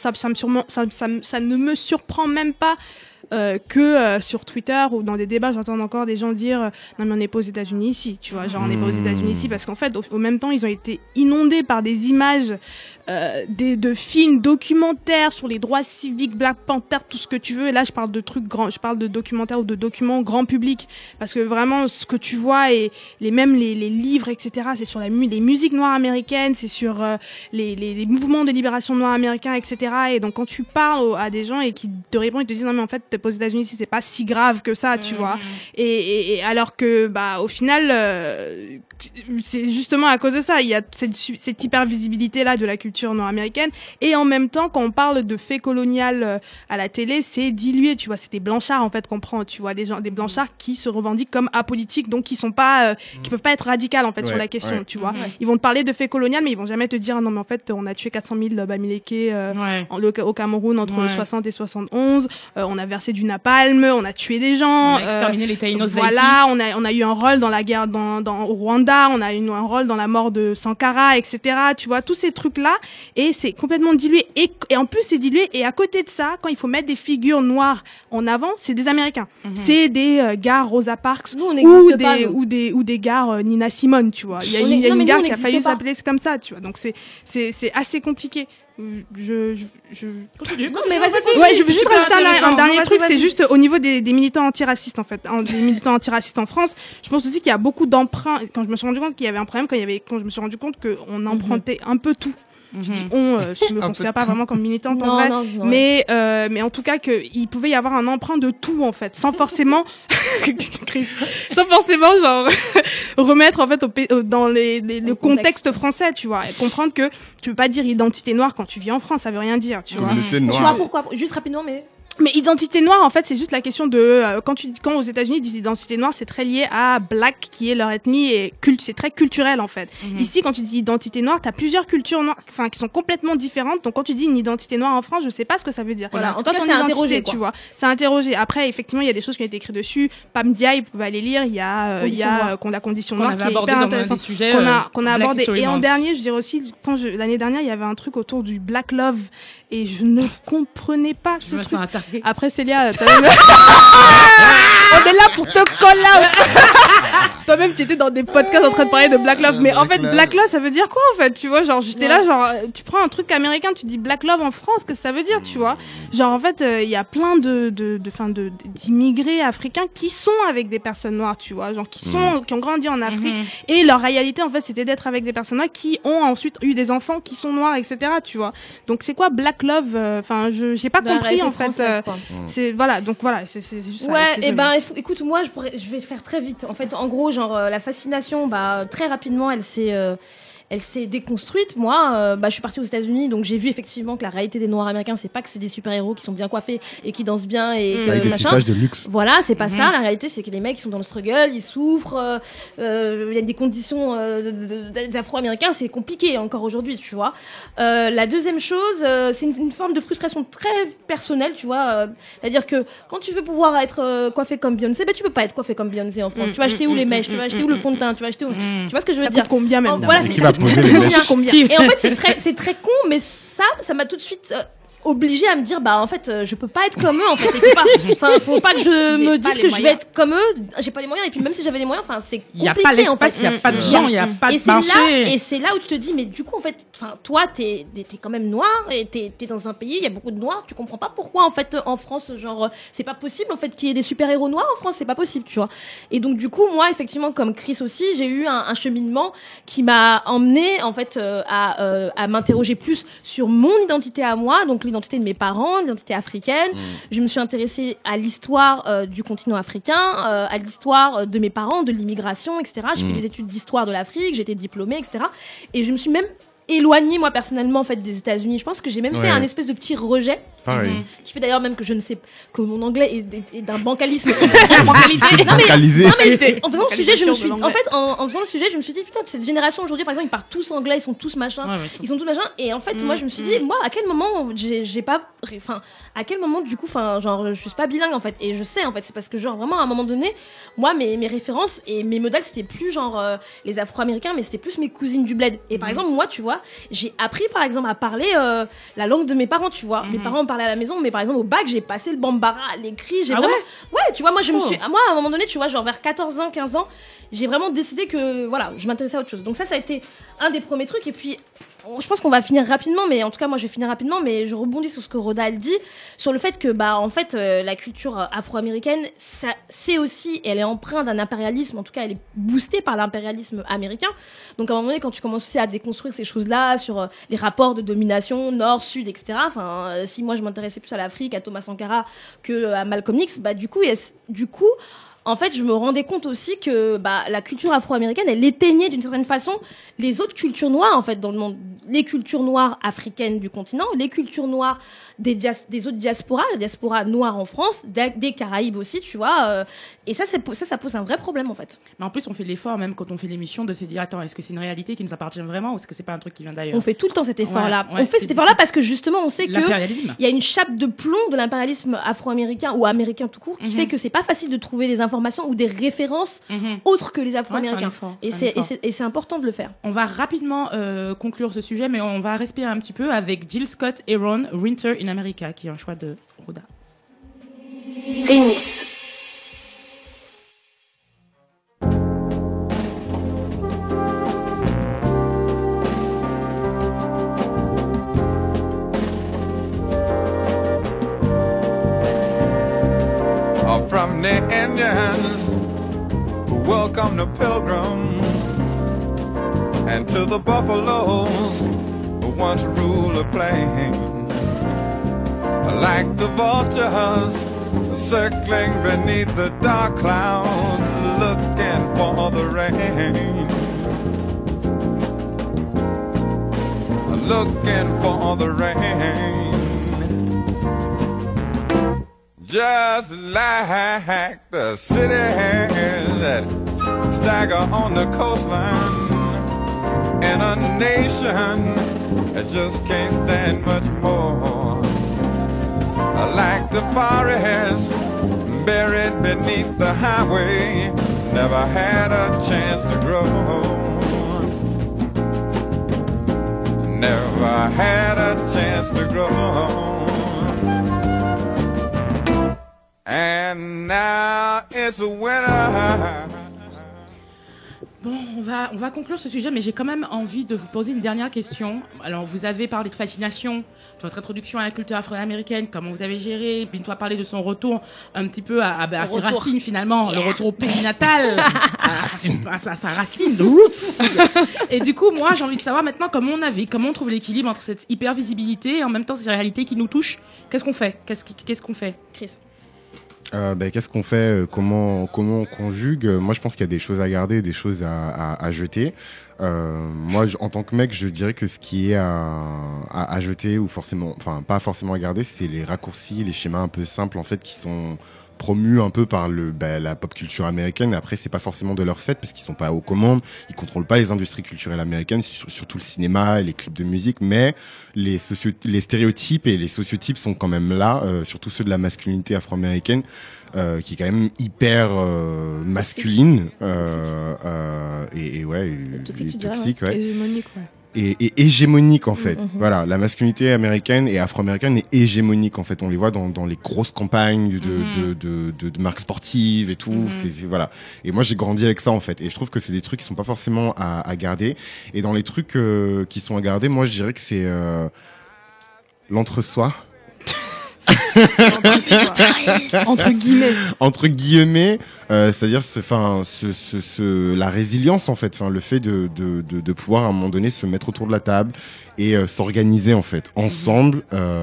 ne me surprend même pas que sur Twitter ou dans des débats j'entends encore des gens dire non mais on n'est pas aux États-Unis ici, tu vois, genre on n'est pas aux États-Unis ici, parce qu'en fait au même temps ils ont été inondés par des images de films documentaires sur les droits civiques, Black Panther, tout ce que tu veux. Et là je parle de trucs grands, je parle de documentaires ou de documents grand public, parce que vraiment ce que tu vois et les livres etc, c'est sur les musiques noires américaines, c'est sur les mouvements de libération noirs américains etc. Et donc quand tu parles à des gens et qui te répondent, ils te disent non mais en fait t'es pas aux États-Unis ici, c'est pas si grave que ça, tu vois. Et alors que bah au final c'est justement à cause de ça, il y a cette hyper visibilité là de la culture nord-américaine, et en même temps quand on parle de fait colonial à la télé, c'est dilué, tu vois, c'est des blanchards en fait qu'on prend, tu vois, des blanchards qui se revendiquent comme apolitiques, donc qui sont pas qui peuvent pas être radicales en fait sur la question, tu vois. Ils vont te parler de fait colonial mais ils vont jamais te dire non mais en fait on a tué 400 000 Bamileke au Cameroun entre 60 et 71, on a versé du napalm, on a tué des gens, on a exterminé les Taïnos d'Haïti. Voilà, on a eu un rôle dans la guerre au Rwanda, on a eu un rôle dans la mort de Sankara, etc. Tu vois, tous ces trucs là, et c'est complètement dilué, et en plus c'est dilué, et à côté de ça, quand il faut mettre des figures noires en avant, c'est des Américains, c'est des gars Rosa Parks, ou des gars Nina Simone, tu vois. Il y a une gare qui a failli s'appeler comme ça, tu vois. Donc c'est assez compliqué. Continue. Non, mais vas-y. Ouais, je veux juste rajouter un dernier truc, c'est juste au niveau des militants antiracistes en fait, des militants antiracistes en France. Je pense aussi qu'il y a beaucoup d'emprunts. Quand je me suis rendu compte qu'il y avait un problème, quand je me suis rendu compte qu'on empruntait un peu tout. Je dis je me considère pas vraiment comme militante en vrai, mais en tout cas qu'il pouvait y avoir un emprunt de tout en fait, sans forcément genre remettre en fait dans le contexte français, tu vois, et comprendre que tu peux pas dire identité noire quand tu vis en France, ça veut rien dire, tu vois. Tu vois pourquoi, juste rapidement, mais identité noire, en fait, c'est juste la question de quand aux États-Unis ils disent identité noire, c'est très lié à black, qui est leur ethnie, et c'est très culturel en fait. Ici, quand tu dis identité noire, t'as plusieurs cultures noires, enfin qui sont complètement différentes. Donc quand tu dis une identité noire en France, je sais pas ce que ça veut dire. Voilà, en tout cas, c'est interrogé, tu vois. C'est interrogé. Après, effectivement, il y a des choses qui ont été écrites dessus. Pam Diaye, vous pouvez aller lire. Il y a la condition noire qui est hyper intéressante, qu'on a abordé. Et en dernier, je dirais aussi, l'année dernière, il y avait un truc autour du Black Love, et je ne comprenais pas ce truc. Après Célia, on est là pour te call out. Toi-même tu étais dans des podcasts en train de parler de Black Love, mais en fait Black Love ça veut dire quoi en fait, tu vois, genre j'étais là, genre tu prends un truc américain, tu dis Black Love en France, qu'est-ce que ça veut dire, tu vois, genre en fait il y a plein d'immigrés africains qui sont avec des personnes noires, tu vois, genre qui ont grandi en Afrique, et leur réalité en fait c'était d'être avec des personnes noires qui ont ensuite eu des enfants qui sont noirs, etc., tu vois. Donc c'est quoi Black Love, enfin j'ai pas compris en fait. C'est voilà, donc voilà, c'est juste ça. Ouais, et ben écoute, moi je vais faire très vite. En fait, en gros, genre la fascination, très rapidement, elle s'est déconstruite. Moi, je suis partie aux États-Unis, donc j'ai vu effectivement que la réalité des Noirs américains, c'est pas que c'est des super-héros qui sont bien coiffés et qui dansent bien et avec des tissages de luxe. Voilà, c'est pas ça. La réalité, c'est que les mecs ils sont dans le struggle, ils souffrent. Il y a des conditions des Afro-Américains, c'est compliqué encore aujourd'hui, tu vois. La deuxième chose, c'est une forme de frustration très personnelle, tu vois. C'est-à-dire que quand tu veux pouvoir être coiffé comme Beyoncé, tu peux pas être coiffé comme Beyoncé en France. Tu vas acheter où les mèches, tu vas acheter où le fond de teint, tu vas acheter où. Tu vois ce que je veux dire? Ça coûte combien même? Voilà, poser les mèches. Et en fait, c'est très con, mais ça m'a tout de suite obligée à me dire en fait je peux pas être comme eux en fait, faut pas que je me dise que je vais être comme eux, j'ai pas les moyens, et puis même si j'avais les moyens, c'est compliqué, il y a pas l'espace, il y a pas de gens, il y a pas de marché, et c'est là où tu te dis mais du coup en fait toi t'es quand même noir et t'es dans un pays, il y a beaucoup de noirs, tu comprends pas pourquoi en fait en France genre c'est pas possible en fait qu'il y ait des super-héros noirs en France, c'est pas possible, tu vois. Et donc du coup moi effectivement comme Chris aussi, j'ai eu un cheminement qui m'a emmené en fait à m'interroger plus sur mon identité à moi, donc l'identité de mes parents, l'identité africaine. Je me suis intéressée à l'histoire du continent africain, à l'histoire de mes parents, de l'immigration, etc. J'ai fait des études d'histoire de l'Afrique, j'étais diplômée, etc. Et je me suis même éloignée moi personnellement en fait des États-Unis. Je pense que j'ai même fait un espèce de petit rejet. Pareil. Qui fait d'ailleurs même que je ne sais que mon anglais est d'un bancalisme. Bancalisé. Non mais en faisant le sujet, je me suis en faisant le sujet, je me suis dit putain, cette génération aujourd'hui par exemple, ils parlent tous anglais, ils sont tous machin, ils sont tous machin et en fait moi je me suis dit moi à quel moment j'ai pas à quel moment du coup genre je suis pas bilingue en fait et je sais en fait c'est parce que genre vraiment à un moment donné moi mes références et mes modèles c'était plus genre les Afro-Américains mais c'était plus mes cousines du bled et par exemple moi tu vois j'ai appris par exemple à parler la langue de mes parents tu vois mes parents parlaient à la maison mais par exemple au bac j'ai passé le bambara à l'écrit j'ai vraiment tu vois moi je me suis moi à un moment donné tu vois genre vers 14 ans 15 ans j'ai vraiment décidé que voilà je m'intéressais à autre chose donc ça a été un des premiers trucs et puis je pense qu'on va finir rapidement, mais en tout cas moi je vais finir rapidement, mais je rebondis sur ce que Roda dit, sur le fait que en fait la culture afro-américaine, ça c'est aussi, elle est empreinte d'un impérialisme, en tout cas elle est boostée par l'impérialisme américain. Donc à un moment donné quand tu commences aussi à déconstruire ces choses-là sur les rapports de domination nord, sud, etc. Enfin si moi je m'intéressais plus à l'Afrique, à Thomas Sankara que à Malcolm X, du coup en fait, je me rendais compte aussi que la culture afro-américaine, elle éteignait d'une certaine façon les autres cultures noires en fait dans le monde, les cultures noires africaines du continent, les cultures noires des autres diasporas, la diaspora noire en France, des Caraïbes aussi, tu vois. Et ça pose un vrai problème en fait. Mais en plus, on fait l'effort même quand on fait l'émission de se dire attends, est-ce que c'est une réalité qui nous appartient vraiment ou est-ce que c'est pas un truc qui vient d'ailleurs ? On fait tout le temps cet effort-là. On fait cet effort-là parce que justement, on sait que il y a une chape de plomb de l'impérialisme afro-américain ou américain tout court qui fait que c'est pas facile de trouver des informations ou des références autres que les Afro-Américains. Et c'est important de le faire. On va rapidement conclure ce sujet, mais on va respirer un petit peu avec Jill Scott Heron, Winter in America, qui est un choix de Roda. From the Indians who welcome the pilgrims, and to the buffaloes who once ruled the plain, like the vultures circling beneath the dark clouds, looking for the rain, looking for the rain. Just like the cities that stagger on the coastline, and a nation that just can't stand much more. Like the forest buried beneath the highway, never had a chance to grow. Never had a chance to grow. And now it's winter. Bon, on va conclure ce sujet, mais j'ai quand même envie de vous poser une dernière question. Alors, vous avez parlé de fascination, de votre introduction à la culture afro-américaine, comment vous avez géré. Bintou a parlé de son retour un petit peu à ses racines finalement, le retour au pays natal, à sa racine, the roots. Et du coup, moi, j'ai envie de savoir maintenant comment on trouve l'équilibre entre cette hyper visibilité et en même temps ces réalités qui nous touchent. Qu'est-ce qu'on fait ? Qu'est-ce qu'on fait, Chris ? Qu'est-ce qu'on fait, comment on conjugue. Moi je pense qu'il y a des choses à garder, des choses à jeter. Moi en tant que mec je dirais que ce qui est à jeter ou forcément, enfin pas forcément à garder, c'est les raccourcis, les schémas un peu simples en fait qui sont promus un peu par la pop culture américaine. Après c'est pas forcément de leur fait parce qu'ils sont pas aux commandes, ils contrôlent pas les industries culturelles américaines, surtout le cinéma et les clips de musique, mais les stéréotypes et les sociotypes sont quand même là, surtout ceux de la masculinité afro-américaine qui est quand même hyper masculine et toxique, ouais. Hégémonique, ouais. Et hégémonique en fait. Voilà, la masculinité américaine et afro-américaine est hégémonique en fait. On les voit dans les grosses campagnes de marques sportives et tout. Voilà. Et moi j'ai grandi avec ça en fait. Et je trouve que c'est des trucs qui sont pas forcément à garder. Et dans les trucs qui sont à garder, moi je dirais que c'est l'entre-soi. Entre guillemets. Entre guillemets, c'est-à-dire la résilience en fait, enfin le fait de pouvoir à un moment donné se mettre autour de la table et s'organiser en fait ensemble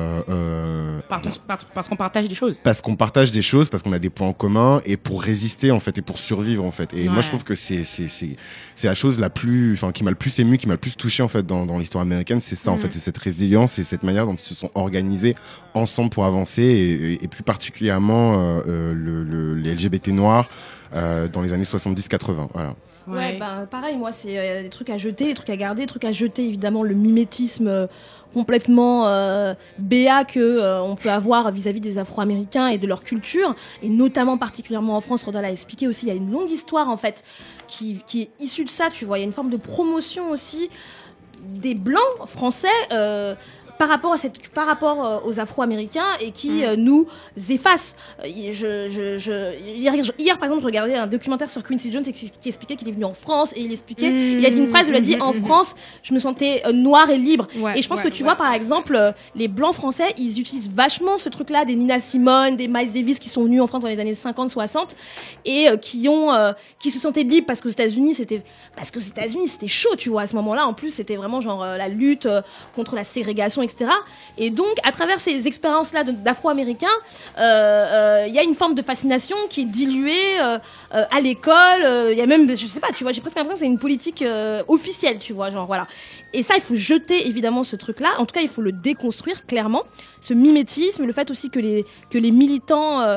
parce qu'on partage des choses. Parce qu'on partage des choses, parce qu'on a des points en commun et pour résister en fait et pour survivre en fait. Et moi je trouve que c'est la chose la plus, enfin qui m'a le plus ému, qui m'a le plus touché en fait dans l'histoire américaine, c'est ça en fait, c'est cette résilience et cette manière dont ils se sont organisés ensemble pour avancer et plus particulièrement les LGBT noirs dans les années 70-80, voilà. Ouais, bah pareil, moi c'est des trucs à jeter, des trucs à garder, des trucs à jeter, évidemment le mimétisme complètement béat que on peut avoir vis-à-vis des Afro-Américains et de leur culture, et notamment particulièrement en France. Rodal a expliqué aussi, il y a une longue histoire en fait qui est issue de ça, tu vois, il y a une forme de promotion aussi des Blancs français par rapport aux Afro-Américains et qui nous effacent. Hier, par exemple, je regardais un documentaire sur Quincy Jones qui expliquait qu'il est venu en France et il expliquait, il a dit une phrase, il a dit en France, je me sentais noir et libre. Et je pense que tu vois, par exemple, les Blancs français, ils utilisent vachement ce truc-là, des Nina Simone, des Miles Davis qui sont venus en France dans les années 50-60 et qui se sentaient libres parce qu'aux États-Unis, c'était chaud, tu vois, à ce moment-là. En plus, c'était vraiment genre la lutte contre la ségrégation, etc. Et donc, à travers ces expériences-là d'Afro-Américains, il y a une forme de fascination qui est diluée à l'école. Il y a même, je sais pas, tu vois, j'ai presque l'impression que c'est une politique officielle, tu vois, genre voilà. Et ça, il faut jeter évidemment ce truc-là. En tout cas, il faut le déconstruire clairement. Ce mimétisme, le fait aussi que les militants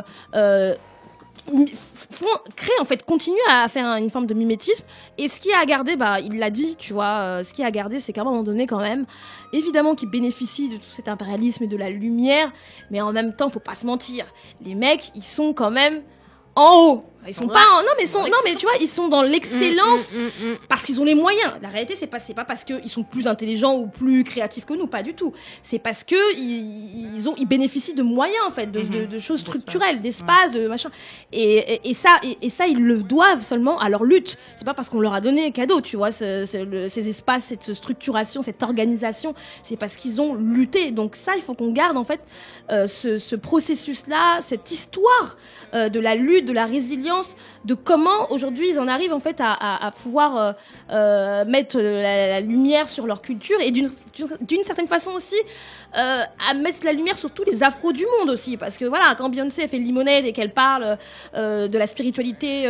continuent à faire une forme de mimétisme. Et ce qui est à garder, il l'a dit, tu vois, ce qui est à garder, c'est qu'à un moment donné, quand même, évidemment qu'ils bénéficient de tout cet impérialisme et de la lumière, mais en même temps, faut pas se mentir. Les mecs, ils sont quand même en haut. Ils sont pas mais tu vois, ils sont dans l'excellence parce qu'ils ont les moyens. La réalité, c'est pas parce qu'ils sont plus intelligents ou plus créatifs que nous, pas du tout. C'est parce que ils bénéficient de moyens en fait, de choses structurelles, d'espace, de machin. Et ça, ils le doivent seulement à leur lutte. C'est pas parce qu'on leur a donné un cadeau, tu vois, ces espaces, cette structuration, cette organisation. C'est parce qu'ils ont lutté. Donc ça, il faut qu'on garde en fait ce processus-là, cette histoire de la lutte, de la résilience, de comment aujourd'hui ils en arrivent en fait à pouvoir mettre la lumière sur leur culture et d'une certaine façon aussi à mettre la lumière sur tous les afros du monde aussi, parce que voilà, quand Beyoncé fait Lemonade et qu'elle parle de la spiritualité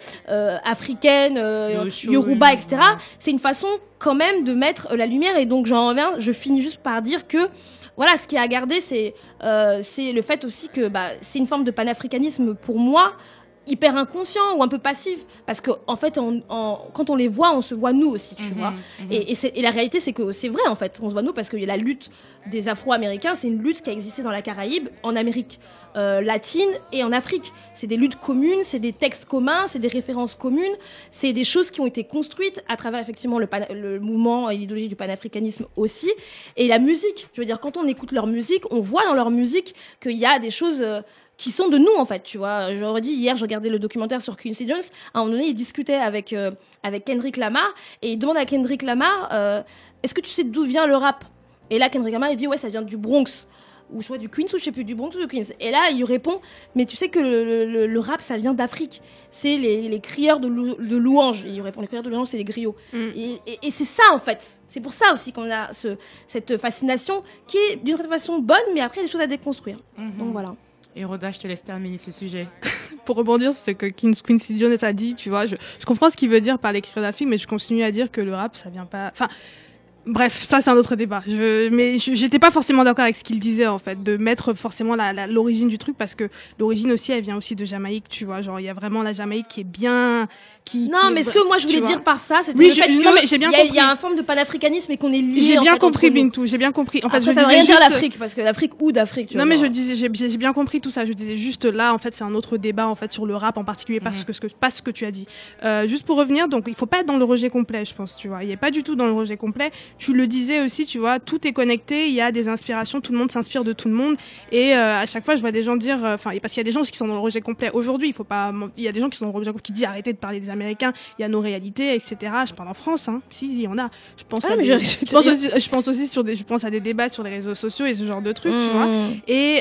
africaine, Yoruba, etc., c'est une façon quand même de mettre la lumière. Et donc je finis juste par dire que voilà, ce qui est à garder, c'est le fait aussi que c'est une forme de panafricanisme pour moi hyper inconscient ou un peu passif, parce que en fait quand on les voit, on se voit nous aussi, tu vois. Et la réalité, c'est que c'est vrai en fait, on se voit nous parce que la lutte des Afro-Américains, c'est une lutte qui a existé dans la Caraïbe, en Amérique latine et en Afrique. C'est des luttes communes, c'est des textes communs, c'est des références communes, c'est des choses qui ont été construites à travers effectivement le mouvement et l'idéologie du panafricanisme aussi. Et la musique, je veux dire, quand on écoute leur musique, on voit dans leur musique qu'il y a des choses qui sont de nous en fait, tu vois. J'aurais dit hier, je regardais le documentaire sur Quincy Jones, à un moment donné il discutait avec Kendrick Lamar et il demande à Kendrick Lamar est-ce que tu sais d'où vient le rap? Et là Kendrick Lamar il dit ouais, ça vient du Bronx, ou je vois du Queens, ou je sais plus, du Bronx ou du Queens. Et là il répond mais tu sais que le rap ça vient d'Afrique, c'est les crieurs de louanges. Et il répond les crieurs de louanges c'est les griots. Et c'est ça en fait, c'est pour ça aussi qu'on a cette fascination qui est d'une certaine façon bonne, mais après il y a des choses à déconstruire. Donc voilà. Et Rhoda, je te laisse terminer ce sujet. Pour rebondir sur ce que Quincy Jones a dit, tu vois, je comprends ce qu'il veut dire par l'écriture d'Afrique, mais je continue à dire que le rap, ça vient pas... Enfin, bref, ça c'est un autre débat. Mais j'étais pas forcément d'accord avec ce qu'il disait en fait, de mettre forcément l'origine du truc, parce que l'origine aussi, elle vient aussi de Jamaïque, tu vois. Genre, il y a vraiment la Jamaïque qui est bien... mais ce que moi je voulais dire par ça, c'est oui, le fait qu'il y a un forme de panafricanisme et qu'on est liés. J'ai bien compris, Bintou, j'ai bien compris. En fait, je disais rien dire l'Afrique, parce que l'Afrique ou d'Afrique, tu vois. Non, mais je disais, j'ai bien compris tout ça. Je disais juste là, en fait, c'est un autre débat en fait sur le rap en particulier, pas ce que tu as dit. Juste pour revenir, donc il faut pas être dans le rejet complet, je pense, tu vois. Il est pas du tout dans le rejet complet. tu le disais aussi, tu vois, tout est connecté, il y a des inspirations, tout le monde s'inspire de tout le monde. Et à chaque fois, je vois des gens dire, parce qu'il y a des gens qui sont dans le rejet complet. Aujourd'hui, il y a des gens qui sont dans le rejet complet, qui disent arrêtez de parler des Américains, il y a nos réalités, etc. Je parle en France, hein. Si, il y en a. Je pense à des débats sur les réseaux sociaux et ce genre de trucs, tu vois. Et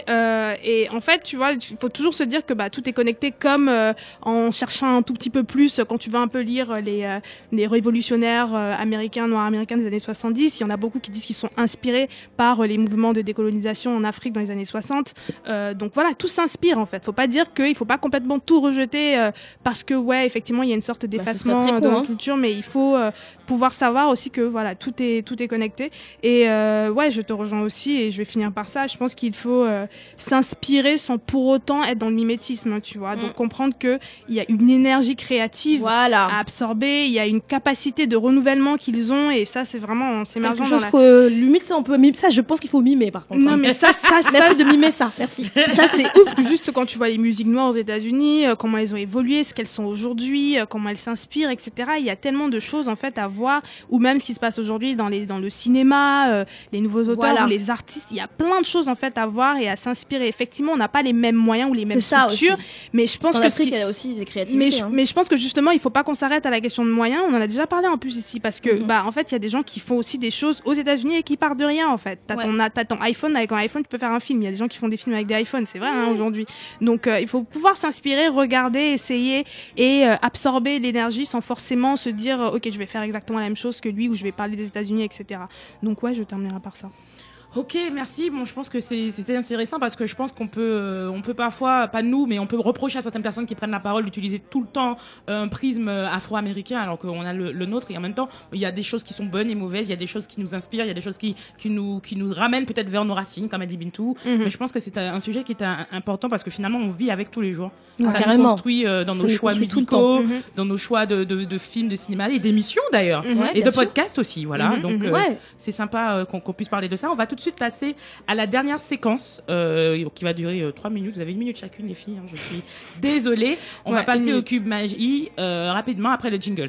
en fait, tu vois, il faut toujours se dire que tout est connecté, comme en cherchant un tout petit peu plus, quand tu vas un peu lire les révolutionnaires américains, noirs américains des années 70, il y en a beaucoup qui disent qu'ils sont inspirés par les mouvements de décolonisation en Afrique dans les années 60. Donc voilà, tout s'inspire en fait. Faut pas dire qu'il faut pas complètement tout rejeter parce que ouais, effectivement, il y a une sorte d'effacement de notre culture, mais il faut pouvoir savoir aussi que voilà, tout est connecté. Et ouais, je te rejoins aussi et je vais finir par ça. Je pense qu'il faut s'inspirer sans pour autant être dans le mimétisme, tu vois. Donc comprendre que il y a une énergie créative à absorber, il y a une capacité de renouvellement qu'ils ont, et ça c'est vraiment c'est émergent. Quelque chose que limite ça on peut mimer, ça je pense qu'il faut mimer par contre. Non mais ça merci de mimer ça. Merci. Ça c'est ouf, juste quand tu vois les musiques noires aux États-Unis, comment elles ont évolué, ce qu'elles sont aujourd'hui, comment elles s'inspirent, etc. Il y a tellement de choses en fait à voir, ou même ce qui se passe aujourd'hui dans le cinéma, les nouveaux auteurs ou les artistes, il y a plein de choses en fait à voir et à s'inspirer. Effectivement, on n'a pas les mêmes moyens ou les mêmes structures, mais je pense que il y a aussi des créativités. Mais je pense que justement, il faut pas qu'on s'arrête à la question de moyens. On en a déjà parlé en plus ici, parce que en fait, il y a des gens qui font aussi des choses aux États-Unis et qui partent de rien en fait. T'as ton iPhone, avec un iPhone, tu peux faire un film. Il y a des gens qui font des films avec des iPhones, c'est vrai aujourd'hui. Donc il faut pouvoir s'inspirer, regarder, essayer et absorber l'énergie sans forcément se dire ok, je vais faire exactement la même chose que lui, ou je vais parler des États-Unis, etc. Donc ouais, je terminerai par ça. Ok, merci. Bon, je pense que c'était intéressant parce que je pense qu'on peut parfois, pas nous, mais on peut reprocher à certaines personnes qui prennent la parole d'utiliser tout le temps un prisme afro-américain alors qu'on a le nôtre, et en même temps, il y a des choses qui sont bonnes et mauvaises, il y a des choses qui nous inspirent, il y a des choses qui nous ramènent peut-être vers nos racines, comme a dit Bintou. Mais je pense que c'est un sujet qui est important parce que finalement, on vit avec tous les jours. Ça nous construit dans nos choix musicaux, dans nos choix de films, de cinéma et d'émissions d'ailleurs, et de podcasts aussi, voilà. Donc, c'est sympa qu'on puisse parler de ça. On va tout de suite passer à la dernière séquence qui va durer 3 minutes. Vous avez 1 minute chacune, les filles, hein, je suis désolée. On va passer au cube magie rapidement après le jingle.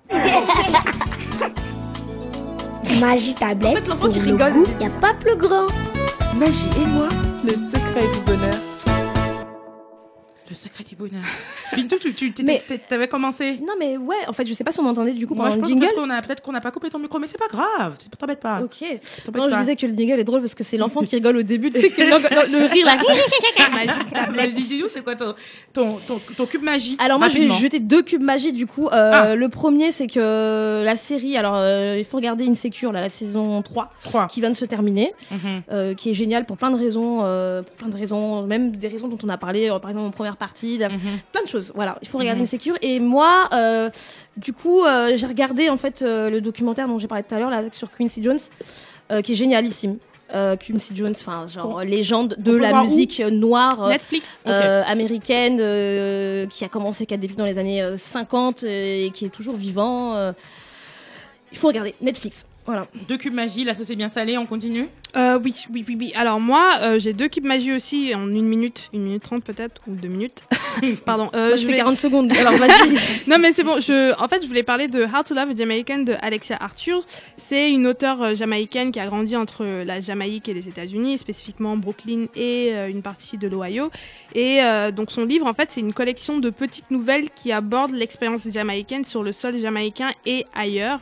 Magie tablette, en fait, pour le goût, y a pas plus grand. Magie et moi, le secret du bonheur. Le secret du bonheur. Bintou, t'avais commencé. Non mais ouais, en fait je sais pas si on m'entendait du coup pendant le jingle. Peut-être qu'on n'a pas coupé ton micro, mais c'est pas grave, t'embête pas. Ok. Non, je disais que le jingle est drôle parce que c'est l'enfant qui rigole au début, tu sais que le rire là. Vas-y, dis-nous, c'est quoi ton cube magie? Alors moi je vais jeter 2 cubes magie du coup. Le premier c'est que la série, alors il faut regarder Insecure, la saison 3 qui vient de se terminer, qui est géniale pour plein de raisons, même des raisons dont on a parlé par exemple en première partie, plein de choses. Voilà, il faut regarder Insecure. Et moi, du coup, j'ai regardé en fait le documentaire dont j'ai parlé tout à l'heure là sur Quincy Jones, qui est génialissime. Quincy Jones, enfin genre légende de la musique noire Netflix américaine, qui a débuté dans les années 50 et qui est toujours vivant. Il faut regarder Netflix. Voilà. 2 cubes magie, la sauce est bien salée, on continue? Oui. Alors moi, j'ai 2 cubes magie aussi en 1 minute 30 peut-être, ou 2 minutes. Pardon. Moi, je fais 40 secondes, alors vas-y. Non mais c'est bon, en fait je voulais parler de How to Love a Jamaican de Alexia Arthur. C'est une auteure jamaïcaine qui a grandi entre la Jamaïque et les États-Unis, spécifiquement Brooklyn et une partie de l'Ohio. Et donc son livre, en fait, c'est une collection de petites nouvelles qui abordent l'expérience jamaïcaine sur le sol jamaïcain et ailleurs.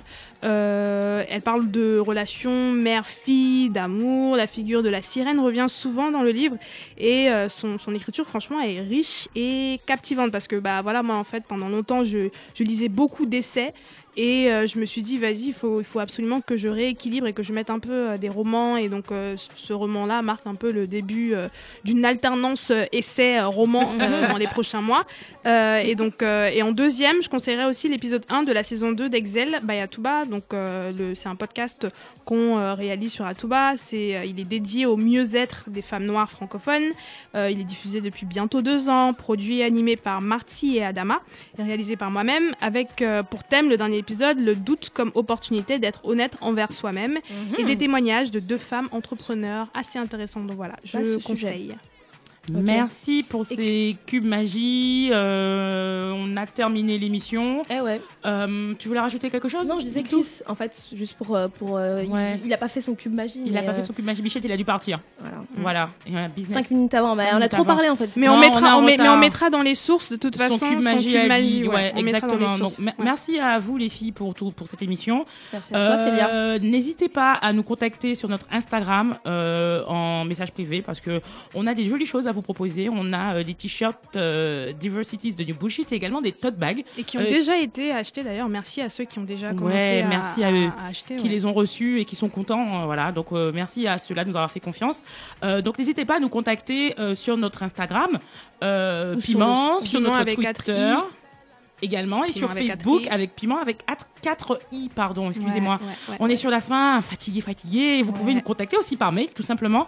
Elle parle de relations mère-fille, d'amour. La figure de la sirène revient souvent dans le livre, et son écriture franchement est riche et captivante, parce que voilà, moi en fait pendant longtemps je lisais beaucoup d'essais. Et je me suis dit, vas-y, il faut absolument que je rééquilibre et que je mette un peu des romans. Et donc, ce roman-là marque un peu le début d'une alternance essai-roman dans les prochains mois. Et en deuxième, je conseillerais aussi l'épisode 1 de la saison 2 d'Excel by Atouba. Donc, c'est un podcast qu'on réalise sur Atouba. Il est dédié au mieux-être des femmes noires francophones. Il est diffusé depuis bientôt 2 ans, produit et animé par Marty et Adama, et réalisé par moi-même, avec pour thème le dernier épisode, le doute comme opportunité d'être honnête envers soi-même, et des témoignages de 2 femmes entrepreneurs assez intéressantes. Donc voilà, je conseille. Okay. Merci pour ces cubes magie. On a terminé l'émission. Ouais. Tu voulais rajouter quelque chose? Non, je disais Chris, en fait, juste pour ouais. il a pas fait son cube magie. Il a pas fait son cube magie. Michel, il a dû partir. Voilà. Business. 5 minutes avant. On a trop parlé en fait. Mais on mettra dans les sources de toute façon son cube magie. Ouais, exactement. Donc, merci à vous les filles pour cette émission. Merci à toi, Célia. N'hésitez pas à nous contacter sur notre Instagram en message privé parce que on a des jolies choses à vous proposer. On a des t-shirts Diversities de New Bullshit et également des tote bags. Et qui ont déjà été achetés d'ailleurs. Merci à ceux qui ont déjà commencé merci à eux acheter. Qui les ont reçus et qui sont contents. Voilà. Donc merci à ceux-là de nous avoir fait confiance. Donc n'hésitez pas à nous contacter sur notre Instagram, Piment, sur notre Twitter. Également, et sur Facebook avec Piment avec 4i, pardon, excusez-moi. On est sur la fin, fatigué, et vous pouvez nous contacter aussi par mail, tout simplement,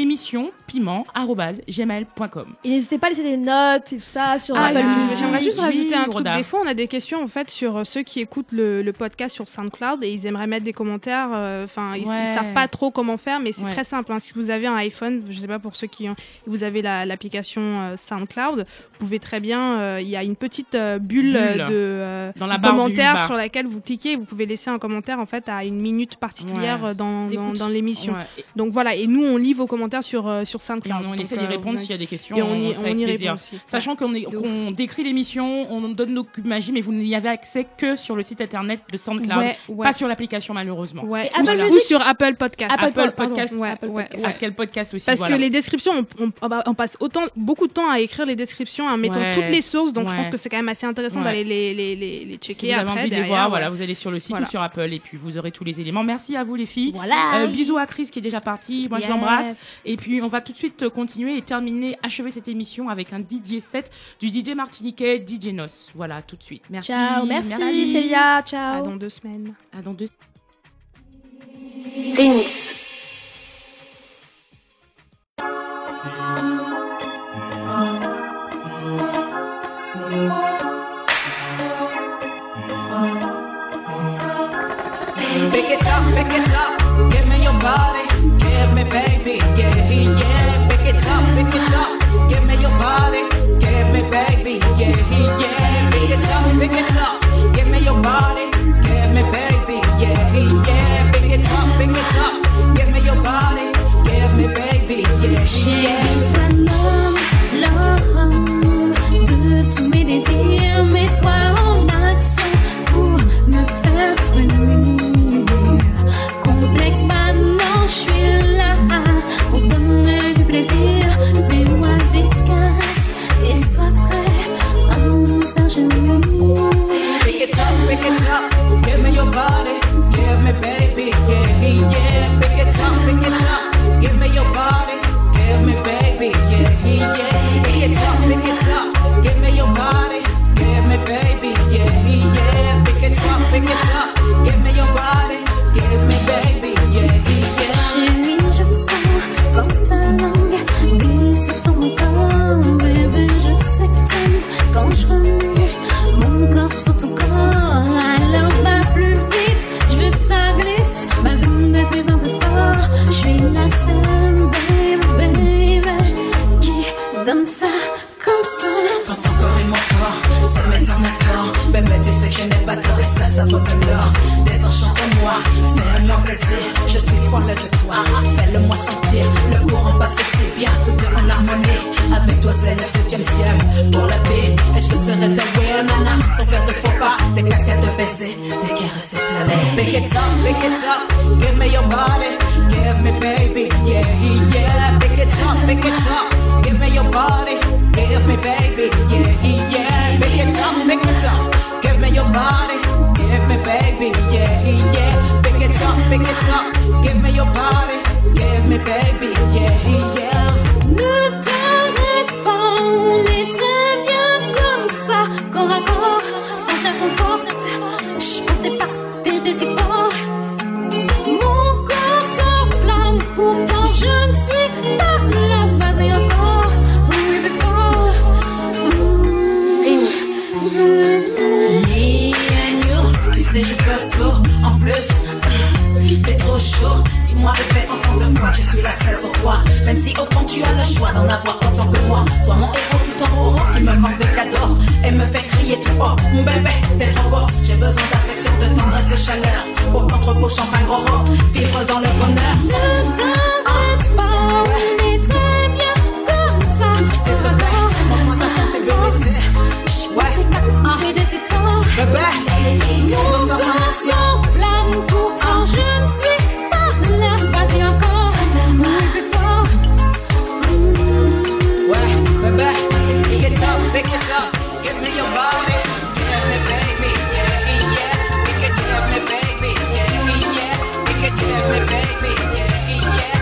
émissionpiment@gmail.com. Et n'hésitez pas à laisser des notes et tout ça sur Apple Music. J'aimerais juste rajouter un truc. Des fois, on a des questions en fait sur ceux qui écoutent le podcast sur SoundCloud et ils aimeraient mettre des commentaires. Ils savent pas trop comment faire, mais c'est très simple. Si vous avez un iPhone, je sais pas pour ceux qui vous avez l'application SoundCloud, vous pouvez très bien. Il y a une petite bulle dans la commentaire sur laquelle vous cliquez, vous pouvez laisser un commentaire en fait à une minute particulière dans l'émission. Donc voilà, et nous on lit vos commentaires sur SoundCloud. On essaie d'y répondre s'il y a des questions. Et on y répond aussi. Sachant qu'on décrit l'émission, on donne nos cubes magie, mais vous n'y avez accès que sur le site internet de SoundCloud, pas sur l'application malheureusement. Ou sur Apple Podcast. Apple Podcast. Quel podcast aussi. Parce que les descriptions, on passe beaucoup de temps à écrire les descriptions, en mettant toutes les sources, donc je pense que c'est quand même assez intéressant d'aller les checker si vous avez envie de les voir, vous allez sur le site ou sur Apple et puis vous aurez tous les éléments. Merci à vous les filles. Bisous à Chris qui est déjà parti. Moi je l'embrasse. Et puis on va tout de suite continuer et achever cette émission avec un DJ set du DJ martiniquais DJ Nos. Voilà, tout de suite. Merci. Ciao, merci Célia. Ciao. À dans 2 semaines. À dans 2 Remix. Pick it up, give me your body, give me baby, yeah. Pick it up, give me your body, give me baby, yeah. Pick it up, give me your body, give me baby, yeah. Pick it up, give me your body, give me baby, yeah. Chérie, l'homme de tous mes désirs, mets-toi en action pour me faire frémir. Complexe, maintenant je suis là pour donner du plaisir. Fais-moi des caresses et sois prêt à me faire gémir. Pick it up, give me your body, give me baby, yeah. Pick it up, give me your body, give me baby, yeah. Pick it up, give me your body, give me baby, yeah. Pick it up, give me your body, give me baby, yeah. Chérie, je fous quand ta langue glisse sur mon corps. Bébé, je sais que t'aimes quand je remue mon corps sur ton corps. Alors va plus vite, je veux que ça glisse, mais de plus en plus fort. Je suis la seule, baby, qui donne ça comme ça. Quand ton corps et mon corps se mettent en accord, bébé, tu sais que je n'ai pas tort et ça vaut de l'or. Désenchante-moi, fais-moi plaisir, je suis folle de toi. Fais-le-moi sentir, le courant passe si bien, tout est en harmonie. Avec toi c'est le 7e ciel pour la vie, et je serai ta real nana, sans faire de faux pas, des cascades de baisers, des caresses éternelles. Pick it up, give me your body, give me baby, yeah. Pick it up, give me your body, give me baby, yeah. Pick it up, give me your body, give me baby, yeah. Pick it up, give me your body, give me baby, yeah. Ne t'arrête pas, on est très bien comme ça, corps à corps, sensation forte. Je pensais pas que t'étais si fort. Mon corps s'enflamme, pourtant je ne suis pas lasse. Vas-y encore, oui, plus fort. Me and you, tu sais je peux tout en plus. T'es trop chaud. Dis-moi bébé, autant de fois, je suis la seule pour toi. Même si au fond tu as le choix d'en avoir autant que moi. Sois mon héros tout en haut, qui me manque de cadeaux et me fait crier tout haut. Mon bébé, t'es trop beau. J'ai besoin d'affection, de tendresse, de chaleur. Au contre-pot, champagne, roro, vivre dans le bonheur. Ne t'inquiète pas, on est très bien comme ça. C'est de d'accord, montre-moi ça, c'est bébé. Ouais, fais des efforts. Bébé, mon corps s'enflamme, pourtant je ne suis pas lasse, vas-y encore, plus fort. Ouais, bébé, pick it up, give me your body, give me baby, yeah, yeah, pick it, give me baby, yeah, yeah, pick it, give me baby, yeah, yeah.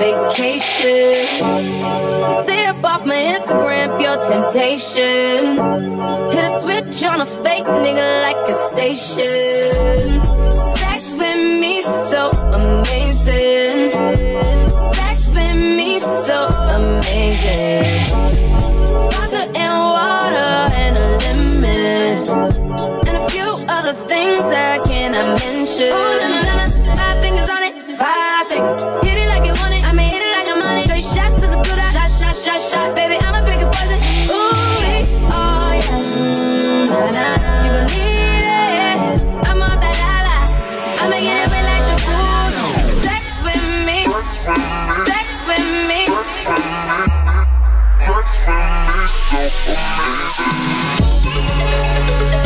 vacation. Stay up off my Instagram, pure temptation. Hit a switch on a fake nigga like a station. Sex with me so amazing. Sex with me so amazing. Vodka and water and a lemon. And a few other things I cannot mention. Ooh, na, na, na, na. 5 fingers on it, 5 fingers. Hit it like you want it, I mean hit it like I'm on it. Straight shots to the blue dot, shot, shot, shot, shot. Baby, I'ma pick a poison. Ooh, oh yeah. Na, na, na. You gon' need it. I'm off that la-la. I'ma get it wet like the pool. Sex with me. Sex with me. Sex with me so amazing.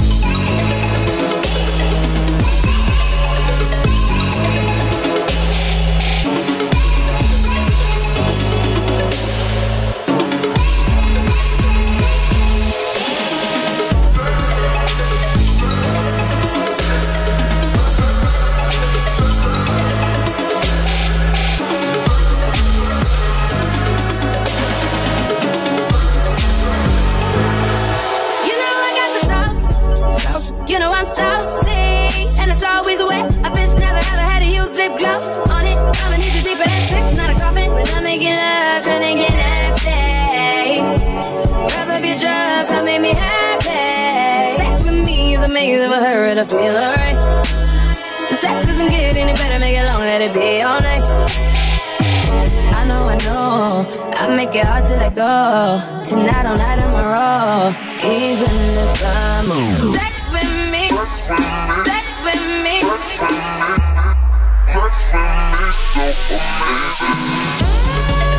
You know I'm saucy, and it's always wet. A bitch never ever had to use lip gloss on it. I'ma need you deeper than sex, not a coffin. When I'm making love, tryna get nasty. Rub up your drugs, come make me happy. Sex with me is amazing for her to feel alright. The sex doesn't get any better, make it long, let it be all night. I know, I make it hard to let go. Tonight all night I'm a roll, even if I'm on. Sex with me, sex with me, sex with me so amazing.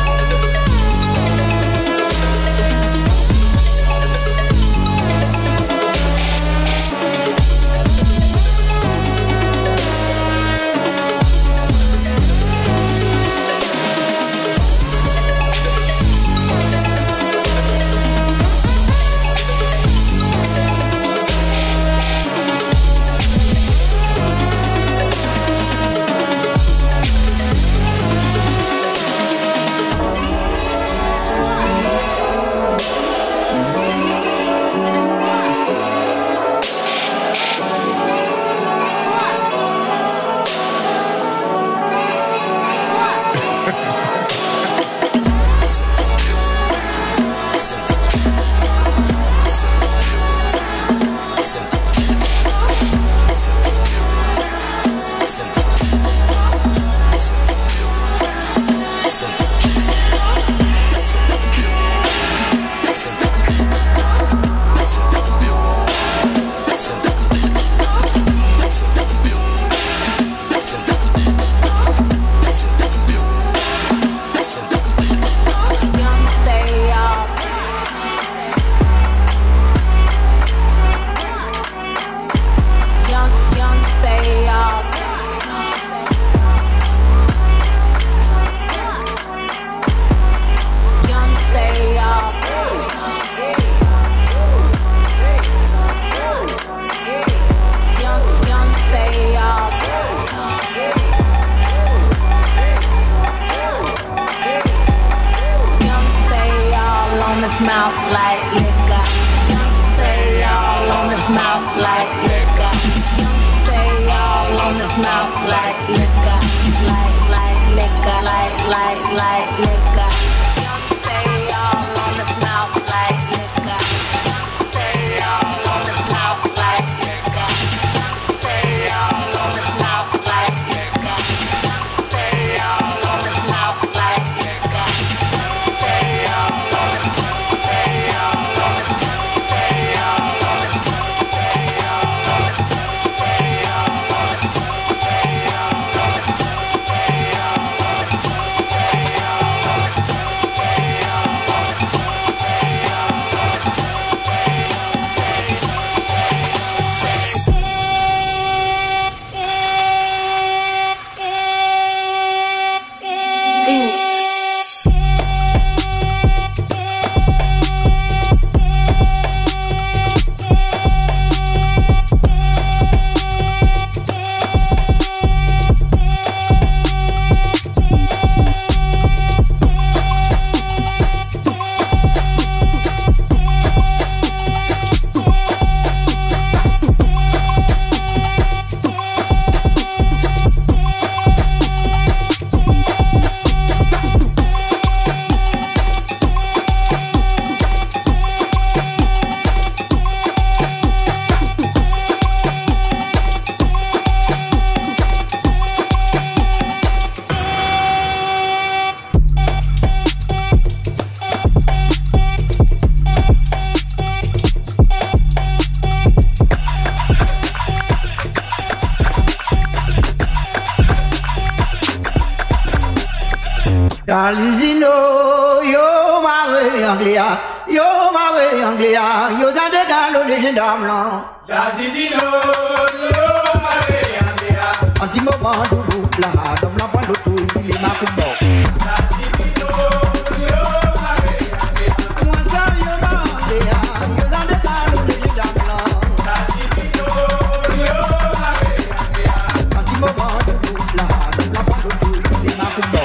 Alizino, yo mare Anglia, yo mare Anglia, yo zadegalo legendam. Alizino, yo mare Anglia. Anti-moment du loup là, dans la pointe de tout, il est ma coupe d'or. Alizino, yo mare Anglia. Moi ça, yo mare Anglia, yo zadegalo legendam. Alizino, yo mare Anglia. Anti-moment du loup là, dans la pointe de tout, il est ma coupe d'or.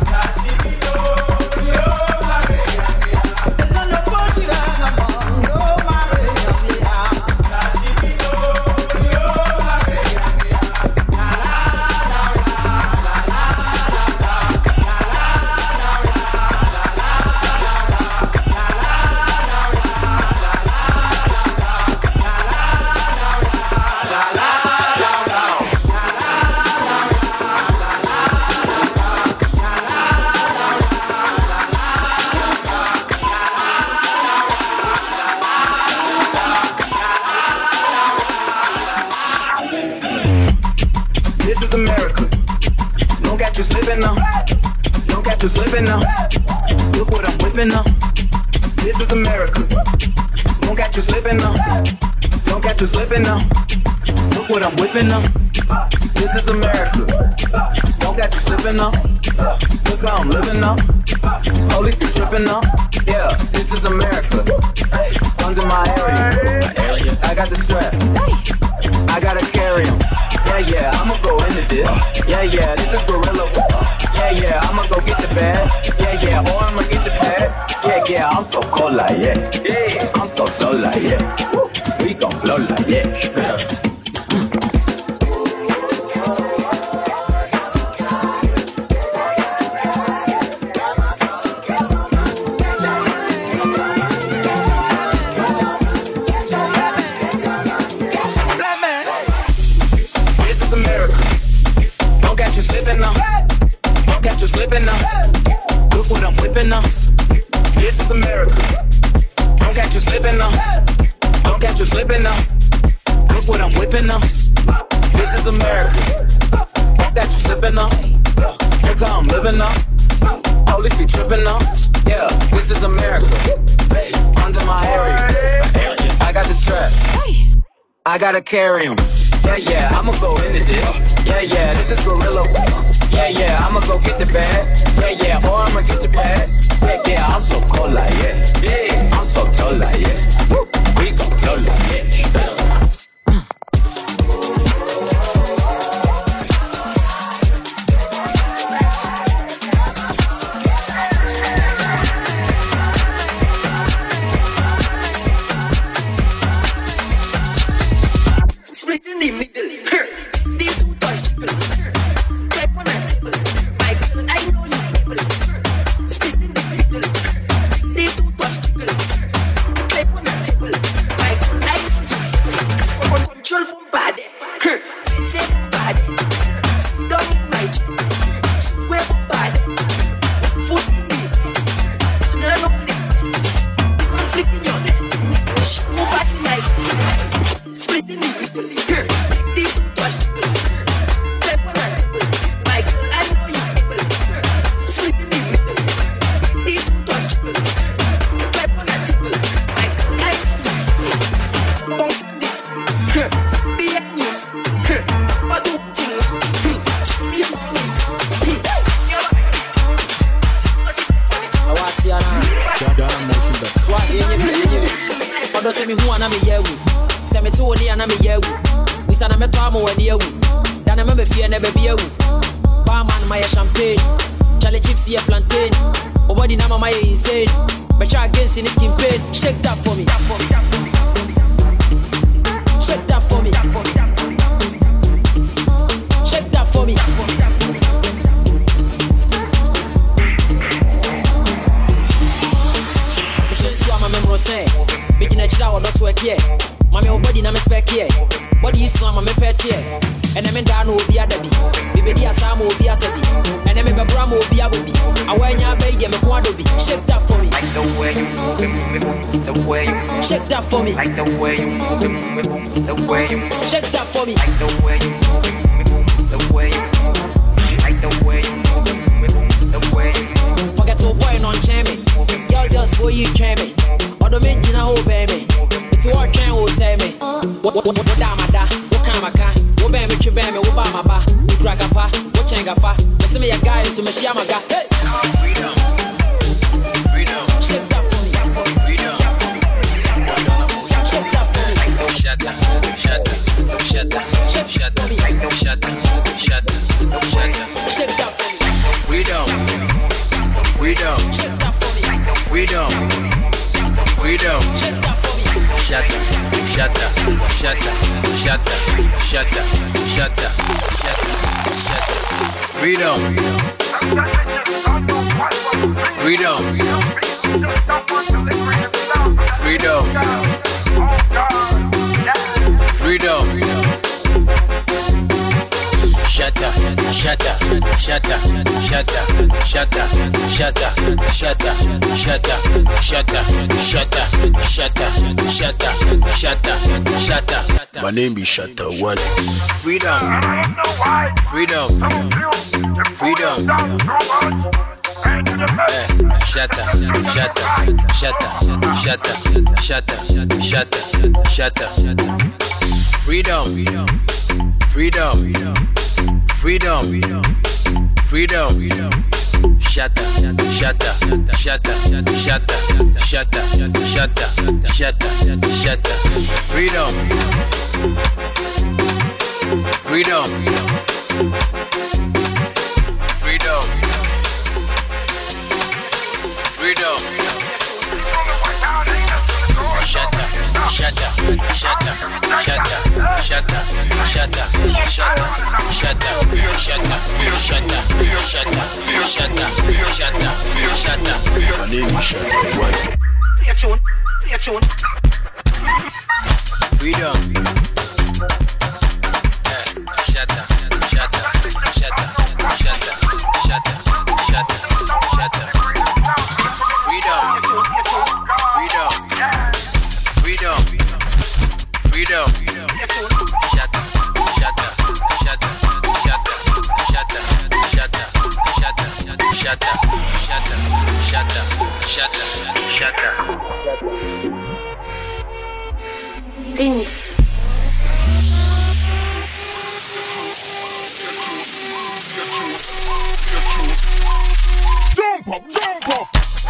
You slipping now. Look what I'm whipping now. This is America. Don't catch you slipping now. Don't catch you slipping now. Look what I'm whipping now. This is America. Don't catch you slipping now. Look how I'm living now. Police be tripping now. Yeah, this is America. Guns in my area. I got the strap. I gotta carry 'em. Yeah, I'ma go into this. Yeah, this is gorilla. Yeah, I'ma go get the bag. Yeah, or I'ma get the pad. Yeah, I'm so cold like yeah. I'm so dull like yeah. We gon' blow like yeah. This is America. Don't catch you slipping now. You slipping now. Look what I'm whipping now. This is America. Don't catch you slipping now. Don't catch you slipping now. Look what I'm whipping now. This is America. Don't catch you slipping now. Look how I'm living now. Police be tripping now. Yeah, this is America. Under my area. I got the strap. I gotta carry 'em. Yeah, I'ma go into this. Yeah, this is gorilla. Yeah, I'ma go get the bag. Yeah, or I'ma get the bag. Yeah, I'm so cold like yeah. I'm so dull like yeah. We gon' blow like yeah. Split in the middle. These two toys triple. Clap on a table. My girl, I know you people. Split in the middle. These two toys triple. Clap on a table. My girl, I know you people. Control bombade. Say bombade. Sit down in my chair. Square bombade. Foot in me. None of them. I'm flicking your head. Nobody like me. Split in the middle. These two toys triple. Clap on a table. My girl, I know you people. Split in the middle. These two toys triple. Clap on a table. My girl, I know you people. Bounce on this. Be a news. But do thing. Chinese woman. You're I want to see her. Swat in Odo se mi hu ana me yewu. Se me to oni ana me yewu. We sana me to amo wani yewu. Dana me be fie na be yewu. Barman my champagne. Charlie chips here plantain. Obody na mama ye insane. Me try against in skin pain. Shake that for me. Shake that for me. Shake that for me. Making a child or not work here. Mammy, body na me spec here. Body you slam me pet here. And I'm in down will be a debby. Baby, a Sam will be a sebi. And I'm a Bram will be a baby. I wear your baby, I'm a quadrubi. Shake that for me. Like the way you move, the way you shake that for me. Like the way you move, the way you shake that for me. Like the way you move, the way you like the way you move, the way you Damada, Wakamaka, Wobam, Kibam, Obama, Dragapa, Wachangafa, the Semi guy, so Mashamaga. Freedom. Shut up for me. Freedom. Shut up for me. Shut up. Shut up. Shut up. Shut up. Shut up. Shut up. Shut up for me. Freedom. Freedom. Shut up for me. Freedom. Freedom. Shut up for me. Shut up. Shut up. Shut up. Shut up. Shut up. Shut up. Shut up. Freedom. Freedom. Freedom. Freedom. Shut up. Shut up. Shut up. Shut up. Shut up. Shut up. Shut up. Shut up. Shut up. Shut up. Shut up. Shut up. Shut up. Shut up. My name is Shatta One. Freedom. Freedom. Freedom. Shut up. Shut up. Shut up. Shut up. Shut up. Shut up. Shut up. Freedom. Freedom. Freedom. Freedom. Shut up. Shut up. Shut up. Shut up. Shut up. Shut up. Shut up. Shut up. Freedom. Freedom. Freedom. Freedom. Shut up. Shut up. Shut up. Shut up. Shut up. Shut up. Shut up. Shut up. Shut up. Shut up. Shut up. Shut up. Shut up. Shut up. My name is Shatta One. Play a tune. Play a tune. Freedom. Shut up. Shut up. Shut up. Shut up. Shut up. Shut up. Shut up. Freedom. Freedom. Freedom. Freedom. Shut up. Shut up. Shut up. Shut up. Shut up. Shut up. Shut up. Shut up. Shut up. Shut up. Shut up. Shut up. Remix. Jump up, jump up.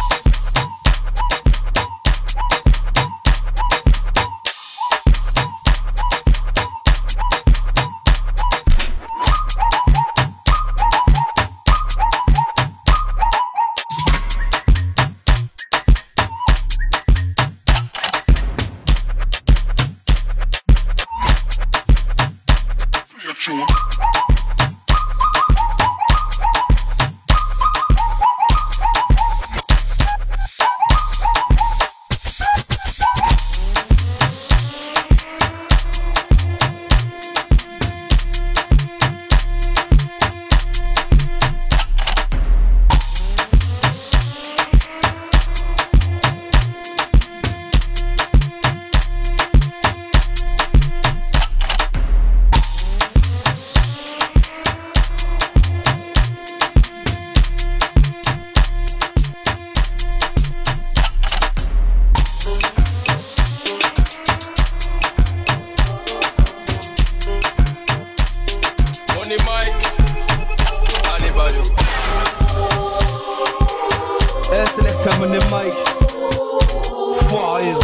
Time on the mic. Fire.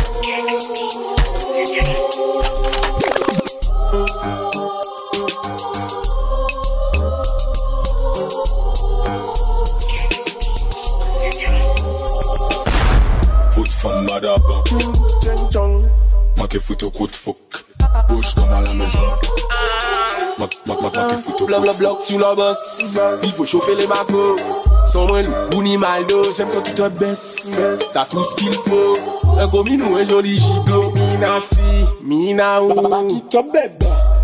Foot from Madaba. Maquet foot au coup de fouc. Bouge comme à la maison. Maquet foot au coup de Bla bla sous la bosse. Il faut chauffer les macos. Sans moi, Bouni Maldo, j'aime quand tu te baisses. T'as tout ce qu'il faut. Un gomin ou un joli gigot. Mina si, mina ou. Qui te bébé.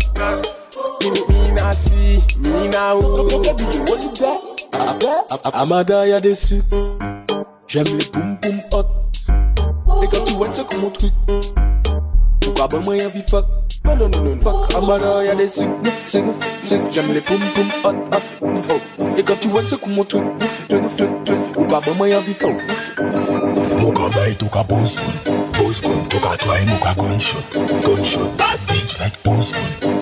Mina si, mina ou. Amada y'a des sucres. J'aime les boum boum hot. Et quand tu vois c'est comme mon truc. Pourquoi ben moi y'a vie fuck. Non, fuck. Amada y'a des sucres. J'aime les boum boum hot. Et quand tu vois c'est comme mon truc. Pourquoi ben moi y'a vie fuck. Moka bay toka boss gun, toka try moka gunshot, bad bitch bounce like postcode.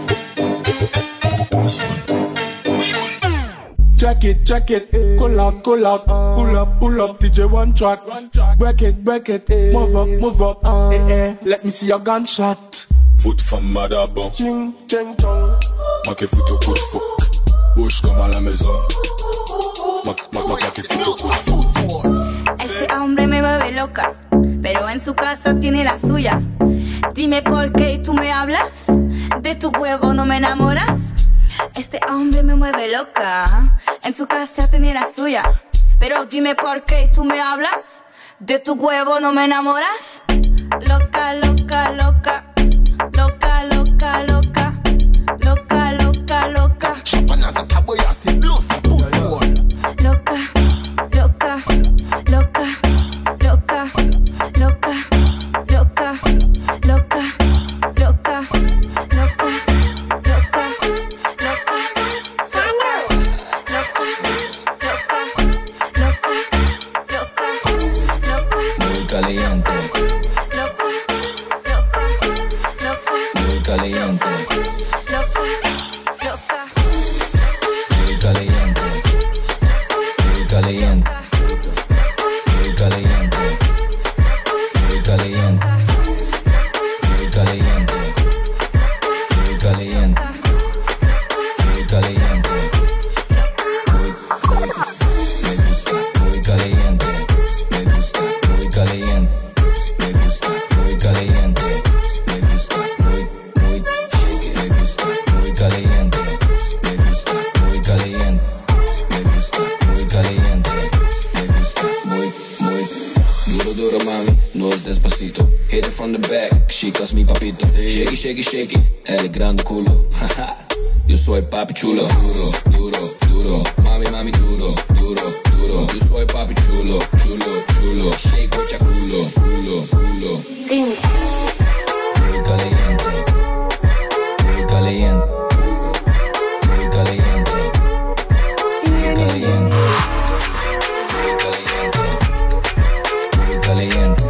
Check it, pull out, pull up, DJ one track. Break it, move up, let me see your gunshot. Foot from Madabon, ching, ching, chong. Manque foot au coup de fou, bouge comme à la maison. Manque foot au coup de fou. Este hombre me vuelve loca, pero en su casa tiene la suya. Dime por qué tú me hablas, de tu huevo no me enamoras. Este hombre me mueve loca, en su casa tiene la suya. Pero dime por qué tú me hablas, de tu huevo no me enamoras. Loca, loca, loca, loca, loca, loca, loca, loca, loca. Loca, loca, loca, loca, loca, loca, loca, loca, loca, loca, loca, muy caliente, muy caliente, muy caliente, muy caliente, muy caliente, muy caliente, muy caliente, muy caliente, muy caliente, me gusta, muy caliente, me gusta, muy caliente, me gusta, muy caliente, me gusta, muy me gusta, muy caliente, me gusta, muy caliente, me gusta, muy caliente, me gusta, muy duro, mami, no es despacito. Hit it from the back, chicas mi papito. Shake it, el grande culo. Yo soy papi chulo, duro, mami, duro. Yo soy papi chulo, shake mucha culo. Muy caliente, muy caliente, muy caliente, muy caliente, muy caliente,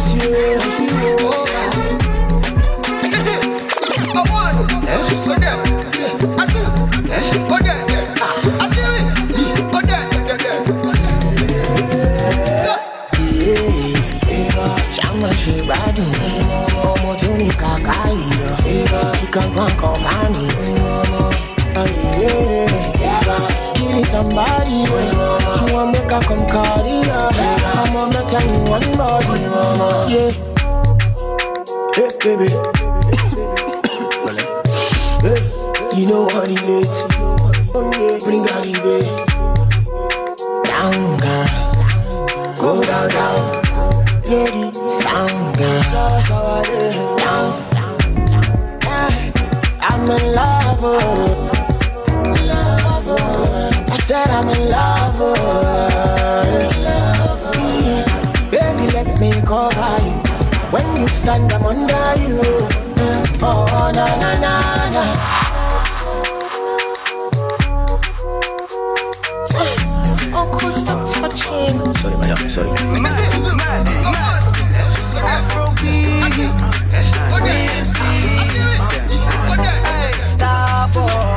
Somebody, she want make her come carry her. I'ma make her in one body, yeah. Hey, baby. Hey, you know what it is. Oh yeah, bring her in bed. Down, girl. Go down. Yeah, the sound, girl. Down. I'm in love. I said I'm in love. Baby, let me cover you. When you stand, I'm under you. Oh, na. Uncle, stop touching. Sorry, Maya, sorry. Afrobeat. Stop.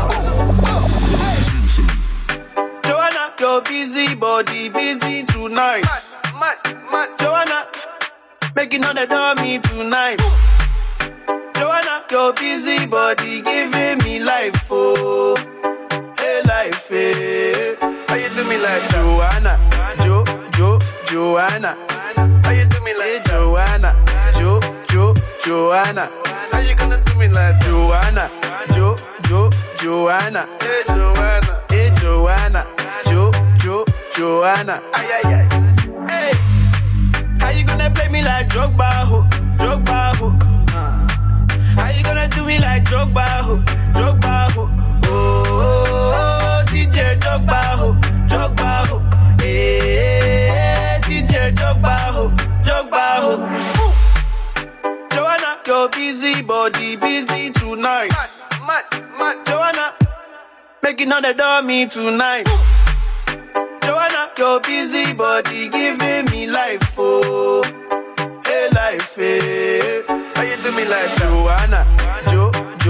Joanna, your busy body busy tonight. Joanna, making all the dummy tonight. Joanna, your busy body giving me life, oh, hey life, hey. How you do me like Joanna, Joanna? How you do me like Joanna, Joanna? How you gonna do me like Joanna, Joanna? Hey Joanna, Joanna. Ay. Hey, how you gonna play me like Drogba, ho? How you gonna do me like Drogba, ho? Oh, DJ Drogba, ho. Hey, DJ Drogba, ho. Joanna, your busy body busy tonight. Mad. Joanna, making all the dummy tonight. Joanna, your busy body giving me life, oh, hey life, hey. How you do me like Joanna,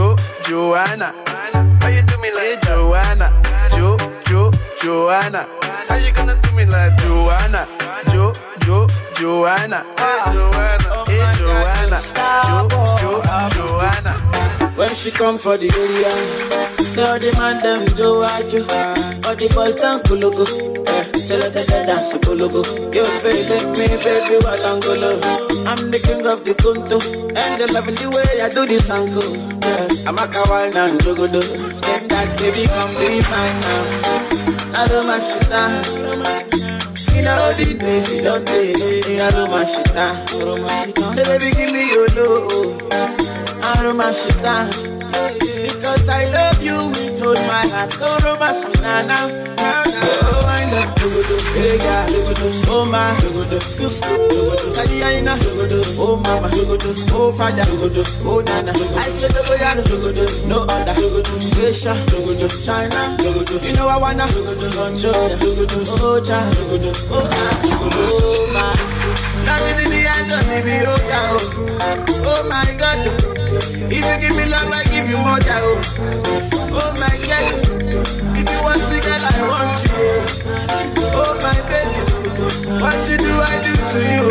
Joanna. How you do me like Joanna? Joanna. How you gonna do me like Joanna? Joanna. Joanna. Joanna. When she come for the area, say all the man them Joajo, all the boys down Kulugu. Say let them dance Kulugu. You feeling me, baby, while I'm golo. I'm the king of the Kunto, and they loving the way I do this uncle. I'm a kawaii and jogodo. Step that baby, come be fine now. I don't mind shit down. You know the days you don't take. I don't mind shit down. Say baby, give me your love. I don't mind shit down. Because I love you with all my heart. Go romance me now. Oh, I love you. Hey, yeah. Oh, my. Excuse me. Oh, mama. Oh, father. Oh, nana. I said, no other. Asia. China. You know I wanna control. Oh, child. Oh, my. Now is in the end of me. Oh, my God. If you give me love, I give you more. Oh my God, if you want me, girl, I want you. Oh my baby, what you do, I do to you.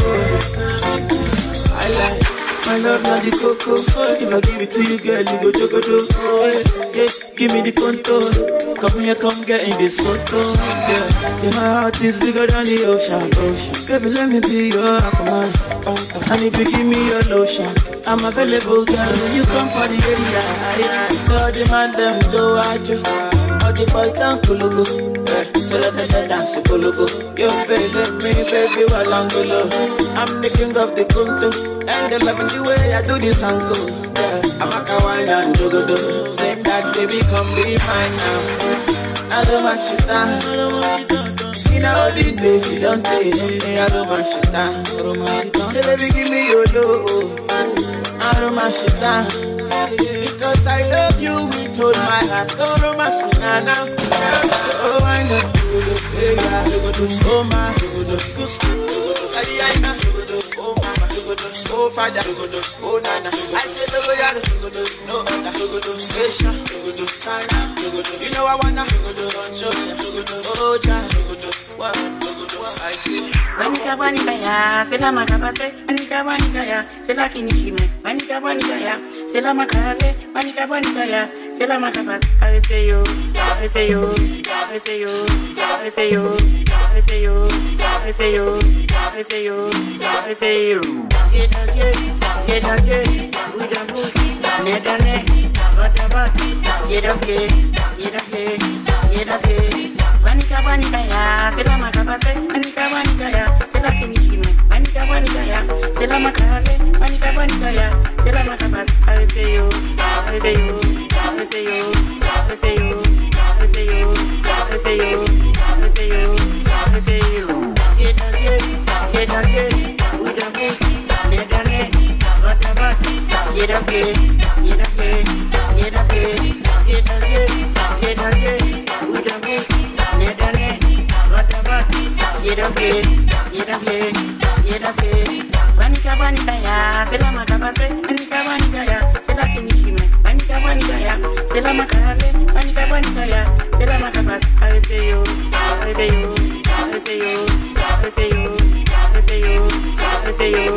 I like my love, not the cocoa. If I give it to you, girl, you go jogodo. Oh yeah, give me the contour. Come here, come get in this photo. Yeah, my heart is bigger than the ocean. Baby, let me be your aquaman. And if you give me your lotion, I'm available, girl, when you come for the area. So the man them Joajo, all the boys down Kulugu. So let them dance Kulugu. You feeling me, baby, while I'm golo. I'm the king of the Kunto, and they loving the way I do this uncle. I'm a kawaii and jogodo. Step that baby, come be mine now. I don't want shit down. You know the days you don't take. I don't want shit down. Say baby, give me your love. I don't mind shit down. Because I love you with all my heart. Go romance me now. Oh, I love you. Hey, yeah. Oh, my. Excuse me. Oh, mama. Oh, father. Oh, nana. I said, no other. Asia. China. You know I wanna control. Oh, child. I see. Wanika wanikaya, sela makabase, wanika wanikaya, sela kinishime, wanika wanikaya, sela makale, wanika wanikaya, sela makabas. I say you, I say you, I say you, I say you, I say you, I say you, I say you, I say you. C'est danger, oui d'amour, n'est donné, votre yedoke. Wanika wanikaya, sela makabase, wanika wanikaya, sela kinishime, wanika wanikaya, sela makale, wanika wanikaya, sela makabas. I say you, I say you, I say you, I say you, I say you, I say you, I say you, I say you. C'est danger, oui d'amour, n'est donné, votre yedoke. C'est danger, oui d'amour. Wanika wanikaya, sela makabase, wanika wanikaya, sela kinishime, wanika wanikaya, sela makale, wanika wanikaya, sela makabas. I say you, I say you, I say you, I say you, I say you, I say you.